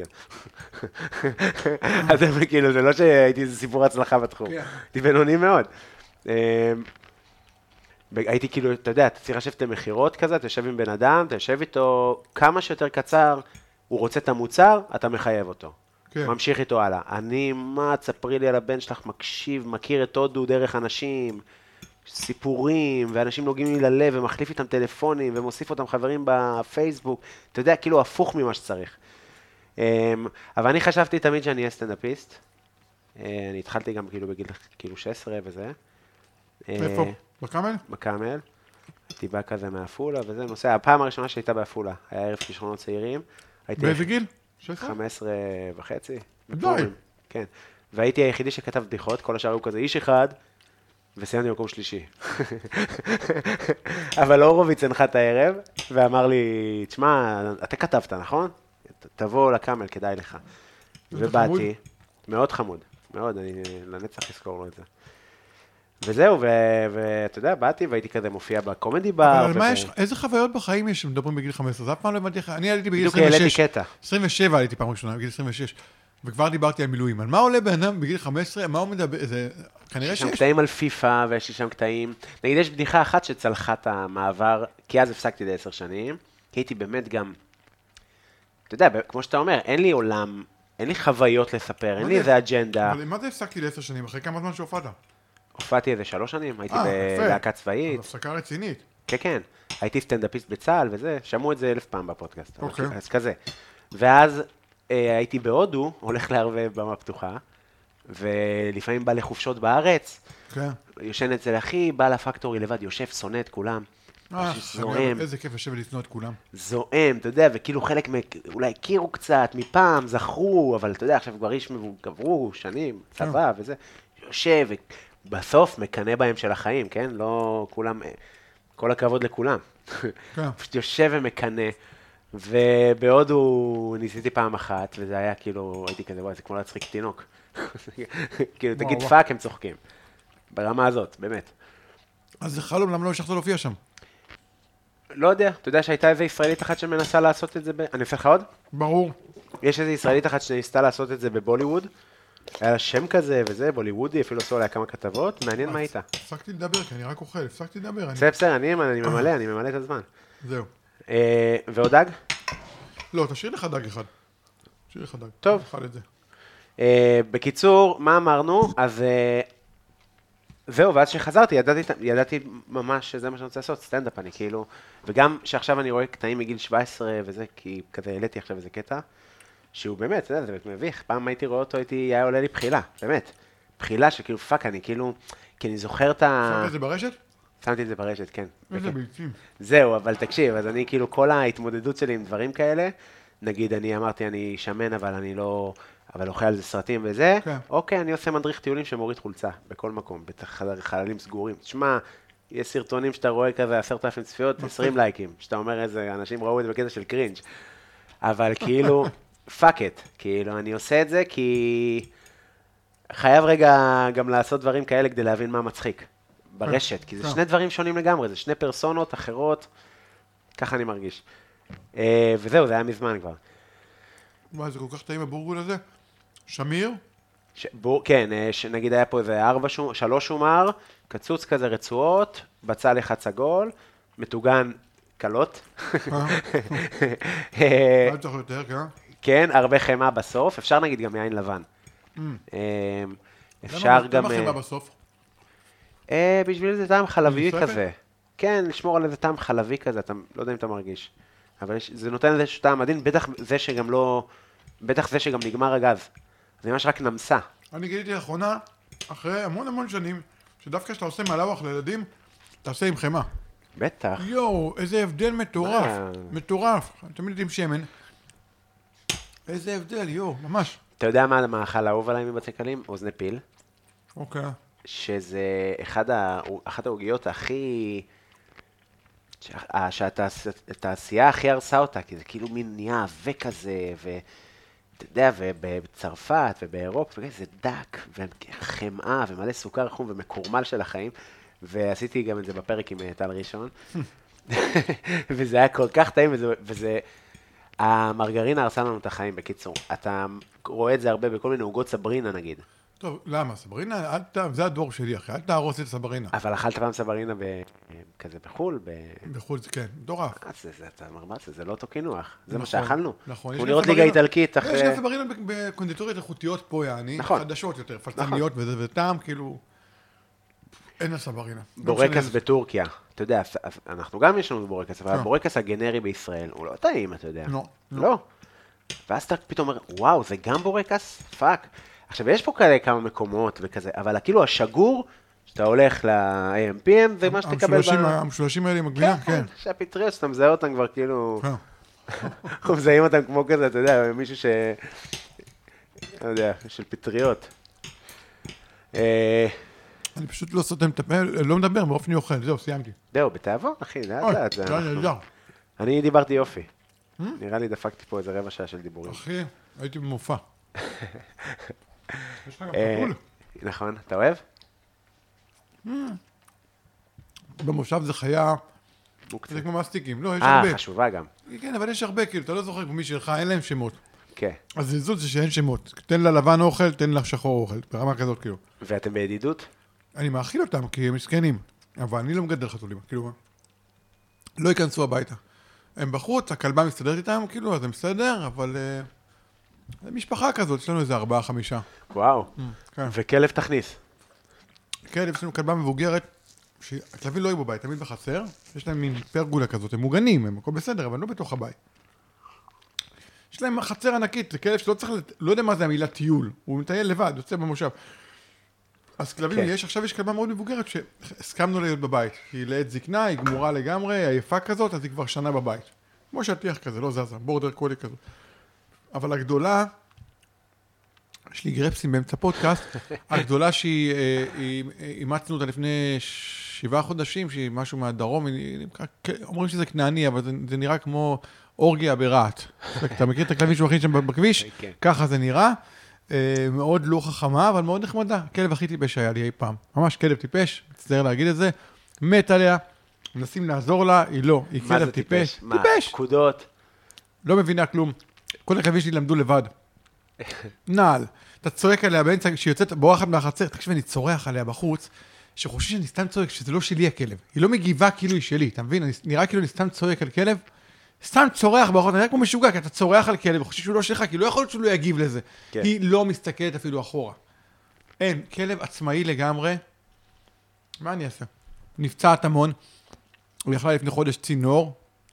אז זה כאילו, זה לא שהייתי איזה סיפור הצלחה בתחום. כן. הייתי בינוני מאוד. אמ, הייתי כאילו, אתה יודע, אתה צריך לשבת למחירות כזה, אתה יושב עם בן אדם, אתה יושב איתו כמה שיותר קצר, הוא רוצה את המוצר, אתה מחייב אותו. כן. ממשיך איתו הלאה. אני, מה, תספרי לי על הבן שלך, מקשיב, מכיר את הודו דרך אנשים, סיפורים, ואנשים נוגעים לי ללב, ומחליף איתם טלפונים, ומוסיף אותם חברים בפייסבוק, אתה יודע, כאילו הפוך ממה שצריך. אבל אני חשבתי תמיד שאני אהיה סטנדאפיסט. אני התחלתי גם כאילו בגיל כאילו שש עשרה וזה. איפה? בקאמל? בקאמל. הייתי בא כזה מעפולה וזה, נושא, הפעם הראשונה שהייתה בעפולה, היה ערב כישרונות צעירים. באיזה גיל? שש עשרה? חמש עשרה וחצי. די. בפורים, כן. והייתי היחידי שכתב בדיחות, כל השאר היו כזה איש אחד, וסיימתי במקום שלישי. אבל הורוביץ הנחה את הערב, ואמר לי, תשמע, אתה כתבת, נכון? ת- תבוא לקאמל, כדאי לך. זה חמוד. ובאתי, מאוד חמוד, מאוד, אני לנצח אזכור לו את זה. וזהו, ו- ואתה יודע, באתי והייתי כזה מופיע בקומדי בר. אבל מה וזה- יש, איזה חוויות בחיים יש שמדברים בגיל חמש עשרה? אז אף פעם לא הבנתי איך, אני עליתי בגיל בדיוק עשרים העליתי ושש. קטע. עשרים ושבע עליתי פעם ראשונה, בגיל עשרים ושש. וכבר דיברתי על מילואים. על מה עולה בן אדם בגיל חמש עשרה? מה הוא מדבר? זה... כנראה יש שם שיש... קטעים על פיפה, ויש לי שם קטעים. נגיד, יש בדיחה אחת שצלחה את המעבר, כי אז הפסקתי לעשר שנים, כי הייתי באמת גם, אתה יודע, כמו שאתה אומר, אין לי עולם, אין לי חוויות לספר, אין לי זה? איזה אג'נדה. אבל מה זה הפסקתי לעשר שנים? אחרי כמה זמן שהופעת? הופעתי איזה שלוש שנים, הייתי אה, יפה. בלהקה אז צבאית. הפסקה רצינית. כן, כן. הייתי סטנדאפיסט בצה"ל וזה, שמעו את זה אלף פעם בפודקאסט. אבל אוקיי. אז כזה. ואז אה, הייתי בהודו, הולך לערבי במה פתוחה, ולפעמים בא לחופשות בארץ, כן. יושן אצל אחי, בא לפקטורי לבד, יושב, שונא את כולם. אה, פשוט זועם, איזה כיף לשבת לשנוא את כולם. זועם, אתה יודע, וכאילו חלק מ... אולי הכירו קצת, מפעם, זכרו, אבל אתה יודע, עכשיו כבר איש גברו, שנים, צבא וזה, יושב, ובסוף מקנה בהם של החיים, כן? לא כולם, כל הכבוד לכולם. כן. פשוט יושב ומקנה, ובהודו ניסיתי פעם אחת, וזה היה כאילו, הייתי כזה, וואי, זה כמו להצחיק תינוק. כאילו, תגיד וואו. פאק, הם צוחקים. ברמה הזאת, באמת. אז זה חלום, למה לא המשכת להופיע שם? לא יודע, אתה יודע שהייתה איזו ישראלית אחת שמנסה לעשות את זה ב... אני אעשה לך עוד? ברור. יש איזו ישראלית אחת שניסתה לעשות את זה בבוליווד. היה לה שם כזה וזה, בוליוודי, אפילו עשו עליה כמה כתבות, מעניין מה הייתה. הפסקתי לדבר, כי אני רק אוכל, הפסקתי לדבר. אני- בסדר, בסדר, אני אני ממלא, אני ממלא את הזמן. זהו. אה, ועוד דג? לא, תשאיר לך דג אחד. תשאיר לך דג. טוב. נאכל את זה. אה, בקיצור, מה אמרנו? אז אה, זהו, ואז שחזרתי, ידעתי, ידעתי ממש שזה מה שאני רוצה לעשות, סטנדאפ, אני כאילו, וגם שעכשיו אני רואה קטעים מגיל שבע עשרה וזה, כי כזה העליתי עכשיו איזה קטע, שהוא באמת, אתה יודע, זה באמת מביך, פעם הייתי רואה אותו, הייתי, היה עולה לי בחילה, באמת, בחילה שכאילו פאק, אני כאילו, כי אני זוכר את ה... שמת את זה ברשת? שמתי את זה ברשת, כן. איזה בכיף. ביצים. זהו, אבל תקשיב, אז אני כאילו, כל ההתמודדות שלי עם דברים כאלה, נגיד, אני אמרתי, אני שמן, אבל אני לא, אבל אוכל על זה סרטים וזה, כן. אוקיי, אני עושה מדריך טיולים שמוריד חולצה, בכל מקום, בחללים סגורים. תשמע, יש סרטונים שאתה רואה כזה עשרת אלפים צפיות, עשרים לייקים, שאתה אומר איזה, אנשים ראו את זה בקטע של קרינג', אבל כאילו, fuck it, כאילו, אני עושה את זה כי חייב רגע גם לעשות דברים כאלה כדי להבין מה מצחיק ברשת, כי זה כן. שני דברים שונים לגמרי, זה שני פרסונות אחרות, ככה אני מרגיש. אה, וזהו, זה היה מזמן כבר. וואי, זה כל כך טעים הבורגול הזה. שמיר, ש... בור... כן, אה, ש... נגיד היה פה איזה ארבע שום... שלוש שומר, קצוץ כזה רצועות, בצל אחד סגול, מטוגן קלות. אה, אל צריך יותר, כן? כן, הרבה חמאה בסוף, אפשר נגיד גם יין לבן. Mm. אה, למה- אפשר גם... למה אה, חמאה בסוף? אה, בשביל זה טעם חלבי נשרפת? כזה. כן, לשמור על איזה טעם חלבי כזה, אתה לא יודע אם אתה מרגיש. אבל יש, זה נותן איזה טעם עדין, בטח זה שגם לא... בטח זה שגם נגמר הגז. זה ממש רק נמסה. אני גיליתי לאחרונה, אחרי המון המון שנים, שדווקא כשאתה עושה מלאווח לילדים, אתה עושה עם חמה. בטח. יואו, איזה הבדל מטורף, מטורף. תמיד עם שמן. איזה הבדל, יואו, ממש. אתה יודע מה המאכל האהוב עליי מבתי קלים? אוזני פיל. אוקיי. שזה אחד ה... אחת העוגיות הכי... שהתעשייה הכי הרסה אותה, כי זה כאילו מין נהיה עבה כזה, ואתה יודע, ובצרפת ובאירופה, זה דק, וחמאה, ומלא סוכר חום, ומקורמל של החיים, ועשיתי גם את זה בפרק עם טל ראשון, וזה היה כל כך טעים, וזה... וזה המרגרינה הרסה לנו את החיים, בקיצור. אתה רואה את זה הרבה בכל מיני עוגות סברינה, נגיד. טוב, למה? סברינה, זה הדור שלי, אחי. אל תהרוס את סברינה. אבל אכלת פעם סברינה כזה בחול? בחול, כן, דורף. אתה מרמץ, זה לא אותו קינוח. זה מה שאכלנו. נכון. הוא לראות ליגה איטלקית. יש גם סברינה בקונדיטוריות איכותיות פה, יעני. חדשות יותר, פלצניות וטעם, כאילו... אין הסברינה. בורקס בטורקיה. אתה יודע, אנחנו גם יש לנו בורקס, אבל הבורקס הגנרי בישראל הוא לא טעים, אתה יודע. לא. לא. ואז אתה פתאום אומר, וואו, זה גם בורקס? פאק. עכשיו, יש פה כאלה כמה מקומות וכזה, אבל כאילו השגור, שאתה הולך ל-איי אם פי אם, זה מה שתקבל ב... המשולשים האלה עם הגבינה, כן. שהפטריות, שאתה מזהה אותם כבר כאילו... אנחנו מזהים אותם כמו כזה, אתה יודע, מישהו ש... לא יודע, של פטריות. אני פשוט לא סותם את הפה, לא מדבר באופן יוכל, זהו, סיימתי. זהו, בתאבון, אחי, לאט לאט. זה נהדר. אני דיברתי יופי. נראה לי דפקתי פה איזה רבע שעה של דיבורים. אחי, הייתי במופע. יש לך גם חתול. נכון, אתה אוהב? במושב זה חיה, זה כמו מסטיקים, לא, יש הרבה. אה, חשובה גם. כן, אבל יש הרבה, כאילו, אתה לא זוכר מי שלך, אין להם שמות. כן. אז זלזול זה שאין שמות. תן לה לבן אוכל, תן לה שחור אוכל, ברמה כזאת, כאילו. ואתם בידידות? אני מאכיל אותם, כי הם מסכנים. אבל אני לא מגדל חתולים, כאילו, לא ייכנסו הביתה. הם בחוץ, הכלבה מסתדרת איתם, כאילו, אז הם בסדר, אבל... זה משפחה כזאת, יש לנו איזה ארבעה, חמישה. וואו. וכלב תכניס. כלב, יש לנו כלבה מבוגרת, שהכלבים לא היו בבית, תמיד בחצר, יש להם מין פרגולה כזאת, הם מוגנים, הם הכל בסדר, אבל לא בתוך הבית. יש להם חצר ענקית, זה כלב שלא צריך, לא יודע מה זה המילה טיול, הוא מטייל לבד, יוצא במושב. אז כלבים, יש, עכשיו יש כלבה מאוד מבוגרת שהסכמנו להיות בבית, כי לעת זקנה, היא גמורה לגמרי, עייפה כזאת, אז היא כבר שנה בבית. כמו שטיח כזה, לא זזה, בורדר קולי כזאת. אבל הגדולה, יש לי גרפסים באמצע פודקאסט, הגדולה שהיא, אימצנו אותה לפני שבעה חודשים, שהיא משהו מהדרום, אומרים שזה כנעני, אבל זה נראה כמו אורגיה ברעת. אתה מכיר את הכלבים שהוא הכי שם בכביש? ככה זה נראה. מאוד לא חכמה, אבל מאוד נחמדה. הכלב הכי טיפש היה לי אי פעם. ממש כלב טיפש, מצטער להגיד את זה. מת עליה, מנסים לעזור לה, היא לא. היא כלב טיפש. מה, פקודות? לא מבינה כלום. כל הכלבים שלי למדו לבד. נעל. אתה צורק עליה באמצע, כשהיא יוצאת בורחת מהחצר, תקשיב, אני צורח עליה בחוץ, שחושב שאני סתם צורק, שזה לא שלי הכלב. היא לא מגיבה כאילו היא שלי, אתה מבין? נראה כאילו אני סתם צורק על כלב, סתם צורח באחות, אני נראה כמו משוגע, כי אתה צורח על כלב, וחושב שהוא לא שלך, כי לא יכול להיות שהוא לא יגיב לזה. כן. היא לא מסתכלת אפילו אחורה. אין, כלב עצמאי לגמרי. מה אני אעשה? נפצעת המון, הוא יכלה לפני חודש צינור,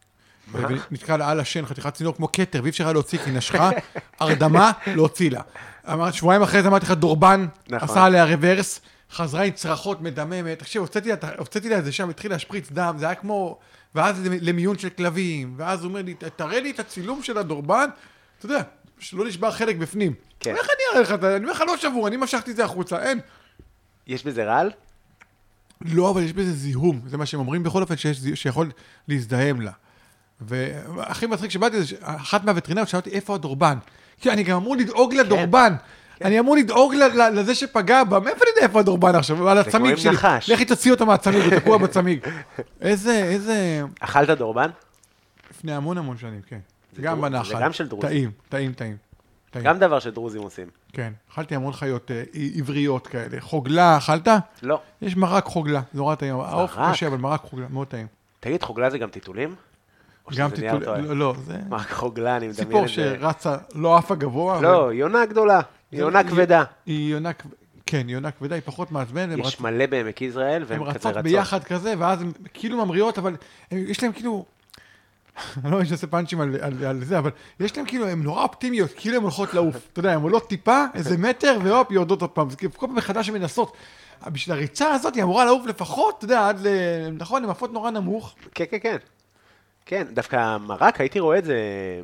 ונתקע לה על השן, חתיכת צינור כמו קטר, ואי אפשר להוציא, כי נשכה, הרדמה, להוציא לה. אמרת, שבועיים אחרי זה אמרתי לך, דורבן, עשה עליה רוורס, חזרה עם צרחות מדממת, תקשיב, הוצאתי לה את זה שם, התחיל להשפריץ דם, זה היה כמו, ואז למיון של כלבים, ואז הוא אומר לי, תראה לי את הצילום של הדורבן, אתה יודע, שלא נשבר חלק בפנים. איך אני אראה לך, אני אומר לך לא שבור, אני משכתי את זה החוצה, אין. יש בזה רעל? לא, אבל יש בזה זיהום, זה מה שהם אומרים בכל אופן, שיכול להזדהם לה. והכי מצחיק שבאתי, אחת מהווטרינריות שאלתי, איפה הדורבן? כי אני גם אמור לדאוג לדורבן. אני אמור לדאוג לזה שפגע בה. מאיפה אני יודע איפה הדורבן עכשיו? על הצמיג שלי. לכי תוציא אותו מהצמיג, הוא תקוע בצמיג. איזה, איזה... אכלת דורבן? לפני המון המון שנים, כן. גם בנחל. זה גם של דרוזים. טעים, טעים, טעים. גם דבר שדרוזים עושים. כן. אכלתי המון חיות עבריות כאלה. חוגלה, אכלת? לא. יש מרק חוגלה. זה נורא טעים. העוף קשה, אבל מרק חוגלה, מאוד טעים. תגיד, חוגלה זה גם טיטולים? גם טיטול, לא, לא, זה... מה, חוגלה, אני מדמיין את ציפור זה. שרצה, לא אף הגבוה. לא, יונה גדולה, יונה כבדה. היא יונה, כן, יונה כבדה, היא פחות מעצבן. יש מלא בעמק יזרעאל, והם כזה רצות. הם רצות ביחד כזה, ואז הם כאילו ממריאות, אבל יש להם כאילו... אני לא אעשה פאנצ'ים על זה, אבל יש להם כאילו, הן נורא אופטימיות, כאילו הן הולכות לעוף. אתה יודע, הן עולות טיפה, איזה מטר, והופ, יורדות עוד פעם. זה כל פעם מחדש הן מנסות. בשביל הריצה הזאת היא אמורה לעוף לפחות, אתה יודע, עד ל... נכון, עם עפות נורא נמוך. כן, כן, כן. כן, דווקא מרק, הייתי רואה את זה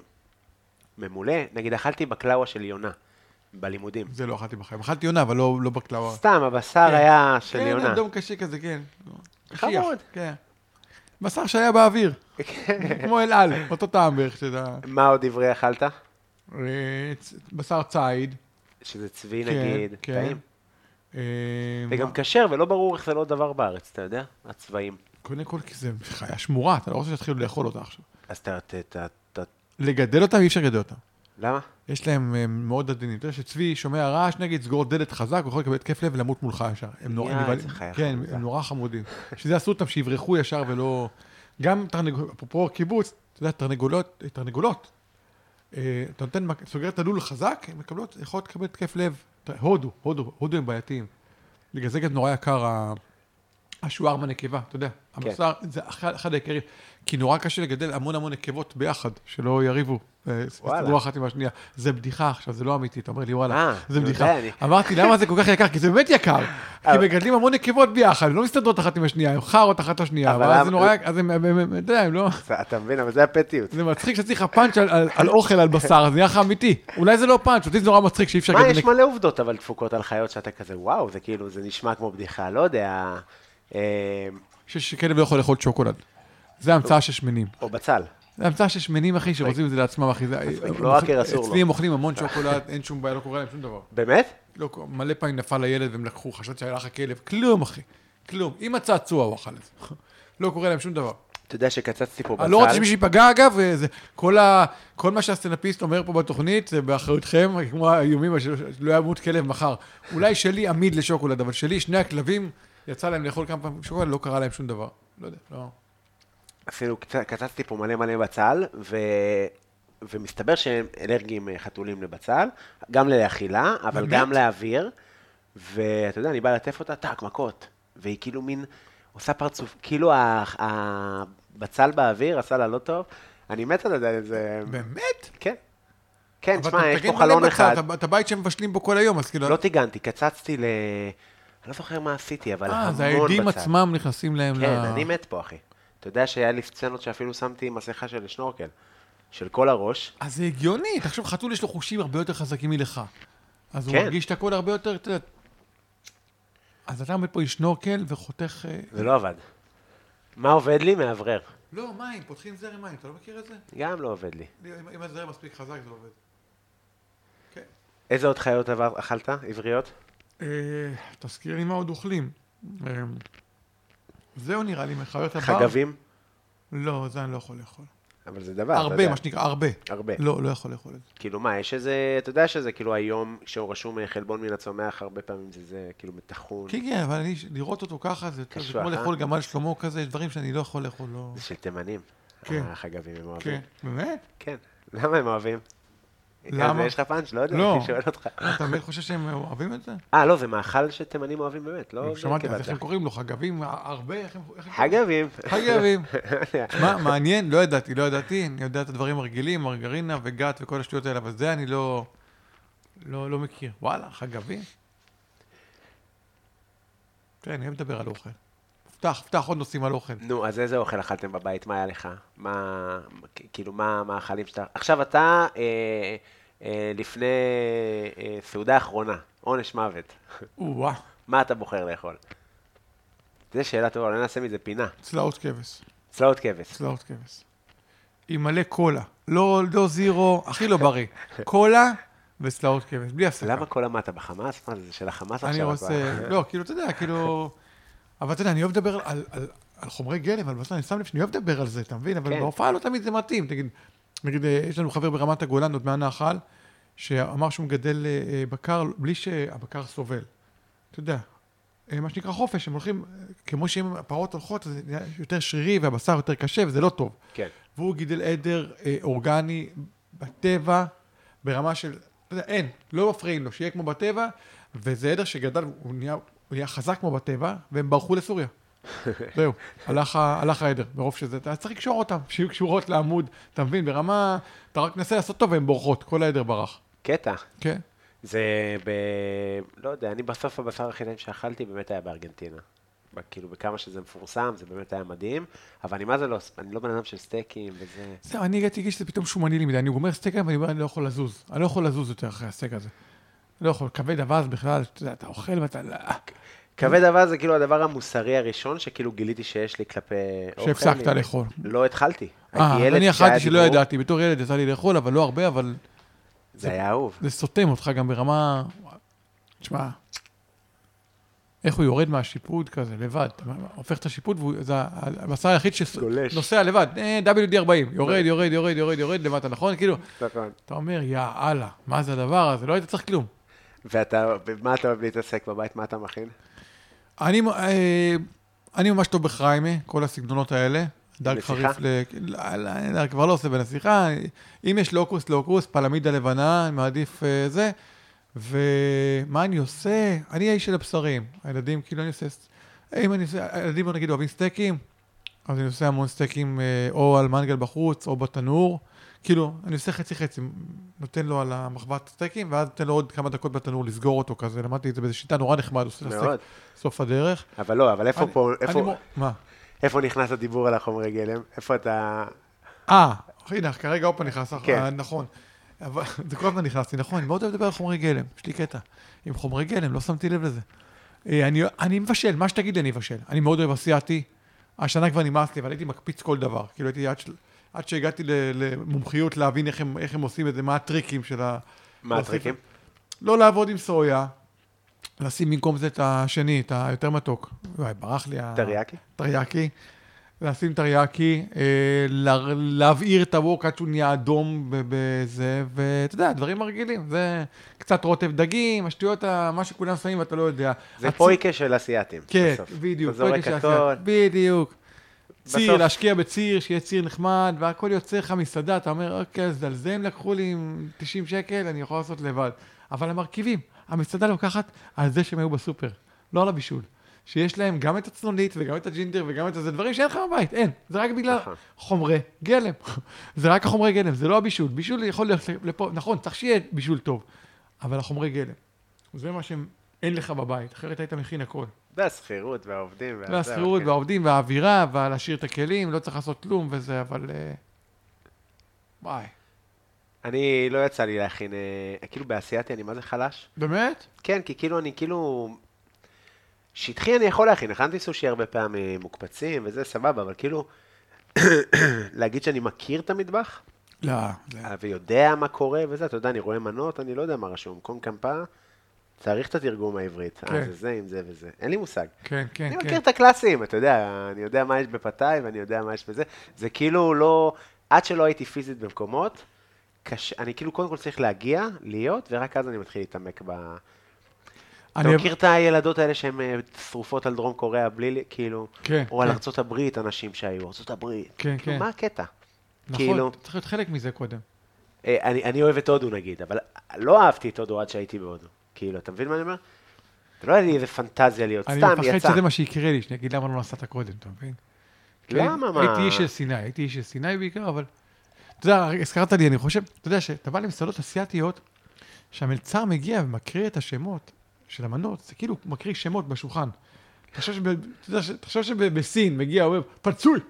ממולא. נגיד, אכלתי בקלאווה של יונה, בלימודים. זה לא אכלתי בחיים. אכלתי יונה, אבל לא, לא בקלאווה. סתם, הבשר היה של כן, יונה. כן, אדום קשה כזה, כן. חמוד. כן. בשר שהיה באוויר. כמו אל על, אותו טעם בערך שאתה... מה עוד עברי אכלת? בשר ציד. שזה צבי כן, נגיד, כן. טעים. אה, זה גם כשר, ולא ברור איך זה לא דבר בארץ, אתה יודע? הצבעים. קודם כל, כי זה חיה שמורה, אתה לא רוצה שתתחילו לאכול אותה עכשיו. אז אתה... אתה- אתה- לגדל אותה, אי אפשר לגדל אותה. למה? יש להם אה, מאוד עדינים. אתה יודע שצבי שומע רעש, נגיד, סגור דלת חזק, הוא יכול לקבל התקף לב ולמות מולך ישר. הם נורא, יאי, הם נבהלים- זה חיה כן, חמודה. הם נורא חמודים. שזה עשו אותם שיברחו ישר ולא... גם תרנגולות, אפרופו קיבוץ, אתה יודע, תרנגולות, תרנגולות. אה, אתה נותן, מק- סוגר את הלול חזק, הן מקבלות, יכולות לקבל התקף לב. ת- הודו, הודו, הודו הם בעייתיים. בגלל זה גם נורא יקר ה- השוער מהנקבה, אתה יודע. כן. הבשר, זה אחד אחד העיקרים. כי נורא קשה לגדל המון המון נקבות ביחד, שלא יריבו. אה, וואלה. יסתדרו אחת עם השנייה. זה בדיחה עכשיו, זה לא אמיתי. אתה אומר לי, וואלה, אה, זה נו, בדיחה. די, אני- אמרתי, למה זה כל כך יקר? כי זה באמת יקר. כי אבל- מגדלים המון נקבות ביחד, הן לא מסתדרות אחת עם השנייה, הן חרות אחת לשנייה, אבל אבל למה- זה נורא, אז הם, הם- הם- אתה יודע, הם לא... אתה- אתה מבין, אבל זה הפטיות. זה מצחיק שצריך פאנץ' על- על על אוכל, על בשר, אז נהיה לך אמיתי. אולי זה לא פאנץ', אותי זה נורא מצחיק שאי אפשר מה, לגדל יש נק... מלא עובדות אבל דפוקות על חיות שאתה כזה, וואו, זה כאילו, זה נשמע כמו בדיחה, לא יודע, אה, ש- שכלב לא יכול לאכול שוקולד. זה המצאה של שמנים. או בצל. זה המצאה של שמנים, אחי, שרוצים את זה לעצמם, אחי. זה- לא האקר אסור לו. אצלי הם אוכלים המון שוקולד, אין שום בעיה, לא קורה להם שום דבר. באמת? לא, מלא פעמים נפל לילד והם לקחו, חשבתי שהיה לך כלב, כלום, אחי. כלום. עם הצעצוע הוא אכל את זה. לא קורה להם שום דבר. אתה יודע שקצצתי פה אני לא רוצה בצל, שמישהו ייפגע, אגב, וזה, כל, ה, כל מה שהסטנדאפיסט אומר פה בתוכנית, זה באחריותכם, כמו האיומים, שלא ימות כלב מחר. אולי שלי עמיד לשוקולד, אבל שלי, שני הכלבים, יצא להם לאכול כמה פעמים שוקולד, לא קרה להם שום דבר. לא יודע, לא. אפילו קצ- קצצתי פה מלא מלא בצל, ו... ומסתבר שהם אלרגיים אה, חתולים לבצל, גם לאכילה, אבל באמת? גם לאוויר, ואתה יודע, אני בא לטף אותה, טק, מכות, והיא כאילו מין, עושה פרצוף, כאילו ה- הבצל באוויר עשה לה לא טוב, אני מת על זה, זה... באמת? כן. כן, אבל תשמע, אתה יש מתגן פה מלא חלון בצל, אחד. אתה- אתה בית שהם מבשלים בו כל היום, אז כאילו... לא טיגנתי, קצצתי ל... אני לא זוכר מה עשיתי, אבל אה, המון אז העדים בצל. עצמם נכנסים להם ל... כן, אני מת פה, אחי. אתה יודע שהיה לי סצנות שאפילו שמתי מסכה של שנורקל, של כל הראש. אז זה הגיוני, תחשוב, חתול יש לו חושים הרבה יותר חזקים מלך. אז הוא כן. מרגיש את הכל הרבה יותר, אתה יודע... אז אתה עומד פה עם שנורקל וחותך... אה, זה לא עבד. מה עובד לי? מאוורר. לא, מים, פותחים זרם מים, אתה לא מכיר את זה? גם לא עובד לי. אם אם הזרם מספיק חזק, זה עובד. כן. איזה עוד חיות עבר, אכלת? עבריות? אה, תזכיר לי מה עוד אוכלים. אה, זהו נראה לי, מחיות הבר. חגבים? לא, זה אני לא יכול לאכול. אבל זה דבר, אתה הרבה, יודע. מה שנקרא, הרבה. הרבה. לא, לא יכול לאכול את זה. כאילו מה, יש איזה, אתה יודע שזה כאילו היום, כשהוא רשום חלבון מן הצומח, הרבה פעמים זה זה כאילו מתחון. כן, כן, אבל אני, לראות אותו ככה, זה יותר- זה קשוח, כמו אה? לאכול גמל שלמה כזה, יש דברים שאני לא יכול לאכול, לא... זה של תימנים. כן. החגבים הם אוהבים. כן, באמת? כן. למה הם אוהבים? למה? אז יש לך פאנץ'? לא יודע, לא. אני שואל אותך. אתה באמת חושב שהם אוהבים את זה? אה, לא, זה מאכל שתימנים אוהבים באמת, לא... זה שמעתי, אז קיבלת. איך הם קוראים לו? חגבים? הרבה? איך הם איך הם קוראים? חגבים. חגבים. לא יודע. שמע, מעניין, לא ידעתי, לא ידעתי, אני יודע את הדברים הרגילים, מרגרינה וגת וכל השטויות האלה, אבל זה אני לא, לא, לא מכיר. וואלה, חגבים? כן, אני אוהב לדבר על אוכל. פתח, פתח עוד נושאים על אוכל. נו, אז איזה אוכל אכלתם בבית? מה היה לך? מה, כאילו, מה המאכלים שאתה... עכשיו אתה, אה, אה, לפני אה, סעודה אחרונה, עונש מוות. או-אה, מה אתה בוחר לאכול? זו שאלה טובה, אולי נעשה מזה פינה. צלעות כבש, צלעות כבש. צלעות כבש. עם מלא קולה, לא, לא זירו, הכי לא בריא. קולה וצלעות כבש, בלי הפסקה. למה כל המטה בחמאס? מה זה, זה של החמאס אני עכשיו? רוצה, לא, כאילו, אתה יודע, כאילו... אבל אתה יודע, אני אוהב לדבר על, על, על חומרי גלם, אבל בסדר, אני שם לב שאני אוהב לדבר על זה, אתה מבין? אבל כן. בהופעה לא תמיד זה מתאים. תגיד, נגיד, אה, יש לנו חבר ברמת הגולן, עוד מהנחל, שאמר שהוא מגדל אה, בקר בלי שהבקר סובל. אתה יודע, אה, מה שנקרא חופש, הם הולכים, אה, כמו שאם הפרות הולכות, אז זה נהיה יותר שרירי והבשר יותר קשה, וזה לא טוב. כן. והוא גידל עדר אה, אורגני בטבע, ברמה של, אתה יודע, אין, לא מפריעים לו, שיהיה כמו בטבע, וזה עדר שגדל, הוא נהיה, הוא נהיה חזק כמו בטבע, והם ברחו לסוריה. זהו, הלך, ה- הלך העדר, ברוב שזה, אתה צריך לקשור אותם, שיהיו קשורות לעמוד, אתה מבין, ברמה, אתה רק נסה לעשות טוב והן בורחות, כל העדר ברח. קטע. כן? זה ב... לא יודע, אני בסוף הבשר הכי טעים שאכלתי באמת היה בארגנטינה. כאילו, בכמה שזה מפורסם, זה באמת היה מדהים, אבל אני מה זה לא, אני לא בן אדם של סטייקים וזה... זהו, אני הגעתי להגיד שזה פתאום שומני לי מדי, אני גומר סטייק ואני אומר, אני לא יכול לזוז. אני לא יכול לזוז יותר אחרי הסטייק הזה. אני לא יכול, כבד אווז בכלל, אתה יודע, אתה אוכל ואתה... כבד אווז זה כאילו הדבר המוסרי הראשון שכאילו גיליתי שיש לי כלפי אוכל. שהפסקת לאכול. לא התחלתי. אה, אני אכלתי שלא ידעתי, בתור ילד יצא לי לאכול, אבל לא הרבה, אבל... זה היה אהוב. זה סותם אותך גם ברמה... תשמע, איך הוא יורד מהשיפוד כזה, לבד. הופך את השיפוד, זה הבשר היחיד שנוסע לבד. דאבליו די ארבעים, יורד, יורד, יורד, יורד, יורד, למטה, נכון? כאילו, אתה אומר, יא אללה, מה זה הדבר הזה? לא היית צריך כלום. ואתה, מה אתה אוהב להתעסק בבית? מה אתה מכין? אני, אני ממש טוב בחריימה, כל הסגנונות האלה. דרג חריף, ל... כבר לא עושה בנסיכה. אם יש לוקוס, לוקוס, פלמידה לבנה, אני מעדיף זה. ומה אני עושה? אני האיש של הבשרים. הילדים, כאילו אני עושה... אם אני עושה... הילדים, בוא נגיד, אוהבים סטייקים, אז אני עושה המון סטייקים או על מנגל בחוץ, או בתנור. כאילו, אני עושה חצי חצי, נותן לו על המחבת סטייקים, ואז נותן לו עוד כמה דקות בתנור לסגור אותו כזה. למדתי את זה באיזו שיטה נורא נחמד, עושה לסטייק סוף הדרך. אבל לא, אבל איפה פה... מה? איפה נכנס הדיבור על החומרי גלם? איפה אתה... אה, הנה, כרגע אופה נכנס, נכון. זה כל הזמן נכנסתי, נכון, אני מאוד אוהב לדבר על חומרי גלם, יש לי קטע. עם חומרי גלם, לא שמתי לב לזה. אני מבשל, מה שתגיד לי אני מבשל. אני מאוד אוהב אסייתי, השנה כבר נמאס לי, אבל הייתי מקפיץ כל דבר. כאילו הייתי עד שהגעתי למומחיות להבין איך הם עושים את זה, מה הטריקים של ה... מה הטריקים? לא לעבוד עם סויה, לשים במקום זה את השני, את היותר מתוק. וואי, ברח לי ה... טריאקי? טריאקי. לשים טריאקי, להבעיר את הווק עד שהוא נהיה אדום בזה, ואתה יודע, דברים הרגילים. זה קצת רוטב דגים, השטויות, מה שכולם שמים ואתה לא יודע. זה פויקה של אסייתים. כן, בדיוק. פויקה של אסייתים. בדיוק. ציר, להשקיע בציר, שיהיה ציר נחמד, והכל יוצא לך מסעדה, אתה אומר, אוקיי, אז על זה הם לקחו לי עם תשעים שקל, אני יכול לעשות לבד. אבל המרכיבים, המסעדה לוקחת על זה שהם היו בסופר, לא על הבישול. שיש להם גם את הצנונית וגם את הג'ינדר וגם את זה, דברים שאין לך בבית, אין. זה רק בגלל חומרי גלם. זה רק החומרי גלם, זה לא הבישול. בישול יכול להיות לפה, נכון, צריך שיהיה בישול טוב, אבל החומרי גלם. זה מה שהם אין לך בבית, אחרת היית מכין הכל. והסחירות והעובדים. והסחירות והעובדים והאווירה, ולהשאיר את הכלים, לא צריך לעשות כלום וזה, אבל... ביי. אני לא יצא לי להכין, כאילו באסייתי אני מה זה חלש? באמת? כן, כי כאילו אני כאילו... שטחי אני יכול להכין, הכנתי סושי הרבה פעמים מוקפצים וזה סבבה, אבל כאילו, להגיד שאני מכיר את המטבח? לא. ויודע מה קורה וזה, אתה יודע, אני רואה מנות, אני לא יודע מה רשום, קום קמפה, צריך את התרגום העברית, אה, זה זה עם זה וזה, אין לי מושג. כן, כן, אני כן. מכיר את הקלאסים, אתה יודע, אני יודע מה יש בפתאי ואני יודע מה יש בזה, זה כאילו לא, עד שלא הייתי פיזית במקומות, אני כאילו קודם כל צריך להגיע, להיות, ורק אז אני מתחיל להתעמק ב... אתה מכיר את הילדות האלה שהן שרופות על דרום קוריאה בלי, כאילו, או על ארצות הברית, אנשים שהיו, ארצות הברית. כן, כן. מה הקטע? נכון, צריך להיות חלק מזה קודם. אני אוהב את הודו נגיד, אבל לא אהבתי את הודו עד שהייתי בהודו. כאילו, אתה מבין מה אני אומר? זה לא היה לי איזה פנטזיה להיות, סתם יצא. אני מפחד שזה מה שיקרה לי, שאני אגיד למה לא נסעת קודם, אתה מבין? למה, מה? הייתי איש של סיני, הייתי איש של סיני בעיקר, אבל... אתה יודע, הזכרת לי, אני חושב, אתה יודע, שאתה בא למסעדות אסיאתיות, שהמלצר מגיע ומקריא את השמות של המנות, זה כאילו מקריא שמות בשולחן. תחשוב שבסין מגיע, אומר, פרצוי!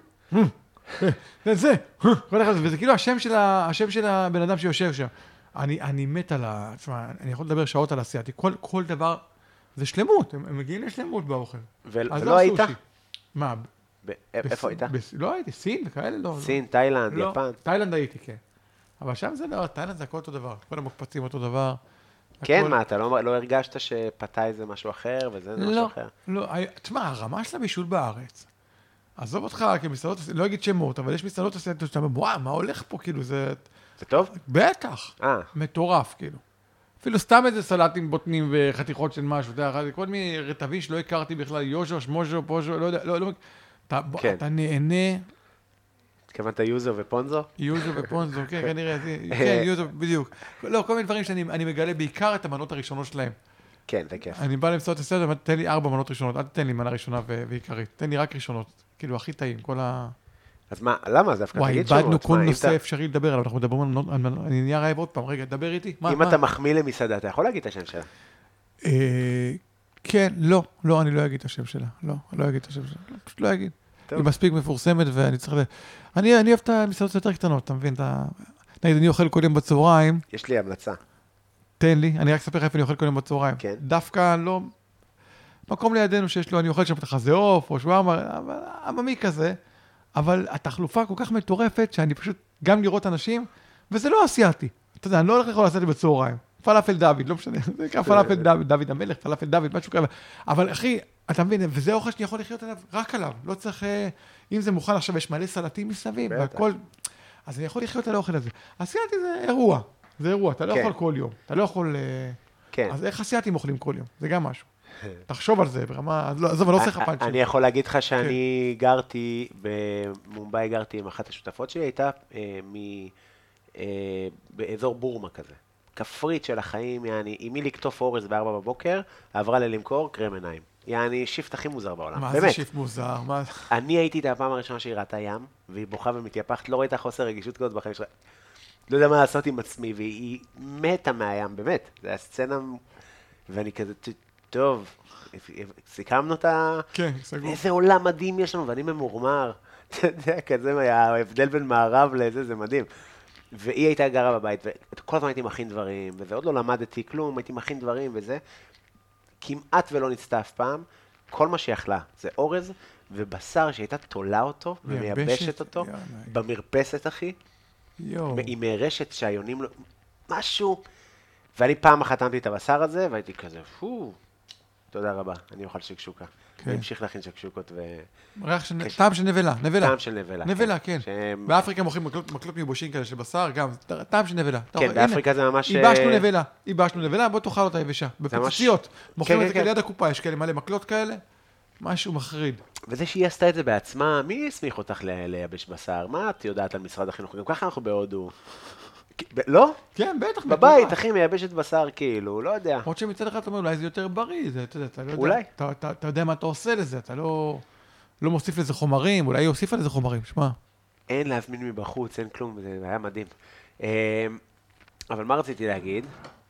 זה, זה, וזה כאילו השם של הבן אדם שיושב שם. אני מת על ה... תשמע, אני יכול לדבר שעות על אסיאתי, כל דבר, זה שלמות, הם מגיעים לשלמות באוכל. ולא היית? מה? איפה היית? לא הייתי, סין וכאלה, לא. סין, תאילנד, יפן. תאילנד הייתי, כן. אבל שם זה לא, תאילנד זה הכל אותו דבר, כל המוקפצים אותו דבר. כן, מה, אתה לא הרגשת שפתאי זה משהו אחר וזה משהו אחר? לא, לא, תשמע, הרמה של הבישול בארץ, עזוב אותך כמסעדות, לא אגיד שמות, אבל יש מסעדות שאתה אומר, וואו, מה הולך פה, כאילו, זה... זה טוב? בטח, מטורף, כאילו. אפילו סתם איזה סלטים בוטנים וחתיכות של משהו, אתה יודע, כל מיני רטבים שלא הכרתי בכלל, יוז'ו, שמוז'ו, פוז'ו, לא יודע, לא, לא, אתה נהנה... התכוונת יוזו ופונזו? יוזו ופונזו, כן, כנראה, כן, יוזו, בדיוק. לא, כל מיני דברים שאני מגלה בעיקר את המנות הראשונות שלהם. כן, זה כיף. אני בא למסעות הסדר, תן לי ארבע מנות ראשונות, אל תתן לי מנה ראשונה ועיקרית, תן לי רק ראשונות, כאילו הכי טעים, כל ה... אז מה, למה? אז דווקא וואי, תגיד שמות. איבדנו כל מה, אם נושא אתה- אפשרי לדבר עליו, אנחנו מדברים על... על- אני נהיה רעב עוד פעם, רגע, דבר איתי. מה, אם מה? אתה מחמיא למסעדה, אתה יכול להגיד את השם שלה. אה, כן, לא, לא, אני לא אגיד את השם שלה. לא, לא אגיד את השם שלה. לא, פשוט לא אגיד. טוב. היא מספיק מפורסמת ואני צריך ל... אני, אני אוהב את המסעדות יותר קטנות, אתה מבין? אתה... נגיד, אני אוכל כל יום בצהריים, יש לי המלצה. תן לי, אני רק אספר לך איפה אני אוכל כל יום בצהריים. כן. דווקא לא... מקום לידינו שיש לו, אני אוכל שם את החזה עוף, או שווארמה, אבל עממי כזה, אבל התחלופה כל כך מטורפת, שאני פשוט גם לראות אנשים, וזה לא אסיאתי. אתה יודע, אני לא הולך לאכול אסיאתי בצהריים. פלאפל דוד, לא משנה, זה נקרא פלאפל דוד, דוד המלך, פלאפל דוד, משהו כזה. אבל אחי, אתה מבין, וזה אוכל שאני יכול לחיות עליו, רק עליו. לא צריך, אם זה מוכן עכשיו, יש מלא סלטים מסביב, והכל... אז אני יכול לחיות על האוכל הזה. אסיאתי זה אירוע, זה אירוע, אתה לא יכול כל יום, אתה לא יכול... כן. אז איך אסיאתים אוכלים כל יום? זה גם משהו. תחשוב על זה ברמה, עזוב, אני לא עושה לך פאנצ'ים. אני יכול להגיד לך שאני גרתי, במומבאי גרתי עם אחת השותפות שלי, הייתה באזור בורמה כזה. כפרית של החיים, יעני, עם מי לקטוף אורז בארבע בבוקר, עברה ללמכור קרם עיניים. יעני, שיפט הכי מוזר בעולם, מה באמת. זה שיפט מוזר? מה... אני הייתי את הפעם הראשונה שהיא ראתה ים, והיא בוכה ומתייפחת, לא ראיתה חוסר רגישות כזאת בחיים שלה. לא יודע מה לעשות עם עצמי, והיא מתה מהים, באמת. זה הסצנה, ואני כזה, טוב, סיכמנו את ה... כן, סגור. איזה עולם מדהים יש לנו, ואני ממורמר. אתה יודע, כזה, ההבדל בין מערב לזה, זה מדהים. והיא הייתה גרה בבית, וכל הזמן הייתי מכין דברים, וזה עוד לא למדתי כלום, הייתי מכין דברים וזה. כמעט ולא ניסתה אף פעם, כל מה שיכלה, זה אורז ובשר שהייתה תולה אותו, ומייבשת אותו, במרפסת, אחי. עם רשת שהיונים לא... משהו. ואני פעם אחת נתתי את הבשר הזה, והייתי כזה, פו, תודה רבה, אני אוכל שקשוקה. אני אמשיך להכין שקשוקות ו... טעם של נבלה, נבלה. טעם של נבלה. נבלה, כן. באפריקה מוכרים מקלות מיובשים כאלה של בשר, גם טעם של נבלה. כן, באפריקה זה ממש... ייבשנו נבלה, ייבשנו נבלה, בוא תאכל אותה יבשה. בפיצוציות. מוכרים את זה ליד הקופה, יש כאלה מלא מקלות כאלה, משהו מחריד. וזה שהיא עשתה את זה בעצמה, מי הסמיך אותך לייבש בשר? מה את יודעת על משרד החינוך? גם ככה אנחנו בהודו. לא? כן, בטח. בבית, אחי, מייבשת בשר, כאילו, לא יודע. עוד שמצד אחד אתה אומר, אולי זה יותר בריא, אתה יודע, אתה לא יודע. אולי. אתה יודע מה אתה עושה לזה, אתה לא מוסיף לזה חומרים, אולי היא הוסיפה לזה חומרים, שמע. אין להזמין מבחוץ, אין כלום, זה היה מדהים. אבל מה רציתי להגיד?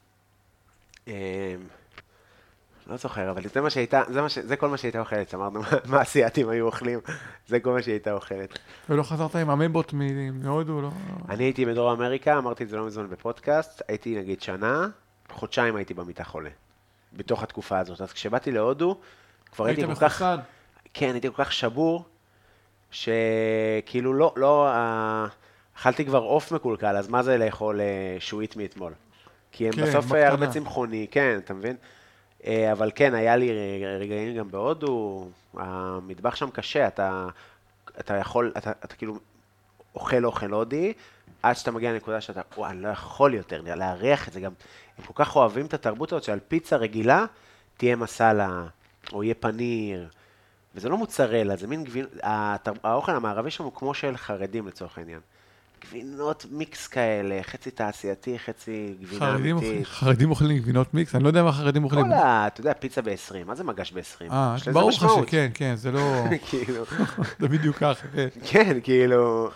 לא זוכר, אבל זה מה שהייתה, זה כל מה שהייתה אוכלת, אמרנו, מה אסיאתים היו אוכלים, זה כל מה שהייתה אוכלת. ולא חזרת עם המייבוט מהודו, לא? אני הייתי בדרום אמריקה, אמרתי את זה לא מזמן בפודקאסט, הייתי נגיד שנה, חודשיים הייתי במיטה חולה, בתוך התקופה הזאת. אז כשבאתי להודו, כבר הייתי כל כך... כן, הייתי כל כך שבור, שכאילו לא, לא, אכלתי כבר עוף מקולקל, אז מה זה לאכול שועית מאתמול? כי הם בסוף הרבה צמחוני, כן, אתה מבין? אבל כן, היה לי רגעים גם בהודו, המטבח שם קשה, אתה, אתה יכול, אתה, אתה כאילו אוכל אוכל הודי, עד שאתה מגיע לנקודה שאתה, וואי, אני לא יכול יותר, להריח את זה גם, הם כל כך אוהבים את התרבות הזאת, שעל פיצה רגילה תהיה מסלה, או יהיה פניר, וזה לא מוצרלה, זה מין גבינות, האוכל המערבי שם הוא כמו של חרדים לצורך העניין. גבינות מיקס כאלה, חצי תעשייתי, חצי גבינה אמיתית. חרדים אוכלים גבינות מיקס? אני לא יודע מה חרדים אוכלים. כל ה... אתה יודע, פיצה ב-עשרים, מה זה מגש ב-עשרים? אה, ברור לך שכן, כן, זה לא... כאילו... זה בדיוק ככה, כן. כן, כאילו...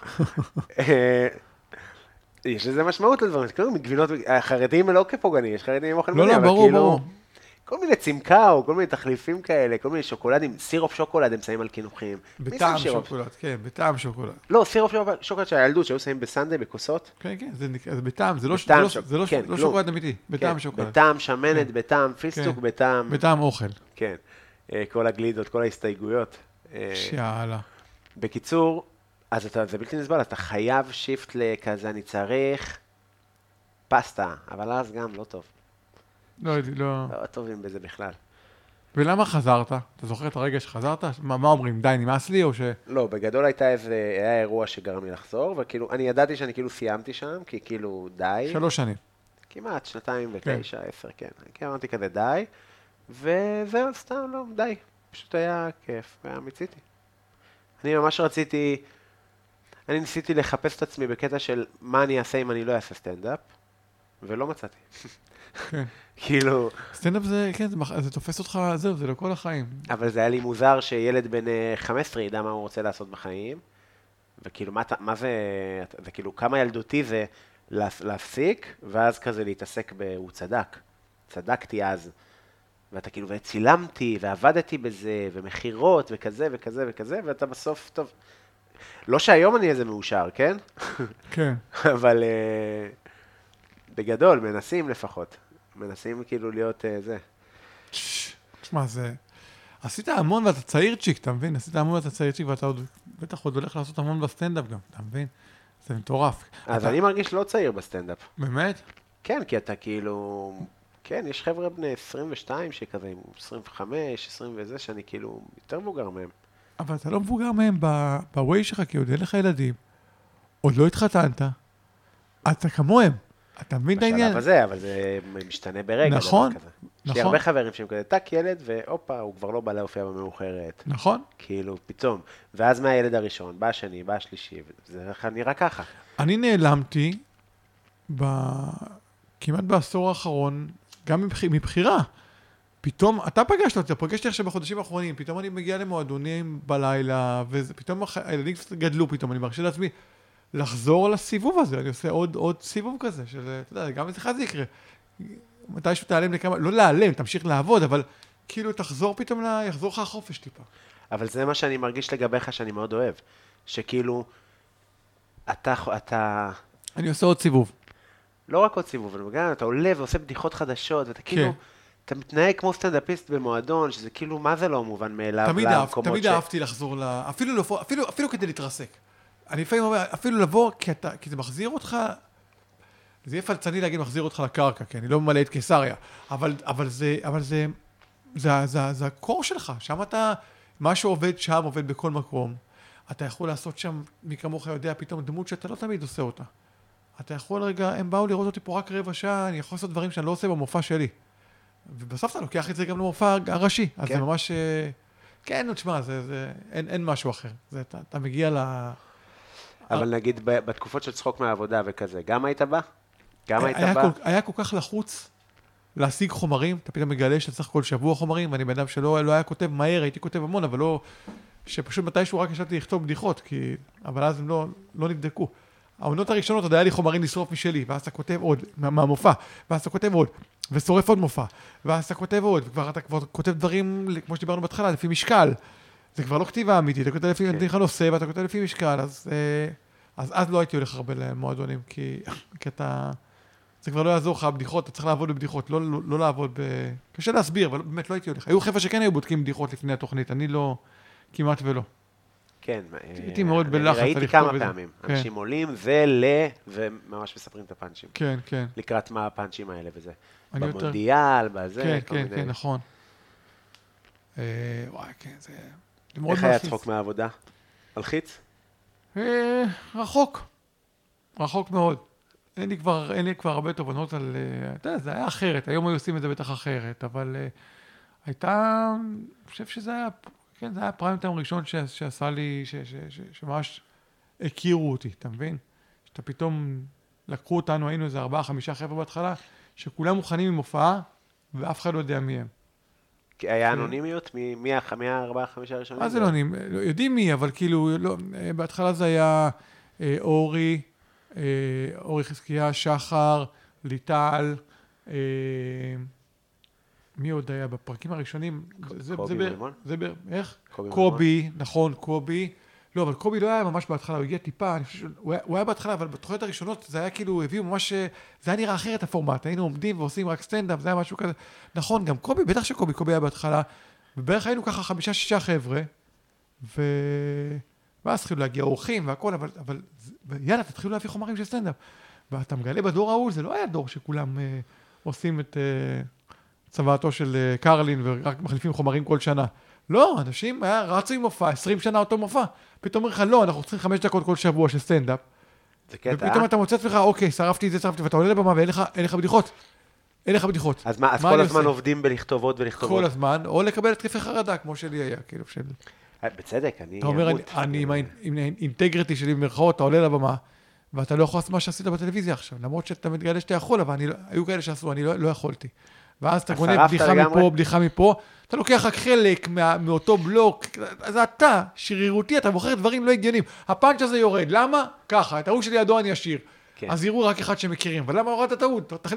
יש לזה משמעות לדברים, כאילו גבינות... החרדים לא כפוגעני, יש חרדים אוכל מלא, לא, לא, ברור, ברור. כל מיני צמקה או כל מיני תחליפים כאלה, כל מיני שוקולדים, סירופ שוקולד הם שמים על קינוחים. בטעם שוקולד, כן, בטעם שוקולד. לא, סירופ שוקולד של הילדות שהיו שמים בסנדה, בכוסות. כן, כן, זה בטעם, זה לא שוקולד אמיתי, בטעם שוקולד. בטעם שמנת, בטעם פיסטוק, בטעם... בטעם אוכל. כן, כל הגלידות, כל ההסתייגויות. שיאללה. בקיצור, אז זה בלתי נסבל, אתה חייב שיפט לכזה, אני צריך פסטה, אבל אז גם לא טוב. לא הייתי, לא... לא טובים בזה בכלל. ולמה חזרת? אתה זוכר את הרגע שחזרת? מה, מה אומרים? די, נמאס לי או ש... לא, בגדול הייתה איזה, היה אירוע שגרם לי לחזור, וכאילו, אני ידעתי שאני כאילו סיימתי שם, כי כאילו די. שלוש שנים. כמעט, שנתיים ותשע, עשר, כן. כן, אמרתי כזה די, וזהו, סתם, לא, די. פשוט היה כיף, היה מיציתי. אני ממש רציתי, אני ניסיתי לחפש את עצמי בקטע של מה אני אעשה אם אני לא אעשה סטנדאפ, ולא מצאתי. כן. כאילו... סטנדאפ זה, כן, זה תופס אותך, זהו, זה לכל החיים. אבל זה היה לי מוזר שילד בן חמש עשרה ידע מה הוא רוצה לעשות בחיים, וכאילו, מה, אתה- מה זה, זה כאילו, כמה ילדותי זה להפ- להפסיק, ואז כזה להתעסק ב... הוא צדק. צדקתי אז. ואתה כאילו, וצילמתי, ועבדתי בזה, ומחירות, וכזה, וכזה, וכזה, ואתה בסוף, טוב. לא שהיום אני איזה מאושר, כן? כן. אבל אה, בגדול, מנסים לפחות. מנסים כאילו להיות אה, זה. תשמע, זה... עשית המון ואתה צעירצ'יק, אתה מבין? עשית המון ואתה צעירצ'יק, ואתה עוד, בטח עוד הולך לעשות המון בסטנדאפ גם, אתה מבין? זה מטורף. אז אתה- אני מרגיש לא צעיר בסטנדאפ. באמת? כן, כי אתה כאילו... כן, יש חבר'ה בני עשרים ושתיים שכזה, עם עשרים וחמש, עשרים וזה, שאני כאילו יותר מבוגר מהם. אבל אתה לא מבוגר מהם ב- בווי שלך, כי עוד אין לך ילדים, עוד לא התחתנת, אתה כמוהם, אתה מבין את העניין? בשלב הזה, אבל זה משתנה ברגע. נכון, דבר כזה. יש לי נכון. הרבה חברים שהם כזה, טק ילד, והופה, הוא כבר לא בא להופיע במאוחרת. נכון? כאילו, פתאום. ואז מהילד הראשון, בא השני, בא השלישי, וזה נראה ככה. אני נעלמתי ב... כמעט בעשור האחרון, גם מבח... מבחירה. פתאום, אתה פגשת אותי, פגשתי עכשיו בחודשים האחרונים, פתאום אני מגיע למועדונים בלילה, ופתאום הח... הילדים קצת גדלו פתאום, אני מרשה לעצמי לחזור לסיבוב הזה, אני עושה עוד, עוד סיבוב כזה, של, אתה יודע, גם אצלך זה יקרה. מתישהו תעלם לכמה, לא להיעלם, תמשיך לעבוד, אבל כאילו תחזור פתאום, לה... יחזור לך החופש טיפה. אבל זה מה שאני מרגיש לגביך שאני מאוד אוהב. שכאילו, אתה, אתה, אני עושה עוד סיבוב. לא רק עוד סיבוב, אבל גם אתה עולה ועושה בדיחות חדשות, ואתה כאילו, אתה מתנהג כמו סטנדאפיסט במועדון, שזה כאילו, מה זה לא מובן מאליו תמיד, אהב, למקומות תמיד ש... אהבתי לחזור ל... אפילו, לבוא, אפילו, אפילו כדי להתרסק. אני לפעמים אומר, אפילו לבוא, כי, אתה, כי זה מחזיר אותך, זה יהיה פלצני להגיד מחזיר אותך לקרקע, כי אני לא ממלא את קיסריה, אבל, אבל, זה, אבל זה, זה, זה, זה, זה הקור שלך, שם אתה, מה שעובד שם עובד בכל מקום. אתה יכול לעשות שם, מי כמוך יודע, פתאום דמות שאתה לא תמיד עושה אותה. אתה יכול רגע, הם באו לראות אותי פה רק רבע שעה, אני יכול לעשות דברים שאני לא עושה במופע שלי. ובסוף אתה לוקח את זה גם למופע הראשי, אז כן. זה ממש... כן, תשמע, זה, זה, אין, אין משהו אחר. זה, אתה, אתה מגיע ל... אבל נגיד, ב- בתקופות של צחוק מהעבודה וכזה, גם היית בא? גם היית היה בא? כל, היה כל כך לחוץ להשיג חומרים, אתה פתאום מגלה שאתה צריך כל שבוע חומרים, ואני בן אדם שלא לא היה כותב מהר, הייתי כותב המון, אבל לא... שפשוט מתישהו רק ישבתי לכתוב בדיחות, כי... אבל אז הם לא, לא נבדקו. העונות הראשונות עוד היה לי חומרים לשרוף משלי, ואז אתה כותב עוד, מה, מהמופע, ואז אתה כותב עוד, ושורף עוד מופע, ואז אתה כותב עוד, וכבר אתה כבר כותב דברים, כמו שדיברנו בהתחלה, לפי משקל. זה כבר לא כתיבה אמיתית, אתה כותב לפי okay. נושא, ואתה כותב לפי משקל, אז, אז, אז לא הייתי הולך הרבה למועדונים, כי, כי אתה... זה כבר לא יעזור לך בדיחות, אתה צריך לעבוד בבדיחות, לא, לא, לא לעבוד ב... קשה להסביר, אבל באמת לא הייתי הולך. היו חבר'ה שכן היו בודקים בדיחות לפני התוכנית, אני לא, כמעט ולא. כן. הייתי מאוד בלחץ. ראיתי כמה פעמים. אנשים עולים ול... וממש מספרים את הפאנצ'ים. כן, כן. לקראת מה הפאנצ'ים האלה וזה. אני יותר... במונדיאל, בזה, כן, כל כן, מיני. כן, נכון. וואי, כן, זה... איך היה צחוק מהעבודה? מלחיץ? רחוק. רחוק מאוד. אין לי כבר, אין לי כבר הרבה תובנות על... אתה יודע, זה היה אחרת. היום היו עושים את זה בטח אחרת, אבל הייתה... אני חושב שזה היה... כן, זה היה פריים טיים ראשון ש, שעשה לי, ש, ש, ש, שממש הכירו אותי, אתה מבין? שאתה פתאום לקחו אותנו, היינו איזה ארבעה, חמישה חבר'ה בהתחלה, שכולם מוכנים עם הופעה, ואף אחד לא יודע מי הם. כי היה אנונימיות? מי הארבעה, חמישה הראשונים? מה זה לא אנונימי? יודעים מי, אבל כאילו, לא, בהתחלה זה היה אה, אורי, אה, אורי חזקיה, שחר, ליטל, אה, מי עוד היה בפרקים הראשונים? קובי מימון? זה ב... איך? קובי, נכון, קובי. לא, אבל קובי לא היה ממש בהתחלה, הוא הגיע טיפה, אני חושב שהוא היה בהתחלה, אבל בתוכניות הראשונות זה היה כאילו, הביאו ממש, זה היה נראה אחרת הפורמט, היינו עומדים ועושים רק סטנדאפ, זה היה משהו כזה. נכון, גם קובי, בטח שקובי, קובי היה בהתחלה, ובערך היינו ככה חמישה, שישה חבר'ה, ו... ואז התחילו להגיע אורחים והכל, אבל, אבל יאללה, תתחילו להביא חומרים של סטנדאפ. ואתה מגלה בדור ההוא, זה לא היה דור שכולם אה, עושים את... אה, צוואתו של קרלין, ורק מחליפים חומרים כל שנה. לא, אנשים היה רצו עם מופע, עשרים שנה אותו מופע. פתאום אומר לך, לא, אנחנו צריכים חמש דקות כל שבוע של סטנדאפ. זה קטע. ופתאום אתה מוצא עצמך, אוקיי, שרפתי את זה, שרפתי, ואתה עולה לבמה, ואין לך, אין לך בדיחות. אין לך בדיחות. אז מה, אז כל הזמן עובדים בלכתוב עוד ולכתוב עוד? כל הזמן, או לקבל התקפי חרדה, כמו שלי היה, כאילו, של... בצדק, אני... אתה אומר, אני עם האינטגריטי שלי במרכאות, אתה עולה לבמה, ואתה לא יכול לעשות מה שעשית בטלוויזיה עכשיו, למרות שאתה מתגלה שאתה יכול, אבל היו כאלה שעשו, אני לא יכולתי. ואז אתה גונב בדיחה מפה, בדיחה מפה, אתה לוקח רק חלק מה, מאותו בלוק, אז אתה, שרירותי, אתה בוחר דברים לא הגיוניים. הפאנץ' הזה יורד, למה? ככה, את ההוא שלי ידוע אני אשאיר. כן. אז יראו רק אחד שמכירים, אבל למה הורדת טעות? תחלי...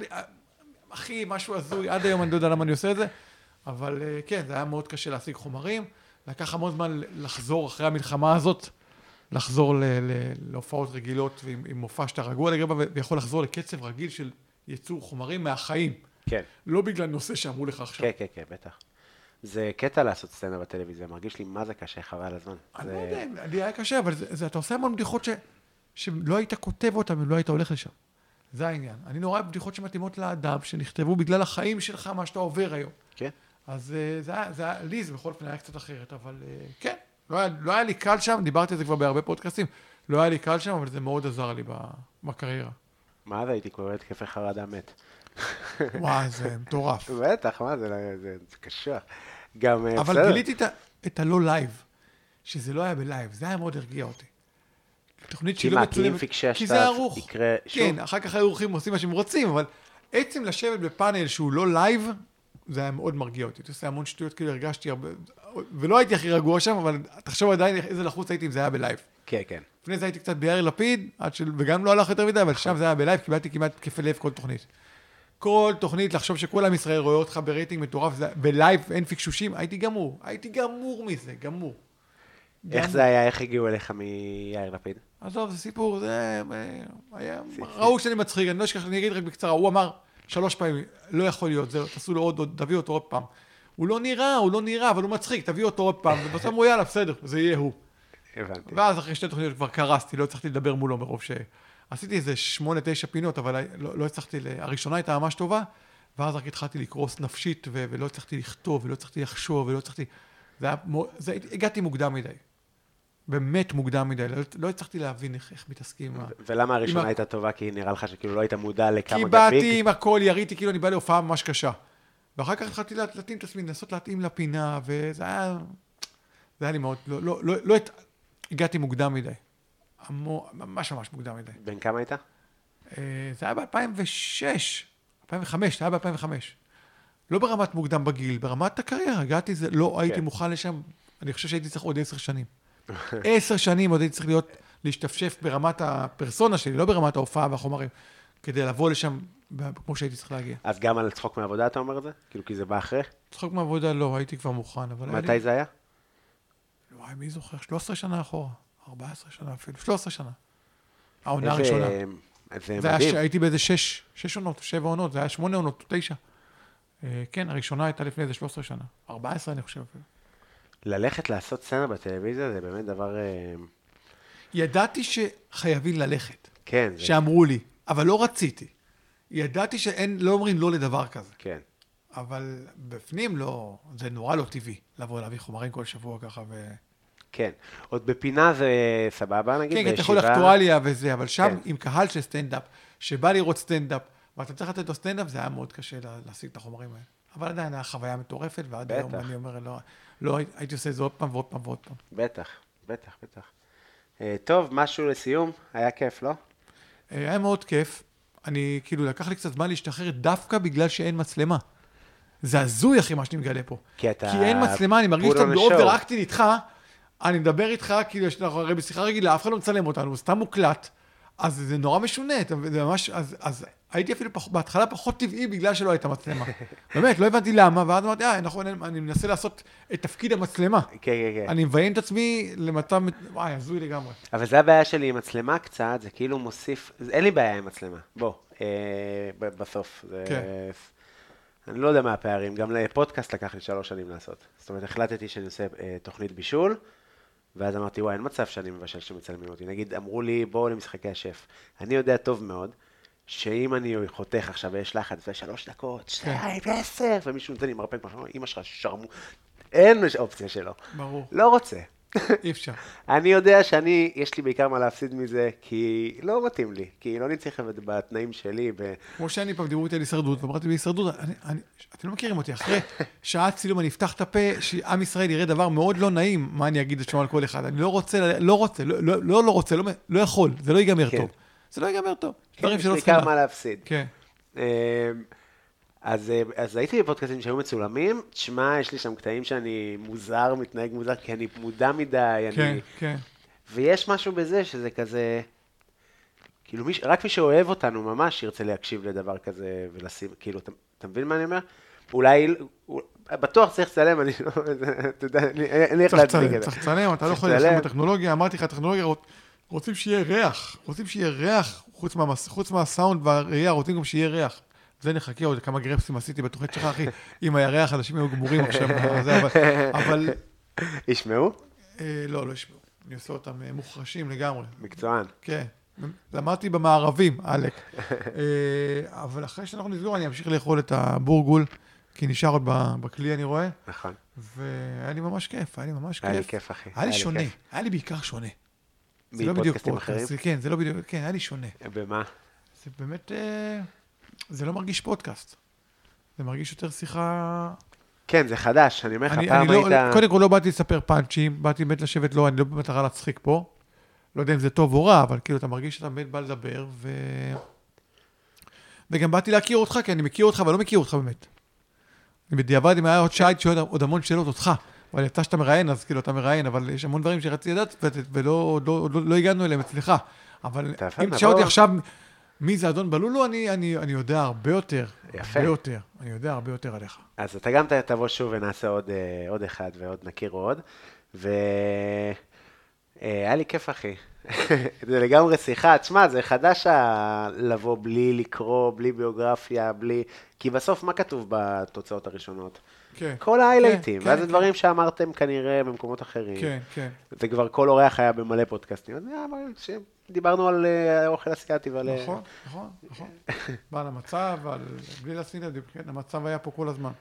אחי, משהו הזוי, עד היום אני לא יודע למה אני עושה את זה, אבל כן, זה היה מאוד קשה להשיג חומרים, לקח המון זמן לחזור אחרי המלחמה הזאת, לחזור ל- ל- להופעות רגילות, ועם עם מופע שאתה רגוע לגבי, ויכול לחזור לקצב רגיל של ייצור חומרים מהחיים. כן. לא בגלל נושא שאמרו לך עכשיו. כן, כן, כן, בטח. זה קטע לעשות סצנה בטלוויזיה, מרגיש לי מה זה קשה, חבל הזמן. אני זה... לא יודע, לי היה קשה, אבל זה, זה, אתה עושה המון בדיחות ש, שלא היית כותב אותם ולא היית הולך לשם. זה העניין. אני נורא בדיחות שמתאימות לאדם, שנכתבו בגלל החיים שלך, מה שאתה עובר היום. כן. אז זה היה, זה היה, לי זה בכל אופן היה קצת אחרת, אבל כן, לא היה, לא היה לי קל שם, דיברתי על זה כבר בהרבה פודקאסטים, לא היה לי קל שם, אבל זה מאוד עזר לי בקריירה. מה זה, הייתי קורא התקפי חרדה מת. וואי, זה מטורף. בטח, מה זה, זה קשוח. גם, אבל גיליתי את הלא לייב, שזה לא היה בלייב, זה היה מאוד הרגיע אותי. תוכנית שהיא לא מצולמת, כי זה ערוך. כן, אחר כך העורכים עושים מה שהם רוצים, אבל עצם לשבת בפאנל שהוא לא לייב, זה היה מאוד מרגיע אותי. אתה עושה המון שטויות, כאילו הרגשתי הרבה, ולא הייתי הכי רגוע שם, אבל תחשוב עדיין איזה לחוץ הייתי אם זה היה בלייב. כן, כן. לפני זה הייתי קצת ביאיר לפיד, וגם לא הלך יותר מדי, אבל שם זה היה בלייב, קיבלתי כמעט כפי לב כל תוכנית. כל תוכנית, לחשוב שכל עם ישראל רואה אותך ברייטינג מטורף, בלייב אין פיקשושים, הייתי גמור, הייתי גמור מזה, גמור. איך זה היה, איך הגיעו אליך מיאיר לפיד? עזוב, זה סיפור, זה היה, ראו שאני מצחיק, אני לא אשכח, אני אגיד רק בקצרה, הוא אמר שלוש פעמים, לא יכול להיות, זה, תעשו לו עוד, תביא אותו עוד פעם. הוא לא נראה, הוא לא נראה, אבל הוא מצחיק, תביא אותו עוד פעם, ובסוף אמרו, יאללה, בסדר, זה יהיה הוא. הבנתי. ואז אחרי שתי תוכניות כבר קרסתי, לא הצלחתי לדבר מולו מרוב ש... עשיתי איזה שמונה, תשע פינות, אבל לא, לא הצלחתי, הראשונה הייתה ממש טובה, ואז רק התחלתי לקרוס נפשית, ו- ולא הצלחתי לכתוב, ולא הצלחתי לחשוב, ולא הצלחתי... זה היה... זה... הגעתי מוקדם מדי. באמת מוקדם מדי, לא, לא הצלחתי להבין איך, איך מתעסקים. ו- ולמה הראשונה עם... הייתה טובה? כי נראה לך שכאילו לא היית מודע לכמה גביג? כי באתי עם הכל, יריתי, כאילו אני בא להופעה ממש קשה. ואחר כך התחלתי להתאים את עצמי, לנסות להתאים לפינה, וזה היה... זה היה לי מאוד... לא, לא, לא, לא... הגעתי מוקדם מדי. ממש ממש מוקדם מדי. בין כמה היית? זה היה ב-אלפיים ושש, אלפיים וחמש, זה היה ב-אלפיים וחמש. לא ברמת מוקדם בגיל, ברמת הקריירה, הגעתי, זה, לא הייתי מוכן לשם, אני חושב שהייתי צריך עוד עשר שנים. עשר שנים עוד הייתי צריך להיות, להשתפשף ברמת הפרסונה שלי, לא ברמת ההופעה והחומרים, כדי לבוא לשם כמו שהייתי צריך להגיע. אז גם על צחוק מעבודה אתה אומר את זה? כאילו כי זה בא אחרי? צחוק מעבודה לא, הייתי כבר מוכן, אבל... מתי זה היה? וואי, מי זוכר? שלוש עשרה שנה אחורה. ארבע עשרה שנה אפילו, שלוש עשרה שנה. העונה הראשונה. זה מדהים. הייתי באיזה שש, שש עונות, שבע עונות, זה היה שמונה עונות, תשע. כן, הראשונה הייתה לפני איזה שלוש עשרה שנה. ארבע עשרה אני חושב אפילו. ללכת לעשות סצנה בטלוויזיה זה באמת דבר... ידעתי שחייבים ללכת. כן. שאמרו לי, אבל לא רציתי. ידעתי שאין, לא אומרים לא לדבר כזה. כן. אבל בפנים לא, זה נורא לא טבעי, לבוא להביא חומרים כל שבוע ככה ו... כן, עוד בפינה זה סבבה, נגיד, כן, אתה יכול אקטואליה וזה, אבל שם עם קהל של סטנדאפ, שבא לראות סטנדאפ, ואתה צריך לתת לו סטנדאפ, זה היה מאוד קשה להשיג את החומרים האלה. אבל עדיין היה חוויה מטורפת, ועד היום אני אומר, לא, הייתי עושה את זה עוד פעם ועוד פעם ועוד פעם. בטח, בטח, בטח. טוב, משהו לסיום, היה כיף, לא? היה מאוד כיף. אני, כאילו, לקח לי קצת זמן להשתחרר דווקא בגלל שאין מצלמה. זה הזוי, אחי, מה שאני מגלה פה. כי אין מצלמה, אני מרגיש שאתה באובר אקטין איתך, אני מדבר איתך, כאילו, אנחנו הרי בשיחה רגילה, אף אחד לא מצלם אותנו, סתם מוקלט, אז זה נורא משונה, זה ממש, אז, אז הייתי אפילו פח, בהתחלה פחות טבעי בגלל שלא הייתה מצלמה. באמת, לא הבנתי למה, ואז אמרתי, אה, נכון, אני מנסה לעשות את תפקיד המצלמה. כן, כן, כן. אני מביין את עצמי למצב, וואי, הזוי לגמרי. אבל זה הבעיה שלי עם מצלמה קצת, זה כאילו מוסיף, אין לי בעיה עם מצלמה, בוא, אה, בסוף. זה, כן. אני לא יודע מה הפערים, גם לפודקאסט לקח לי שלוש שנים לעשות. זאת אומרת, החלטתי שאני עושה אה, תוכנית בישול, ואז אמרתי, וואי, אין מצב שאני מבשל שמצלמים אותי. נגיד, אמרו לי, בואו למשחקי השף. אני יודע טוב מאוד, שאם אני חותך עכשיו ויש לחץ, זה שלוש דקות, שתיים, עשר, ומישהו נותן לי מרפק, אמא שלך שרמו, אין אופציה שלו. ברור. לא רוצה. אי אפשר. אני יודע שאני, יש לי בעיקר מה להפסיד מזה, כי לא מתאים לי, כי לא נצליח בתנאים שלי. כמו שאני פעם דיברו איתי על הישרדות, ואמרתי בהישרדות, אתם לא מכירים אותי, אחרי שעה צילום אני אפתח את הפה, שעם ישראל יראה דבר מאוד לא נעים, מה אני אגיד לשמוע על כל אחד, אני לא רוצה, לא רוצה, לא לא רוצה, לא יכול, זה לא ייגמר טוב. זה לא ייגמר טוב. יש לי בעיקר מה להפסיד. כן. אז, אז הייתי בפודקאסטים שהיו מצולמים, תשמע, יש לי שם קטעים שאני מוזר, מתנהג מוזר, כי אני מודע מדי, כן, אני... כן. ויש משהו בזה שזה כזה, כאילו, מיש, רק מי שאוהב אותנו ממש ירצה להקשיב לדבר כזה ולשים, כאילו, אתה, אתה מבין מה אני אומר? אולי, בטוח צריך לצלם, אני לא, אתה יודע, אין לי איך להצדיק את זה. צריך לצלם, אתה לא יכול לצלם בטכנולוגיה, אמרתי לך, הטכנולוגיה רוצים שיהיה ריח, רוצים שיהיה ריח, חוץ, מה, חוץ מהסאונד והראייה, רוצים גם שיהיה ריח. זה נחכה עוד כמה גרפסים עשיתי בתוכנית שלך, אחי, עם הירח, אנשים היו גמורים עכשיו, אבל... ישמעו? לא, לא ישמעו. אני עושה אותם מוחרשים לגמרי. מקצוען. כן. למדתי במערבים, אלק. אבל אחרי שאנחנו נסגור, אני אמשיך לאכול את הבורגול, כי נשאר עוד בכלי, אני רואה. נכון. והיה לי ממש כיף, היה לי ממש כיף. היה לי כיף, אחי. היה לי שונה, היה לי בעיקר שונה. זה לא בדיוק פודקאסט. כן, זה לא בדיוק, כן, היה לי שונה. במה? זה באמת, זה לא מרגיש פודקאסט. זה מרגיש יותר שיחה... כן, זה חדש, אני אומר לך, פעם היית... קודם כל לא באתי לספר פאנצ'ים, באתי באמת לשבת, לא, אני לא במטרה להצחיק פה. לא יודע אם זה טוב או רע, אבל כאילו אתה מרגיש שאתה באמת בא לדבר, ו... וגם באתי להכיר אותך, כי אני מכיר אותך, אבל לא מכיר אותך באמת. אני בדיעבד, אם היה עוד שייט שואל עוד המון שאלות אותך, אבל יצא שאתה מראיין, אז כאילו אתה מראיין, אבל יש המון דברים שרציתי לדעת, ולא לא, לא, לא הגענו אליהם אצלך. אבל אם תשאל אותי עכשיו, מי זה אדון בלולו, אני, אני, אני יודע הרבה יותר. יפה. הרבה יותר. אני יודע הרבה יותר עליך. אז אתה גם תבוא שוב ונעשה עוד, עוד אחד ועוד נכיר עוד, ו... היה לי כיף, אחי. זה לגמרי שיחה. תשמע, זה חדש לבוא בלי לקרוא, בלי ביוגרפיה, בלי... כי בסוף, מה כתוב בתוצאות הראשונות? כן. כל האיילייטים. כן, ואז כן. זה דברים שאמרתם כנראה במקומות אחרים. כן, כן. זה כבר כל אורח היה במלא פודקאסטים. אז דיברנו על אוכל אסיאתי ועל... נכון, נכון, נכון. ועל המצב, ועל... בלי להסין את זה, כן, המצב היה פה כל הזמן.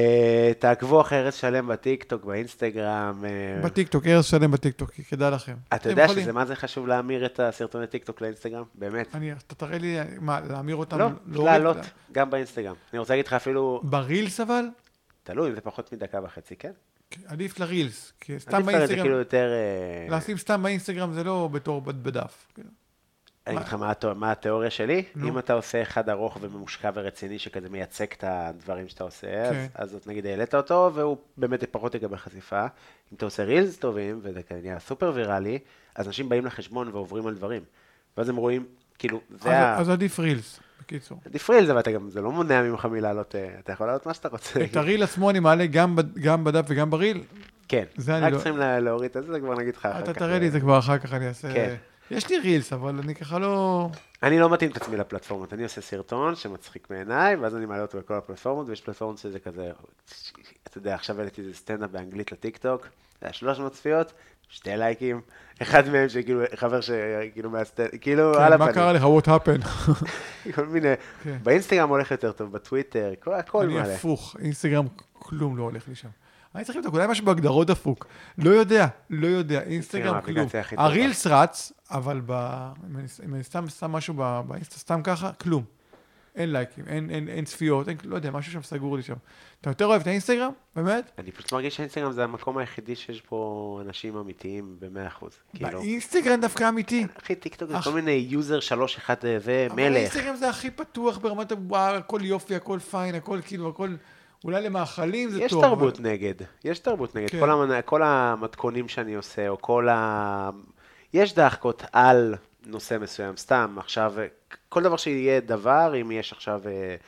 תעקבו אחרי ארז שלם בטיקטוק, באינסטגרם. בטיקטוק, ארז שלם בטיקטוק, כדאי לכם. אתה יודע שזה מה זה חשוב להמיר את הסרטוני טיקטוק לאינסטגרם? באמת. אני, אתה תראה לי, מה, להמיר אותם? לא, לעלות, גם באינסטגרם. אני רוצה להגיד לך אפילו... ברילס אבל? תלוי, אם זה פחות מדקה וחצי, כן? עדיף לרילס, כי סתם באינסטגרם... עדיף לרילס זה כאילו יותר... לשים סתם באינסטגרם זה לא בתור בדף. אני אגיד לך מה התיאוריה שלי, אם אתה עושה אחד ארוך וממושקע ורציני שכזה מייצג את הדברים שאתה עושה, אז את נגיד העלית אותו והוא באמת פחות יקבל חשיפה. אם אתה עושה רילס טובים וזה נהיה סופר ויראלי, אז אנשים באים לחשבון ועוברים על דברים. ואז הם רואים, כאילו, זה ה... אז עדיף רילס, בקיצור. עדיף רילס, אבל זה לא מונע ממך מלעלות, אתה יכול לעלות מה שאתה רוצה. את הריל עצמו אני מעלה גם בדף וגם בריל? כן, רק צריכים להוריד את זה, זה כבר נגיד לך אחר כך. אתה תראה לי את זה כבר אחר כך, אני אעשה... יש לי רילס, אבל אני ככה לא... אני לא מתאים את עצמי לפלטפורמות, אני עושה סרטון שמצחיק מעיניי, ואז אני מעלה אותו בכל הפלטפורמות, ויש פלטפורמות שזה כזה, אתה יודע, עכשיו העליתי איזה סטנדאפ באנגלית לטיקטוק, זה היה שלוש מאות צפיות, שתי לייקים, אחד מהם שכאילו, חבר שכאילו מהסטנדאפ, כאילו, על הפנים. מה קרה לך? What happened? כל מיני, באינסטגרם הולך יותר טוב, בטוויטר, הכל מלא. אני הפוך, אינסטגרם כלום לא הולך לי שם. אני צריך לבדוק, אולי משהו בהגדרות דפוק. לא יודע, לא יודע, אינסטגרם כלום. הרילס רץ, אבל אם אני סתם שם משהו באינסטה, סתם ככה, כלום. אין לייקים, אין צפיות, לא יודע, משהו שם סגור לי שם. אתה יותר אוהב את האינסטגרם? באמת? אני פשוט מרגיש שהאינסטגרם זה המקום היחידי שיש פה אנשים אמיתיים ב-מאה אחוז. באינסטגרם דווקא אמיתי. אחי, טיקטוק זה כל מיני יוזר שלוש אחד ומלך. אבל האינסטגרם זה הכי פתוח ברמת הוואו, הכל יופי, הכל פיין, הכל כאילו, הכל... אולי למאכלים זה יש טוב. יש תרבות אבל... נגד, יש תרבות נגד. כן. כל, המנ... כל המתכונים שאני עושה, או כל ה... יש דחקות על נושא מסוים, סתם, עכשיו, כל דבר שיהיה דבר, אם יש עכשיו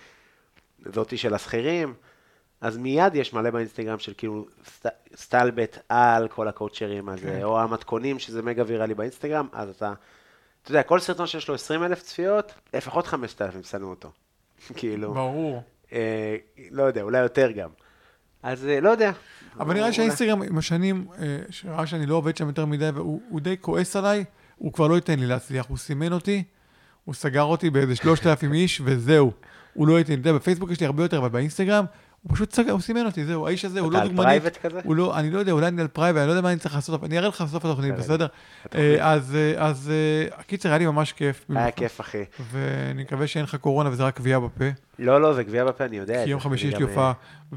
זאתי של הסחירים, אז מיד יש מלא באינסטגרם של כאילו סט... סטלבט על כל הקואוצ'רים הזה, כן. או המתכונים שזה מגה ויראלי באינסטגרם, אז אתה, אתה יודע, כל סרטון שיש לו עשרים אלף צפיות, לפחות חמשת אלפים סנו אותו. כאילו... ברור. אה, לא יודע, אולי יותר גם. אז אה, לא יודע. אבל נראה שהאינסטגרם עם השנים, אה, שראה שאני לא עובד שם יותר מדי, והוא די כועס עליי, הוא כבר לא ייתן לי להצליח, הוא סימן אותי, הוא סגר אותי באיזה שלושת אלפים איש, וזהו. הוא לא ייתן, אתה יודע, בפייסבוק יש לי הרבה יותר, אבל באינסטגרם, הוא פשוט סגר, הוא סימן אותי, זהו, האיש הזה, הוא לא דוגמנית. אתה על פרייבט כזה? הוא לא, אני לא יודע, אולי אני על פרייבט, אני לא יודע מה אני צריך לעשות, אני אראה לך בסוף התוכנית, בסדר? אז, אז, הקיצר, היה לי ממש כיף. היה כיף, אחי. ואני מקווה שאין לך קורונה וזה רק קביעה בפה. לא, לא, זה קביעה בפה, אני יודע. כי יום חמישי יש לי הופעה.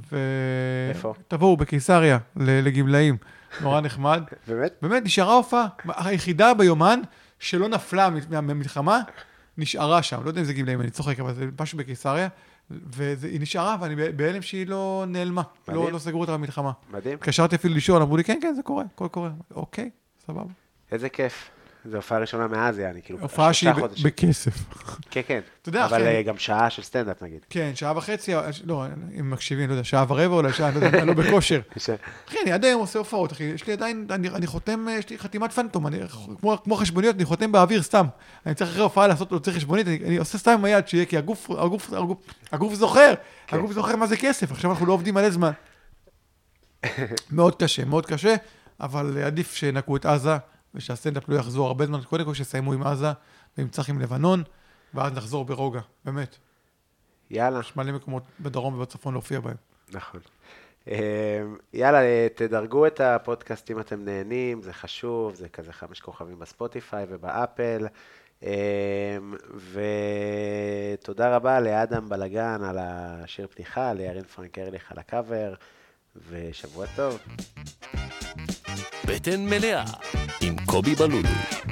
איפה? תבואו, בקיסריה, לגמלאים. נורא נחמד. באמת? באמת, נשארה הופעה. היחידה ביומן שלא נפלה מהמלחמה, נשארה שם. לא יודע אם זה גמלאים, אני צוחק, אבל זה משהו בקיסריה. והיא נשארה, ואני בהלם שהיא לא נעלמה, לא, לא סגרו אותה במלחמה. מדהים. קשרתי אפילו לשאול, אמרו לי, כן, כן, זה קורה, הכל קורה. אוקיי, סבבה. איזה כיף. זו הופעה ראשונה מאז, יעני, כאילו, הופעה שהיא בכסף. כן, כן. אתה יודע, אבל אחרי... גם שעה של סטנדאפ, נגיד. כן, שעה וחצי, לא, אם מקשיבים, לא יודע, שעה ורבע אולי, שעה, לא יודע, אני לא בכושר. אחי, אני עדיין עושה הופעות, אחי, יש לי עדיין, אני, אני חותם, יש לי חתימת פנטום, אני, כמו, כמו חשבוניות, אני חותם באוויר סתם. אני צריך אחרי הופעה לעשות, להוציא חשבונית, אני, אני עושה סתם עם היד, שיהיה, כי הגוף, הגוף, הגוף, הגוף זוכר, כן. הגוף זוכר מה זה כסף, עכשיו אנחנו לא עובדים מלא זמן. מאוד קשה, מאוד קשה, אבל עדיף שנקו את עזה, ושהסטנדאפ לא יחזור הרבה זמן, קודם כל שסיימו עם עזה, ועם צח עם לבנון, ואז נחזור ברוגע, באמת. יאללה. יש מלא מקומות בדרום ובצפון להופיע בהם. נכון. יאללה, תדרגו את הפודקאסט אם אתם נהנים, זה חשוב, זה כזה חמש כוכבים בספוטיפיי ובאפל, ותודה רבה לאדם בלגן על השיר פתיחה, לירין פרנק ארליך על הקאבר, ושבוע טוב. בטן מלאה עם קובי בלולו.